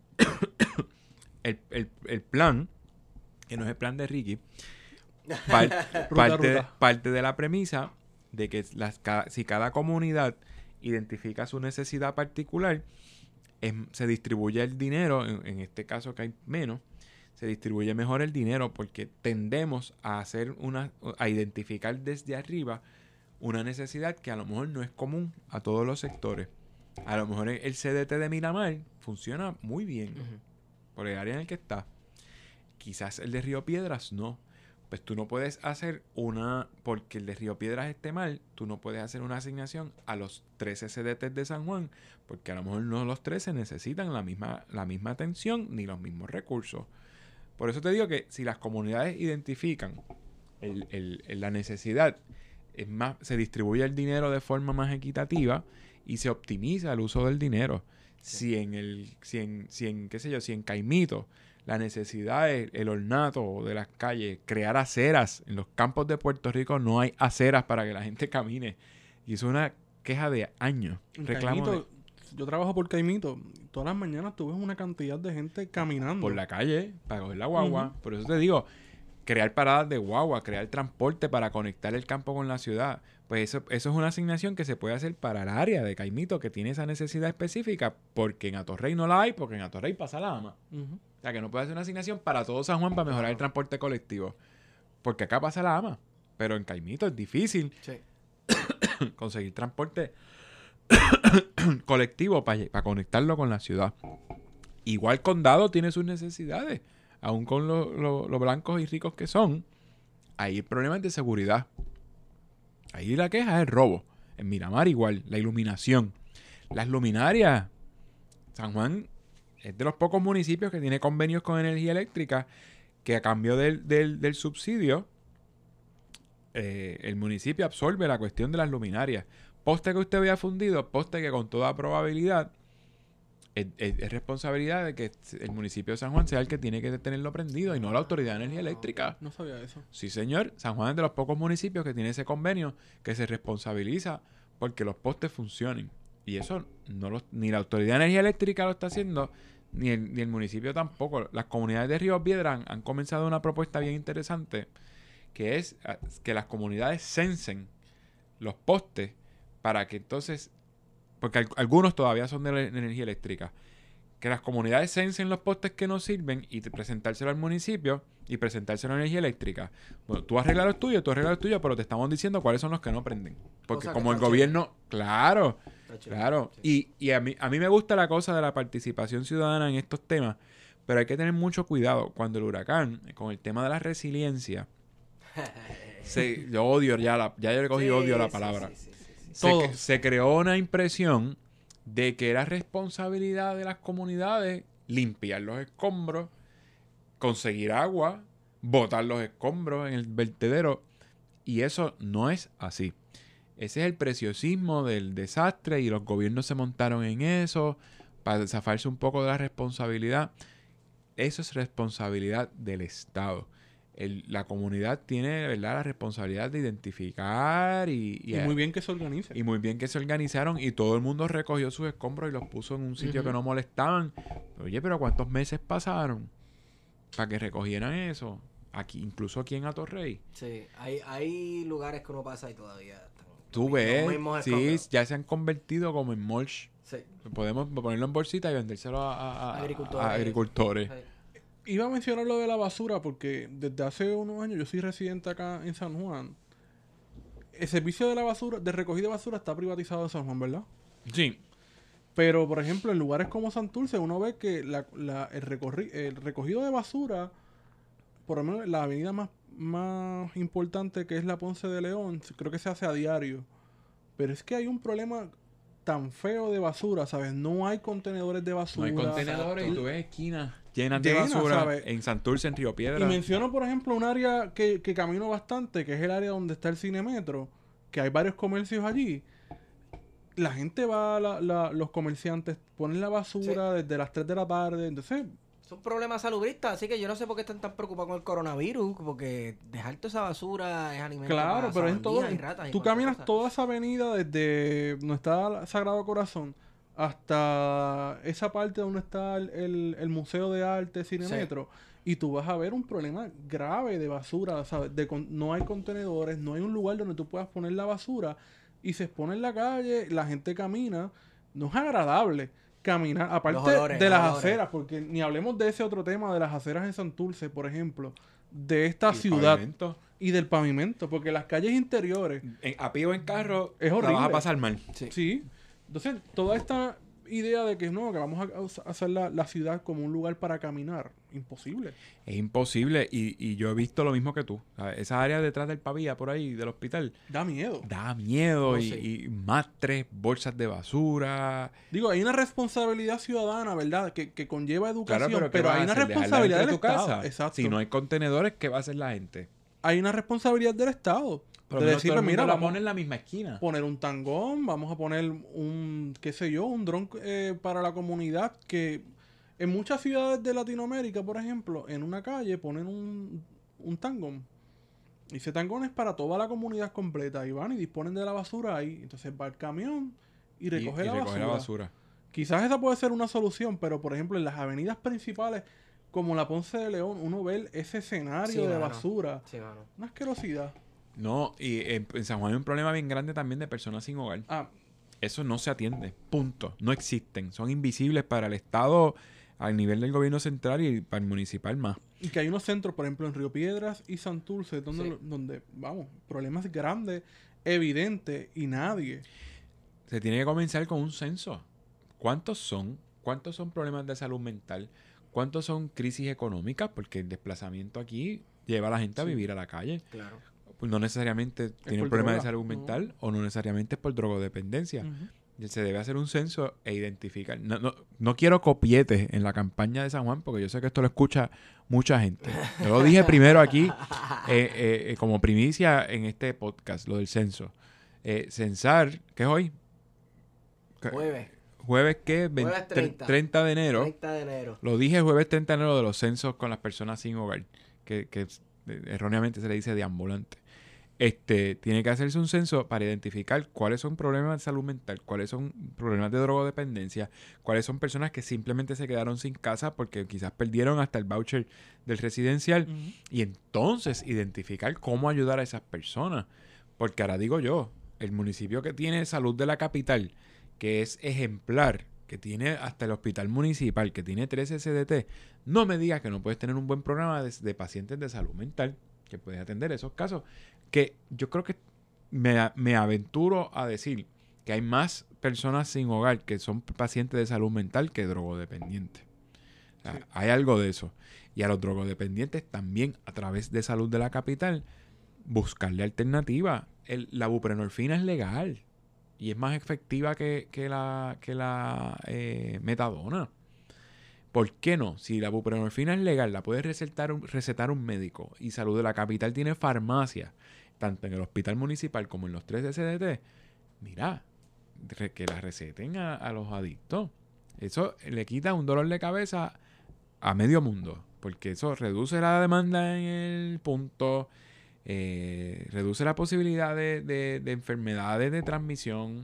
el, el, el plan, que no es el plan de Ricky, par, ruta, parte, ruta. parte de la premisa de que las, cada, si cada comunidad identifica su necesidad particular, es, se distribuye el dinero, en, en este caso que hay menos, se distribuye mejor el dinero porque tendemos a hacer una, a identificar desde arriba una necesidad que a lo mejor no es común a todos los sectores. A lo mejor el C D T de Miramar funciona muy bien uh-huh. por el área en el que está. Quizás el de Río Piedras no. Pues tú no puedes hacer una, porque el de Río Piedras esté mal, tú no puedes hacer una asignación a los trece C D Ts de San Juan, porque a lo mejor no los trece necesitan la misma, la misma atención ni los mismos recursos. Por eso te digo que si las comunidades identifican el, el, el, la necesidad, es más, se distribuye el dinero de forma más equitativa y se optimiza el uso del dinero. Sí. Si en el, si en, si en, qué sé yo, si en Caimito la necesidad es el ornato de las calles, crear aceras. En los campos de Puerto Rico no hay aceras para que la gente camine. Y eso es una queja de años. Reclamo Caimito, de... Yo trabajo por Caimito. Todas las mañanas tú ves una cantidad de gente caminando. Por la calle, para coger la guagua. Uh-huh. Por eso te digo, crear paradas de guagua, crear transporte para conectar el campo con la ciudad. Pues eso, eso es una asignación que se puede hacer para el área de Caimito que tiene esa necesidad específica, porque en Atorrey no la hay, porque en Atorrey pasa la ama. Uh-huh. O sea, que no puede hacer una asignación para todo San Juan para mejorar el transporte colectivo. Porque acá pasa la ama. Pero en Caimito es difícil sí. conseguir transporte colectivo para, para conectarlo con la ciudad. Igual Condado tiene sus necesidades. Aún con los lo, lo blancos y ricos que son. Ahí el problema es de seguridad. Ahí la queja es el robo. En Miramar igual. La iluminación. Las luminarias. San Juan es de los pocos municipios que tiene convenios con energía eléctrica que a cambio del, del, del subsidio eh, el municipio absorbe la cuestión de las luminarias. Poste que usted vea fundido, poste que con toda probabilidad es, es, es responsabilidad de que el municipio de San Juan sea el que tiene que tenerlo prendido y no la Autoridad de Energía Eléctrica. No sabía eso. Sí, señor. San Juan es de los pocos municipios que tiene ese convenio que se responsabiliza porque los postes funcionen. Y eso no lo, ni la Autoridad de Energía Eléctrica lo está haciendo, ni el, ni el municipio tampoco. Las comunidades de Río Piedras han, han comenzado una propuesta bien interesante, que es que las comunidades censen los postes para que entonces, porque al, algunos todavía son de, la, de energía eléctrica, que las comunidades censen los postes que no sirven y presentárselo al municipio y presentárselo a energía eléctrica. Bueno, tú arreglas los tuyos, tú arreglas los tuyos, pero te estamos diciendo cuáles son los que no prenden. Porque Cosa como el chévere. gobierno, claro, claro. Sí. Y, y a mí a mí me gusta la cosa de la participación ciudadana en estos temas, pero hay que tener mucho cuidado cuando el huracán, con el tema de la resiliencia, se, yo odio ya, la, ya yo le cogí Sí, odio a la sí, palabra. sí, sí, sí, sí. Se, Todos. se creó una impresión de que era responsabilidad de las comunidades limpiar los escombros, conseguir agua, botar los escombros en el vertedero, y eso no es así. Ese es el preciosismo del desastre y los gobiernos se montaron en eso para zafarse un poco de la responsabilidad. Eso es responsabilidad del Estado. el, la comunidad tiene, ¿verdad?, la responsabilidad de identificar y... Y, y muy bien que se organice. Y muy bien que se organizaron y todo el mundo recogió sus escombros y los puso en un sitio uh-huh. que no molestaban. Oye, pero ¿cuántos meses pasaron para que recogieran eso? Aquí, incluso aquí en Atorrey. Sí, hay, hay lugares que uno pasa y todavía están... Tú ves, sí, ya se han convertido como en mulch. Sí. Podemos ponerlo en bolsita y vendérselo a, a, a agricultores. A agricultores. Sí. Iba a mencionar lo de la basura porque desde hace unos años yo soy residente acá en San Juan. El servicio de la basura, de recogida de basura está privatizado en San Juan, ¿verdad? Sí. Pero, por ejemplo, en lugares como Santurce uno ve que la, la, el, recorri- el recogido de basura, por lo menos la avenida más, más importante, que es la Ponce de León, creo que se hace a diario. Pero es que hay un problema tan feo de basura, ¿sabes? No hay contenedores de basura. No hay contenedores, exacto. Y tú ves esquinas llenas de Llena, basura, ¿sabes? En Santurce, en Río Piedra. Y menciono, por ejemplo, un área que, que camino bastante, que es el área donde está el Cinemetro, que hay varios comercios allí. La gente va, la, la, los comerciantes ponen la basura sí. desde las tres de la tarde, entonces... Es un problema salubristas, así que yo no sé por qué están tan preocupados con el coronavirus, porque dejar toda esa basura es alimento claro, para pero en todo, y ratas. Tú y caminas cosas. toda esa avenida desde donde está el Sagrado Corazón hasta esa parte donde está el, el, el Museo de Arte Cinemetro, sí. y tú vas a ver un problema grave de basura, ¿sabes? De con, no hay contenedores, no hay un lugar donde tú puedas poner la basura y se expone en la calle, la gente camina, no es agradable caminar, aparte olores, de las olores. aceras, porque ni hablemos de ese otro tema de las aceras en Santurce, por ejemplo, de esta ciudad pavimento. y del pavimento, porque las calles interiores en, a pie o en carro es horrible. La vas a pasar mal. Sí. sí. Entonces, toda esta idea de que no, que vamos a hacer la, la ciudad como un lugar para caminar, imposible. Es imposible y, y yo he visto lo mismo que tú. ¿Sabes? Esa área detrás del Pavía, por ahí, del hospital. Da miedo. Da miedo no y, sé. y más tres bolsas de basura. Digo, hay una responsabilidad ciudadana, ¿verdad? Que, que conlleva educación, claro, pero, pero hay una responsabilidad del tu Estado. Casa? Exacto. Si no hay contenedores, ¿qué va a hacer la gente? Hay una responsabilidad del Estado. Pero de no decir, todo el mira, mundo la vamos pone en la misma esquina. Poner un tangón, vamos a poner un, qué sé yo, un dron eh, para la comunidad, que en muchas ciudades de Latinoamérica, por ejemplo, en una calle ponen un, un tangón. Y ese tangón es para toda la comunidad completa. Y van y disponen de la basura ahí. Entonces va el camión y recoge, y, y la, recoge basura. la basura. Quizás esa puede ser una solución, pero por ejemplo en las avenidas principales, como la Ponce de León, uno ve ese escenario sí, de mano. basura. Sí, mano. Una asquerosidad. No, y en, en San Juan hay un problema bien grande también de personas sin hogar. Ah. Eso no se atiende. Punto. No existen. Son invisibles para el Estado al nivel del gobierno central y para el municipal más. Y que hay unos centros, por ejemplo, en Río Piedras y Santurce, donde, sí. lo, donde vamos, problemas grandes, evidentes, y nadie. Se tiene que comenzar con un censo. ¿Cuántos son? ¿Cuántos son problemas de salud mental? ¿Cuántos son crisis económicas? Porque el desplazamiento aquí lleva a la gente sí. a vivir a la calle. Claro. Pues no necesariamente tiene un problema droga. de salud mental no. o no necesariamente es por drogodependencia. Uh-huh. Se debe hacer un censo e identificar. No, no, no quiero copietes en la campaña de San Juan porque yo sé que esto lo escucha mucha gente. Yo lo dije primero aquí eh, eh, como primicia en este podcast, lo del censo. Eh, censar, ¿qué es hoy? Jueves. ¿Jueves qué? Jueves treinta. treinta de enero. treinta de enero. Lo dije jueves treinta de enero de los censos con las personas sin hogar, que, que erróneamente se le dice deambulante. Este, tiene que hacerse un censo para identificar cuáles son problemas de salud mental, cuáles son problemas de drogodependencia, cuáles son personas que simplemente se quedaron sin casa porque quizás perdieron hasta el voucher del residencial uh-huh. y entonces identificar cómo ayudar a esas personas. Porque ahora digo yo, el municipio que tiene salud de la capital, que es ejemplar, que tiene hasta el hospital municipal, que tiene tres S D T, no me digas que no puedes tener un buen programa de, de pacientes de salud mental, que puedes atender esos casos, que yo creo que me, me aventuro a decir que hay más personas sin hogar que son pacientes de salud mental que drogodependientes. O sea, sí. Hay algo de eso. Y a los drogodependientes también, a través de salud de la capital, buscarle alternativa. El, la buprenorfina es legal y es más efectiva que, que la, que la eh, metadona. ¿Por qué no? Si la buprenorfina es legal, la puede recetar un, recetar un médico y Salud de la Capital tiene farmacia, tanto en el hospital municipal como en los tres S D T, mira, re, que la receten a, a los adictos. Eso le quita un dolor de cabeza a medio mundo. porque eso reduce la demanda en el punto, eh, reduce la posibilidad de, de, de enfermedades de transmisión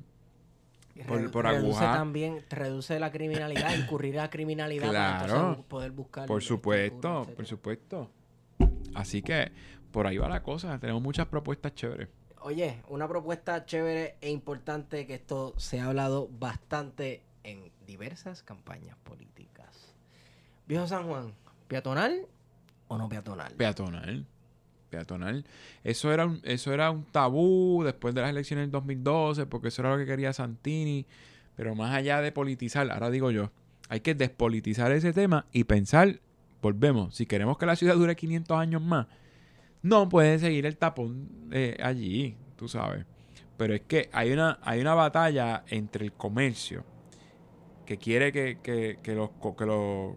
por, por reduce aguja. también, reduce la criminalidad, incurrir a criminalidad Claro, para entonces poder buscar. Por este, supuesto, cura, etcétera. por supuesto. Así que por ahí va la cosa. Tenemos muchas propuestas chéveres. Oye, una propuesta chévere e importante que esto se ha hablado bastante en diversas campañas políticas. Viejo San Juan, ¿peatonal o no peatonal? Peatonal. Peatonal. Eso era un, eso era un tabú después de las elecciones del dos mil doce, porque eso era lo que quería Santini. Pero más allá de politizar, ahora digo yo, hay que despolitizar ese tema y pensar, volvemos, si queremos que la ciudad dure quinientos años más, no puede seguir el tapón eh, allí, tú sabes. Pero es que hay una, hay una batalla entre el comercio que quiere que, que, que, los, que los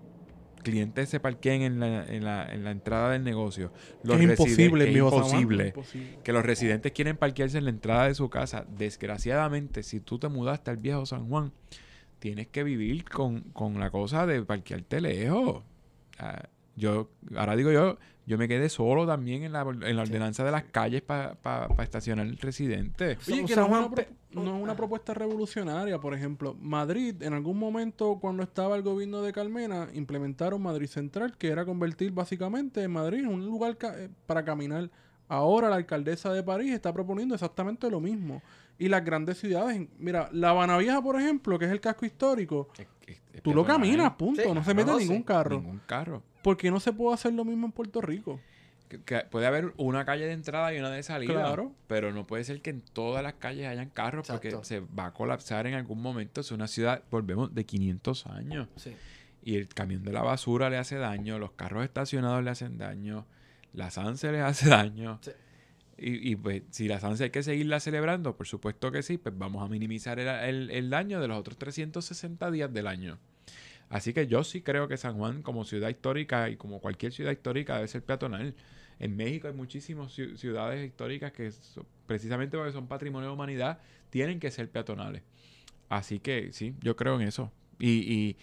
clientes se parqueen en la, en la, en la entrada del negocio. Los es imposible, que es viejo San Juan, imposible. imposible. Que los residentes quieren parquearse en la entrada de su casa. Desgraciadamente, si tú te mudaste al viejo San Juan, tienes que vivir con, con la cosa de parquearte lejos. Uh, yo, ahora digo yo, yo me quedé solo también en la, en la ordenanza de las calles para pa, pa estacionar el residente. Oye, Un que San no es, una, Juan pro- pe- no es una propuesta revolucionaria. Por ejemplo, Madrid, en algún momento, cuando estaba el gobierno de Carmena, implementaron Madrid Central, que era convertir básicamente Madrid en un lugar ca- eh, para caminar. Ahora la alcaldesa de París está proponiendo exactamente lo mismo. Y las grandes ciudades, mira, La Habana Vieja, por ejemplo, que es el casco histórico, Es- es- es tú lo peatonal. caminas, punto. Sí, no se no, mete no, ningún sí. carro. Ningún carro. ¿Por qué no se puede hacer lo mismo en Puerto Rico? Que, que puede haber una calle de entrada y una de salida. Claro. Pero no puede ser que en todas las calles hayan carros porque Exacto. se va a colapsar en algún momento. Es una ciudad, volvemos, de quinientos años. Sí. Y el camión de la basura le hace daño, los carros estacionados le hacen daño, la SANSE le hace daño. Sí. Y, y pues si la SANSE hay que seguirla celebrando, por supuesto que sí, pues vamos a minimizar el, el, el daño de los otros trescientos sesenta días del año. Así que yo sí creo que San Juan como ciudad histórica y como cualquier ciudad histórica debe ser peatonal. En México hay muchísimas ci- ciudades históricas que so- precisamente porque son patrimonio de la humanidad tienen que ser peatonales. Así que sí, yo creo en eso. Y, y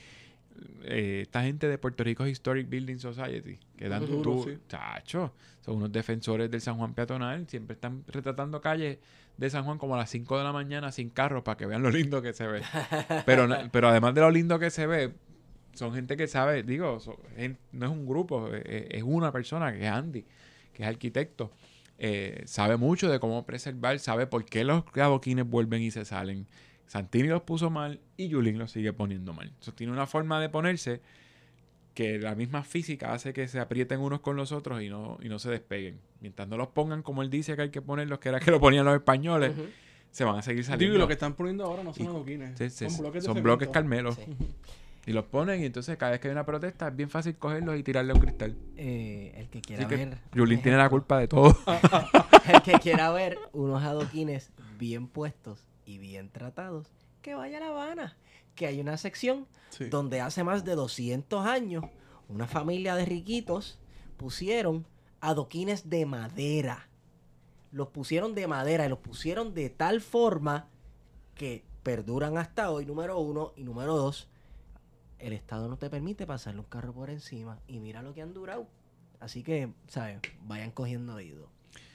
eh, esta gente de Puerto Rico Historic Building Society que dan Duro, tu sí. chacho, son unos defensores del San Juan peatonal, siempre están retratando calles de San Juan como a las cinco de la mañana sin carros para que vean lo lindo que se ve. Pero, na- pero además de lo lindo que se ve, son gente que sabe, digo, so- gen- no es un grupo, es, es una persona que es Andy, que es arquitecto. Eh, sabe mucho de cómo preservar, sabe por qué los adoquines vuelven y se salen. Santini los puso mal y Yulín los sigue poniendo mal. Eso tiene una forma de ponerse que la misma física hace que se aprieten unos con los otros y no, y no se despeguen. Mientras no los pongan como él dice que hay que ponerlos, que era que lo ponían los españoles, Ujú. se van a seguir Digo, saliendo. y lo que están poniendo ahora no son Y- adoquines. Sí, sí, son bloques de son cemento. bloques Carmelo. Sí. Y los ponen y entonces cada vez que hay una protesta es bien fácil cogerlos y tirarle un cristal. Eh, el que quiera Así que ver. Yulín por tiene la ejemplo, culpa de todo. El que quiera ver unos adoquines bien puestos y bien tratados, que vaya a La Habana. Que hay una sección Sí. donde hace más de doscientos años una familia de riquitos pusieron adoquines de madera. Los pusieron de madera y los pusieron de tal forma que perduran hasta hoy, número uno. Y número dos, el Estado no te permite pasarle un carro por encima. Y mira lo que han durado. Así que, ¿sabes? Vayan cogiendo oído.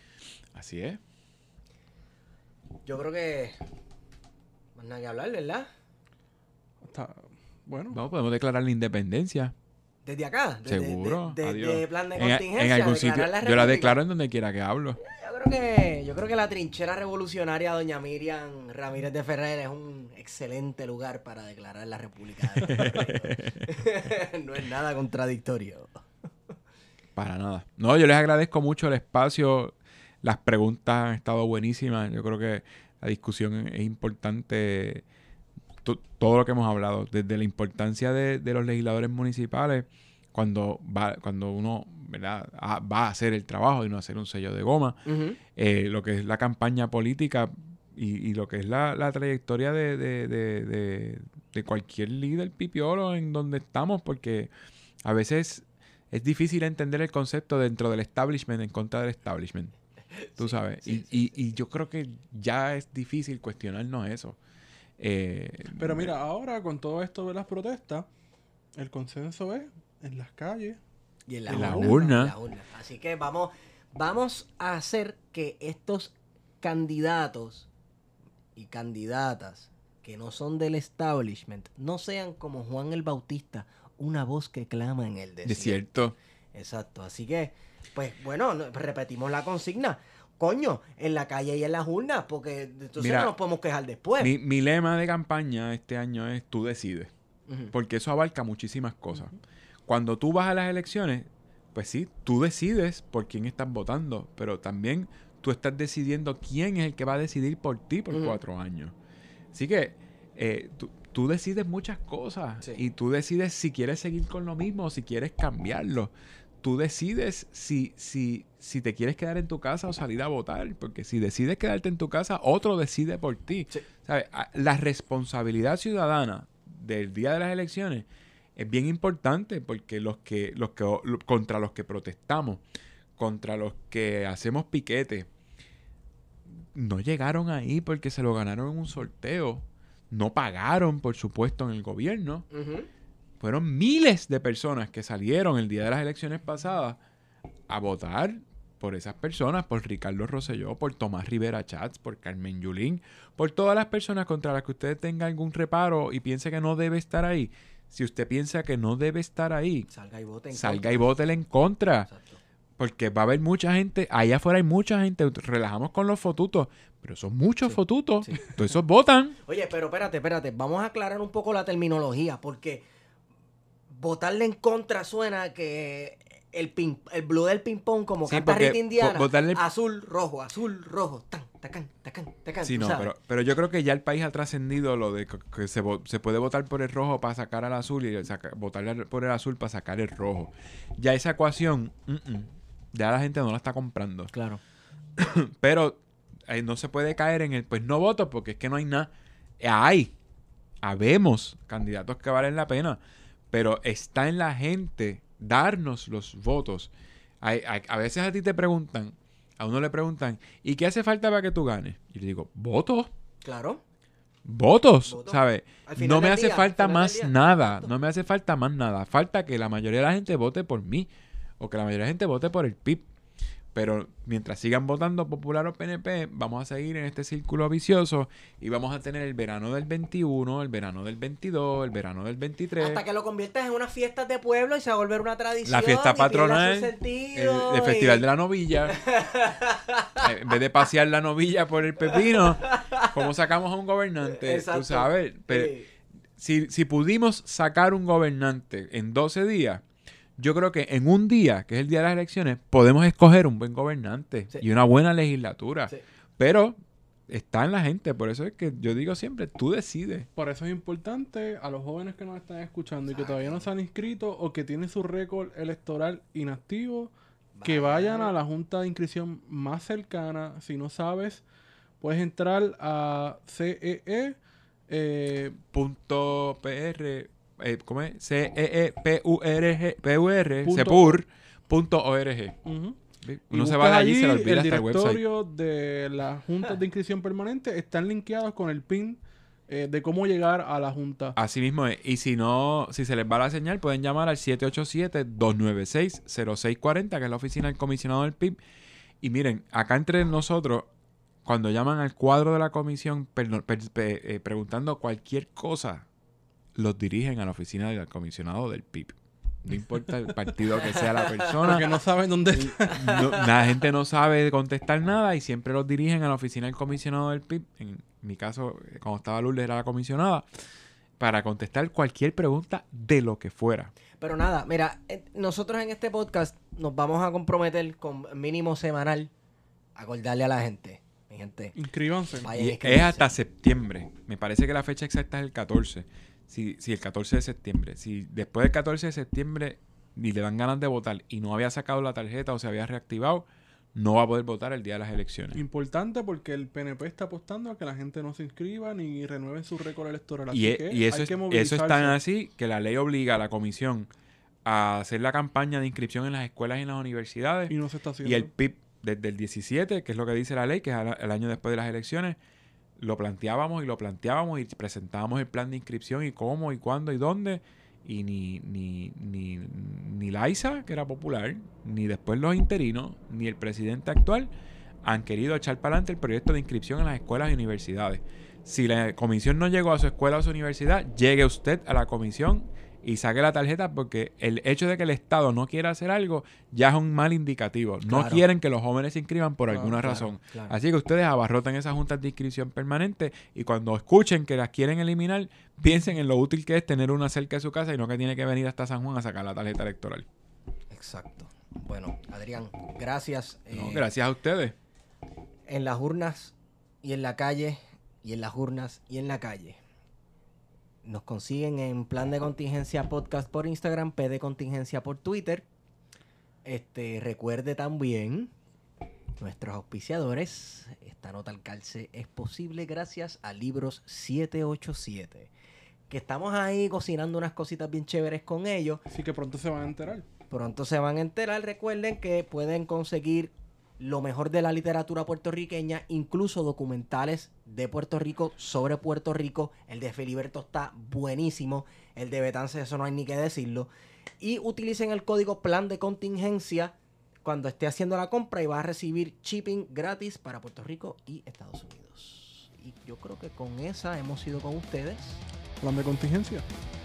Así es. Yo creo que... Más nada que hablar, ¿verdad? Está- bueno, Vamos, podemos declarar la independencia. Desde acá. Desde, Seguro. De, de- Adiós. de plan de En, contingencia. en algún declarar sitio. la Yo la república. declaro en donde quiera que hablo. Yo creo que, yo creo que la trinchera revolucionaria doña Miriam Ramírez de Ferrer es un excelente lugar para declarar la República de Puerto Rico. No es nada contradictorio. Para nada. No, yo les agradezco mucho el espacio. Las preguntas han estado buenísimas. Yo creo que la discusión es importante. To- todo lo que hemos hablado. Desde la importancia de, de los legisladores municipales cuando va, cuando uno, ¿verdad?, a- va a hacer el trabajo y no hacer un sello de goma. Ujú. Eh, lo que es la campaña política y, y lo que es la, la trayectoria de, de, de, de, de cualquier líder pipiolo en donde estamos, porque a veces es difícil entender el concepto dentro del establishment en contra del establishment. Tú Sí, sabes. sí, y, sí, y, y yo creo que ya es difícil cuestionarnos eso. Eh, pero mira, ahora con todo esto de las protestas, el consenso es en las calles, Y en la, en la urna, urna. en la urna. Así que vamos, vamos a hacer que estos candidatos y candidatas que no son del establishment no sean como Juan el Bautista, una voz que clama en el desierto. Desierto. Exacto. Así que, pues bueno, no- repetimos la consigna. Coño, en la calle y en las urnas, porque entonces Mira, no nos podemos quejar después. Mi, mi lema de campaña este año es tú decides. Ujú. Porque eso abarca muchísimas cosas. Cuando tú vas a las elecciones, pues sí, tú decides por quién estás votando, pero también tú estás decidiendo quién es el que va a decidir por ti por Ujú. cuatro años. Así que eh, tú, tú decides muchas cosas Sí. y tú decides si quieres seguir con lo mismo o si quieres cambiarlo. Tú decides si, si, si te quieres quedar en tu casa o salir a votar, porque si decides quedarte en tu casa, otro decide por ti. Sí. ¿Sabes? A- La responsabilidad ciudadana del día de las elecciones es bien importante porque los que, los que lo- contra los que protestamos, contra los que hacemos piquete, no llegaron ahí porque se lo ganaron en un sorteo. No pagaron, por supuesto, en el gobierno. Ujú. Fueron miles de personas que salieron el día de las elecciones pasadas a votar por esas personas, por Ricardo Rosselló, por Tomás Rivera Chats, por Carmen Yulín, por todas las personas contra las que usted tenga algún reparo y piense que no debe estar ahí. Si usted piensa que no debe estar ahí, Salga y vote en salga contra. y vótele en contra. Exacto. Porque va a haber mucha gente, allá afuera hay mucha gente, relajamos con los fotutos, pero son muchos Sí, fotutos, sí. todos esos votan. Oye, pero espérate, espérate. Vamos a aclarar un poco la terminología, porque votarle en contra suena que el, ping, el blue del ping-pong, como Sí, canta porque Rita Indiana, vo- votarle- azul, rojo, azul, rojo, tan, tacán, tacán, tacán. Sí, tú no, sabes. pero, pero yo creo que ya el país ha trascendido lo de que, que se, vo- se puede votar por el rojo para sacar al azul y saca- votar al- por el azul para sacar el rojo. Ya esa ecuación, mm, mm, ya la gente no la está comprando. Claro. Pero eh, no se puede caer en el, pues no voto porque es que no hay nada. Hay, habemos candidatos que valen la pena, pero está en la gente darnos los votos. Hay- hay- a veces a ti te preguntan, a uno le preguntan, ¿y qué hace falta para que tú ganes? Y le digo, votos. Claro. Votos, Votos. ¿sabes? Al final No me del hace día, falta al final más del día. nada, Exacto. no me hace falta más nada. Falta que la mayoría de la gente vote por mí o que la mayoría de la gente vote por el P I B. Pero mientras sigan votando Popular o P N P, vamos a seguir en este círculo vicioso y vamos a tener el verano del veintiuno, el verano del veintidós, el verano del veintitrés. Hasta que lo conviertas en unas fiestas de pueblo y se va a volver una tradición. La fiesta y pierda patronal, su el, sentido el y- festival de la novilla. Eh, en vez de pasear la novilla por el pepino, ¿cómo sacamos a un gobernante? Exacto. Tú sabes. Pero Sí. si, si pudimos sacar un gobernante en doce días, yo creo que en un día, que es el día de las elecciones, podemos escoger un buen gobernante Sí. y una buena legislatura. Sí. Pero está en la gente. Por eso es que yo digo siempre, tú decides. Por eso es importante a los jóvenes que nos están escuchando y que todavía no se han inscrito o que tienen su récord electoral inactivo, que vayan a la junta de inscripción más cercana. Si no sabes, puedes entrar a C E E. Eh, Punto PR, eh, ¿cómo es? C E E P U R G, P U R, Punto- Cepur, punto org. ujú. ¿Sí? Y Uno se buscas va de allí y allí se le olvida el hasta el website. directorio de las juntas de inscripción permanente. Están linkeados con el pin eh, de cómo llegar a la junta. Así mismo es. Y si no, si se les va la señal, pueden llamar al siete ocho siete, dos nueve seis, cero seis cuatro cero, que es la oficina del comisionado del P I B. Y miren, acá entre nosotros, cuando llaman al cuadro de la comisión per- per- pe- eh, preguntando cualquier cosa, los dirigen a la oficina del comisionado del P I B. No importa el partido que sea la persona. Porque no saben dónde está. No, la gente no sabe contestar nada y siempre los dirigen a la oficina del comisionado del P I B. En mi caso, eh, cuando estaba Lourdes era la comisionada, para contestar cualquier pregunta de lo que fuera. Pero nada, mira, eh, nosotros en este podcast nos vamos a comprometer con mínimo semanal a acordarle a la gente. Mi gente, Inscríbanse. vayan Y a es inscribirse. hasta septiembre. Me parece que la fecha exacta es el catorce. Si, si el catorce de septiembre. Si después del catorce de septiembre ni le dan ganas de votar y no había sacado la tarjeta o se había reactivado, no va a poder votar el día de las elecciones. Importante porque el P N P está apostando a que la gente no se inscriba ni renueve su récord electoral. Así Y, e- que y eso, hay es, que eso es movilizarse. tan así que la ley obliga a la comisión a hacer la campaña de inscripción en las escuelas y en las universidades. Y no se está haciendo. Y el P I B desde el diecisiete, que es lo que dice la ley, que es al- el año después de las elecciones, lo planteábamos y lo planteábamos y presentábamos el plan de inscripción y cómo y cuándo y dónde. y ni, ni, ni, ni Liza, que era popular, ni después los interinos, ni el presidente actual han querido echar para adelante el proyecto de inscripción en las escuelas y universidades. Si la comisión no llegó a su escuela o a su universidad, llegue usted a la comisión y saque la tarjeta, porque el hecho de que el Estado no quiera hacer algo ya es un mal indicativo. No Claro. quieren que los jóvenes se inscriban por alguna claro, razón. claro. Así que ustedes abarroten esas juntas de inscripción permanente y cuando escuchen que las quieren eliminar, piensen en lo útil que es tener una cerca de su casa y no que tiene que venir hasta San Juan a sacar la tarjeta electoral. Exacto. Bueno, Adrián, gracias. No, Eh, gracias a ustedes. En las urnas y en la calle, y en las urnas y en la calle. Nos consiguen en Plan de Contingencia Podcast por Instagram, P de Contingencia por Twitter. Este, recuerde también nuestros auspiciadores. Esta nota al calce es posible gracias a Libros siete ocho siete. Que estamos ahí cocinando unas cositas bien chéveres con ellos. Así que pronto se van a enterar. Pronto se van a enterar. Recuerden que pueden conseguir lo mejor de la literatura puertorriqueña, incluso documentales de Puerto Rico sobre Puerto Rico. El de Filiberto está buenísimo. El de Betance, eso no hay ni que decirlo. Y utilicen el código Plan de Contingencia cuando esté haciendo la compra y va a recibir shipping gratis para Puerto Rico y Estados Unidos. Y yo creo que con esa hemos ido con ustedes. Plan de contingencia.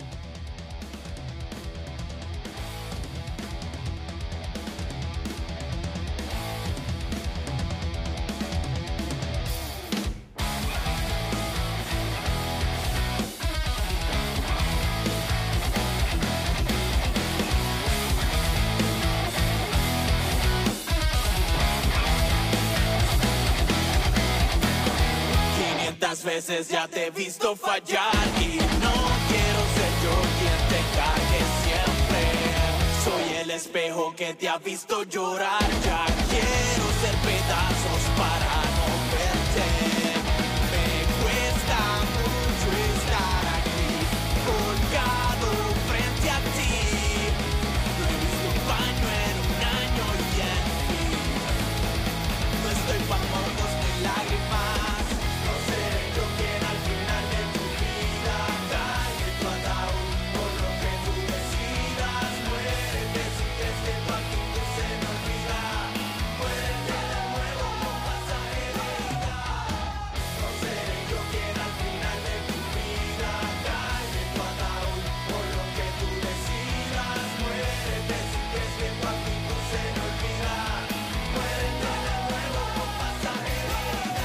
quinientas veces ya te he visto fallar y no quiero ser yo quien te cague siempre. Soy el espejo que te ha visto llorar. Ya quiero ser pedazos para no verte. Me cuesta mucho estar aquí, colgado frente a ti. No he visto un baño en un año y en fin. No estoy pa' mocos ni lágrimas. No seré yo quien al final de tu vida dañe tu ataúd por lo que tú decidas. Muérete si crees que tu actitud se me olvida. Muérete de nuevo con pasaje de ida. No seré yo quien al final de tu vida dañe tu ataúd por lo que tú decidas. Muérete si crees que tu actitud se me olvida. Muérete de nuevo con pasaje de ida.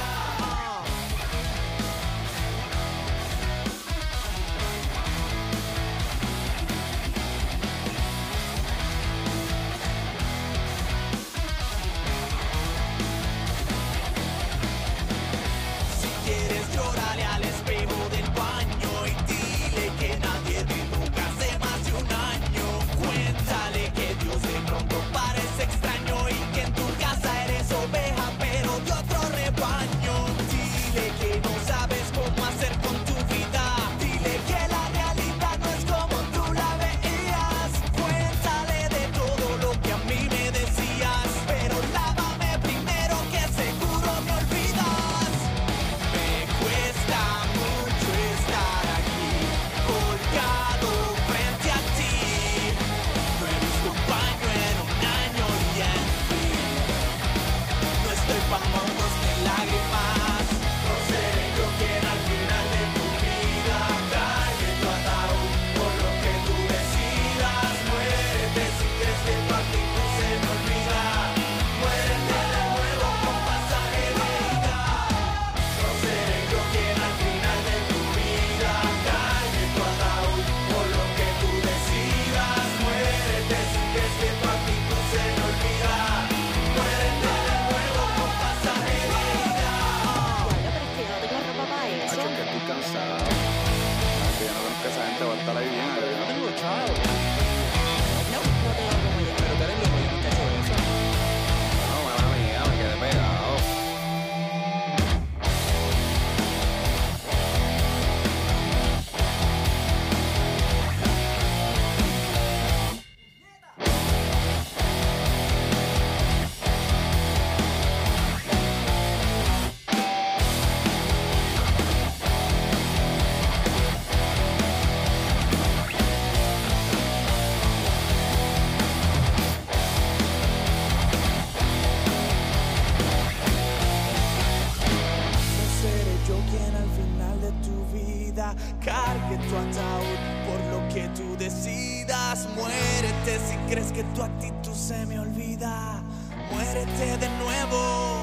Si quieres llórale al espejo del baño y dile que nadie te toca hace más de un año. Cuéntale que Dios de pronto parece extraño y que en tu casa eres oveja pero de otro rebaño. Dile que no sabes cómo hacer con tu vida. Dile que la realidad no es como tú la veías. Cuéntale de todo lo que a mí me decías, pero lávame primero que seguro me olvidas. Me cuesta mucho estar aquí, colgado frente a ti. No he visto un baño en un año y en fin. No estoy pa' mocos ni lágrimas. No seré yo quien al final de tu vida dañe tu ataúd por lo que tú decidas. Muérete si crees que tu actitud se me olvida. Muérete de nuevo con pasaje de ida. No seré yo quien al final de tu vida dañe tu ataúd por lo que tú decidas. Muérete si crees que tu actitud se me olvida. Muérete de nuevo con pasaje de ida. Bueno, pero es que yo no tengo ropa para eso. Hacho, que estoy cansado. Que yo no creo que esa gente va a estar ahí bien. Yo no tengo chavo. No, no tengo ropa ya. Pero tú eres loco, yo nunca he hecho eso. No, mala mía, me quedé pegado. que tú decidas. Muérete si crees que tu actitud se me olvida. Muérete de nuevo.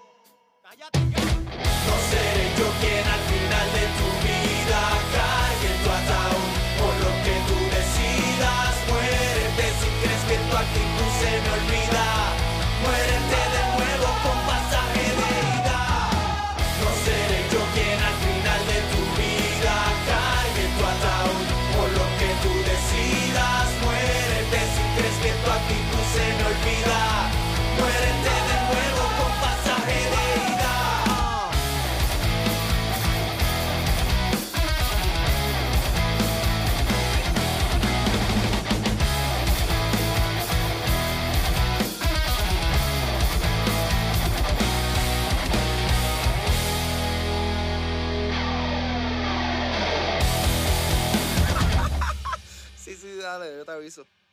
No seré yo quien al final de tu vida cargue tu ataúd por lo que tú decidas. Muérete si crees que tu actitud se me olvida. Muérete de nuevo con pasaje de ida. No seré yo quien al final de tu vida cargue tu ataúd por lo que tú decidas. Muérete si crees que tu actitud se me olvida. Muérete de nuevo con pasaje de ida. Sí, sí, dale, yo te aviso.